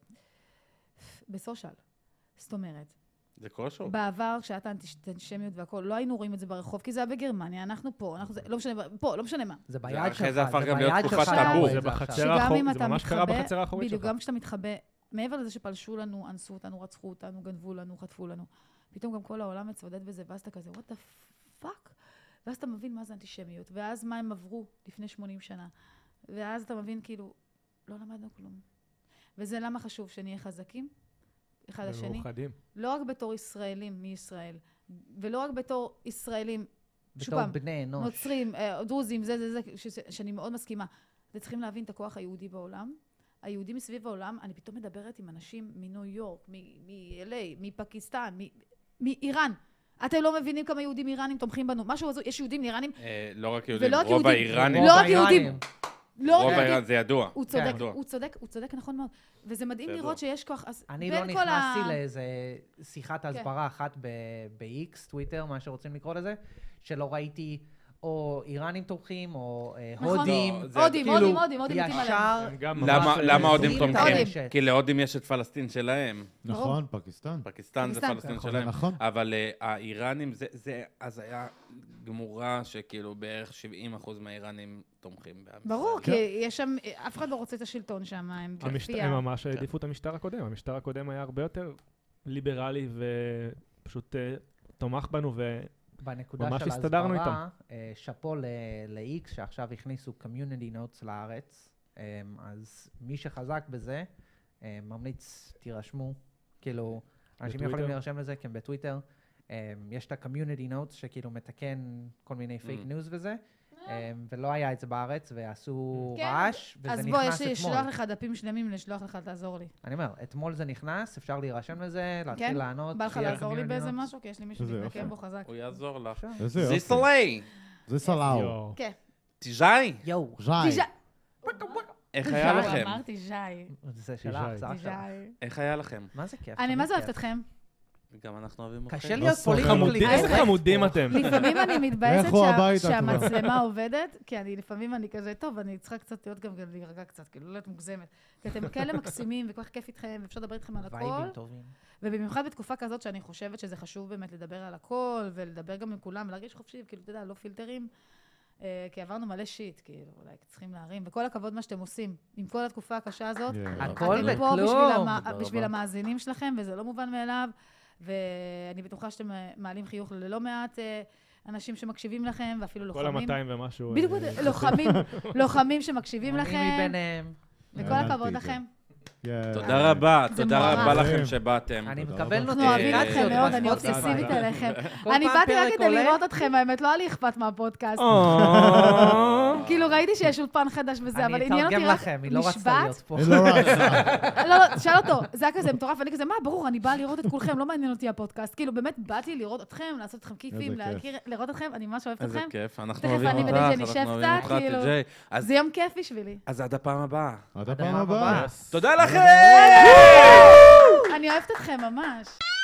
Speaker 4: בסושיאל. זאת אומרת,
Speaker 5: זה כל שוק.
Speaker 4: בעבר, כשהייתה אנטישמיות והכל, לא היינו רואים את זה ברחוב, כי זה היה בגרמניה, אנחנו פה, אנחנו זה, לא משנה, פה, לא משנה מה.
Speaker 2: זה ביד שלך,
Speaker 5: זה הפך גם להיות תקופת טאבו.
Speaker 3: זה בחצר האחורית, זה ממש קרה בחצר האחורית שלך.
Speaker 4: בדיוק, גם כשאתה מתחבא, מעבר לזה שפלשו לנו, אנסו אותנו, רצחו אותנו, גנבו לנו, חטפו לנו, פתאום גם כל העולם מצודד בזה, ואז אתה כזה, what the fuck? ואז אתה מבין מה זה אנטישמיות, ואז מה הם עברו לפני שמונים שנה, ואז אתה מבין כאילו, לא למדנו כלום. וזה למה חשוב שנהיה חזקים, אחד השני.
Speaker 3: ומאוחדים.
Speaker 4: לא רק בתור ישראלים מישראל, ולא רק בתור ישראלים
Speaker 2: בתור בני אנוש.
Speaker 4: נוצרים, דרוזים, זה, זה, זה, שאני מאוד מסכימה. אתם צריכים להבין את הכוח היהודי בעולם. היהודים מסביב העולם, אני פתאום מדברת עם אנשים מניו יורק, מ-אל איי, מפקיסטן, מאיראן. אתם לא מבינים כמה יהודים איראנים תומכים בנו. משהו הזו, יש יהודים איראנים.
Speaker 5: לא רק יהודים, רוב האיראנים.
Speaker 4: לא רק יהודים.
Speaker 5: רוב האיראן זה ידוע.
Speaker 4: הוא צודק, הוא צודק, הוא צודק נכון מאוד. וזה מדהים לראות שיש כוח.
Speaker 2: אני לא נכנסתי לאיזה שיחת הסברה אחת ב-X, טוויטר, מה שרוצים לקרוא לזה, שלא ראיתי או איראנים תומכים, או הודים.
Speaker 4: הודים, הודים, הודים, הודים מתים עליהם.
Speaker 5: למה הודים תומכים? כי להודים יש את פלסטין שלהם.
Speaker 1: נכון, פקיסטן.
Speaker 5: פקיסטן זה פלסטין שלהם. אבל האיראנים, זה אז היה גמורה שכאילו בערך שבעים אחוז מהאיראנים תומכים.
Speaker 4: ברור, כי יש שם, אף אחד לא רוצה את השלטון שם, הם בכפייה.
Speaker 3: הם ממש העדיפו את המשטר הקודם. המשטר הקודם היה הרבה יותר ליברלי ופשוט תומך בנו ו...
Speaker 2: בנקודה של הסברה, שפו ל-X שעכשיו הכניסו Community Notes לארץ, אז מי שחזק בזה, ממליץ, תירשמו, כאילו, אנשים יכולים להירשם לזה, כן, בטוויטר, יש את ה-Community Notes שכאילו מתקן כל מיני פייק ניוז וזה, ולא היה את זה בארץ, ועשו רעש, וזה נכנס אתמול.
Speaker 4: אז בוא, יש לי לשלוח לך דפים שלמים, לשלוח לך, תעזור לי.
Speaker 2: אני אומר, אתמול זה נכנס, אפשר להירשם לזה, להתחיל לענות.
Speaker 4: בא לך לעזור לי באיזה משהו, כי יש לי מישהו להתנקם בו חזק.
Speaker 5: הוא יעזור לך.
Speaker 1: זה
Speaker 5: סלאי!
Speaker 1: זה סלאו.
Speaker 4: כן.
Speaker 5: תיז'אי?
Speaker 2: יואו.
Speaker 1: ז'אי.
Speaker 5: איך היה לכם?
Speaker 4: אמרתי ז'אי.
Speaker 2: זה שלך, זה עכשיו.
Speaker 5: איך היה לכם?
Speaker 2: מה זה כיף?
Speaker 4: אני מה זה אוהבת אתכם?
Speaker 5: גם אנחנו אוהבים אתכם.
Speaker 2: קשה להיות פוליטיקלי.
Speaker 3: איזה חמודים אתם.
Speaker 4: לפעמים אני מתבאסת שהמצלמה עובדת, כי אני לפעמים אני כזה, טוב, אני צריכה קצת להיות גם להירגע קצת, כאילו לא להיות מוגזמת. כי אתם כאלה מקסימים וכל כך כיף איתכם, ואפשר לדבר איתכם על הכל.
Speaker 2: וייבים טובים.
Speaker 4: ובמיוחד בתקופה כזאת שאני חושבת שזה חשוב באמת לדבר על הכל, ולדבר גם עם כולם, ולהרגיש חופשי, כאילו, אתה יודע, לא פילטרים. כי עברנו מלא שיט, כאילו, אולי צריכים להרים. וכל הכבוד מה שאתם עושים, עם כל התקופה הקשה הזאת.
Speaker 2: הכל
Speaker 4: וכלום. בשביל המאזינים שלכם, וזה לא מובן מאליו. ואני בטוחה שאתם מעלים חיוך ללא מעט אנשים שמקשיבים לכם, ואפילו לוחמים.
Speaker 3: כל ה-מאתיים ומשהו.
Speaker 4: בדיוק, לוחמים, לוחמים שמקשיבים לכם.
Speaker 2: אני מביניהם.
Speaker 4: וכל הכבוד לכם.
Speaker 5: תודה רבה, תודה רבה לכם שבאתם.
Speaker 2: אני מקבל
Speaker 4: אנחנו אוהבים אתכם מאוד, אני אובססיבית עליכם. אני באתי רק כדי לראות אתכם, האמת, לא היה לי אכפת מהפודקאסט. כאילו, ראיתי שיש אולפן חדש וזה, אבל עניין אותי רק
Speaker 2: לכם, היא לא רצתה להיות פה.
Speaker 4: לא, לא, שאל אותו, זה היה כזה מטורף, ואני כזה, מה, ברור, אני באה לראות את כולכם, לא מעניין אותי הפודקאסט. כאילו, באמת, באתי לראות אתכם, לעשות אתכם כיפים, לראות אתכם, אני ממש אוהבת אתכם.
Speaker 5: איזה כיף, אנחנו אוהבים אותך, אנחנו אוהבים אותך, טי-ג'יי.
Speaker 4: זה יום כיף בשבילי.
Speaker 5: אז עד הפעם הבאה.
Speaker 1: עד הפעם הבאה.
Speaker 5: תודה לכם!
Speaker 4: אני אוהבת אתכם ממש.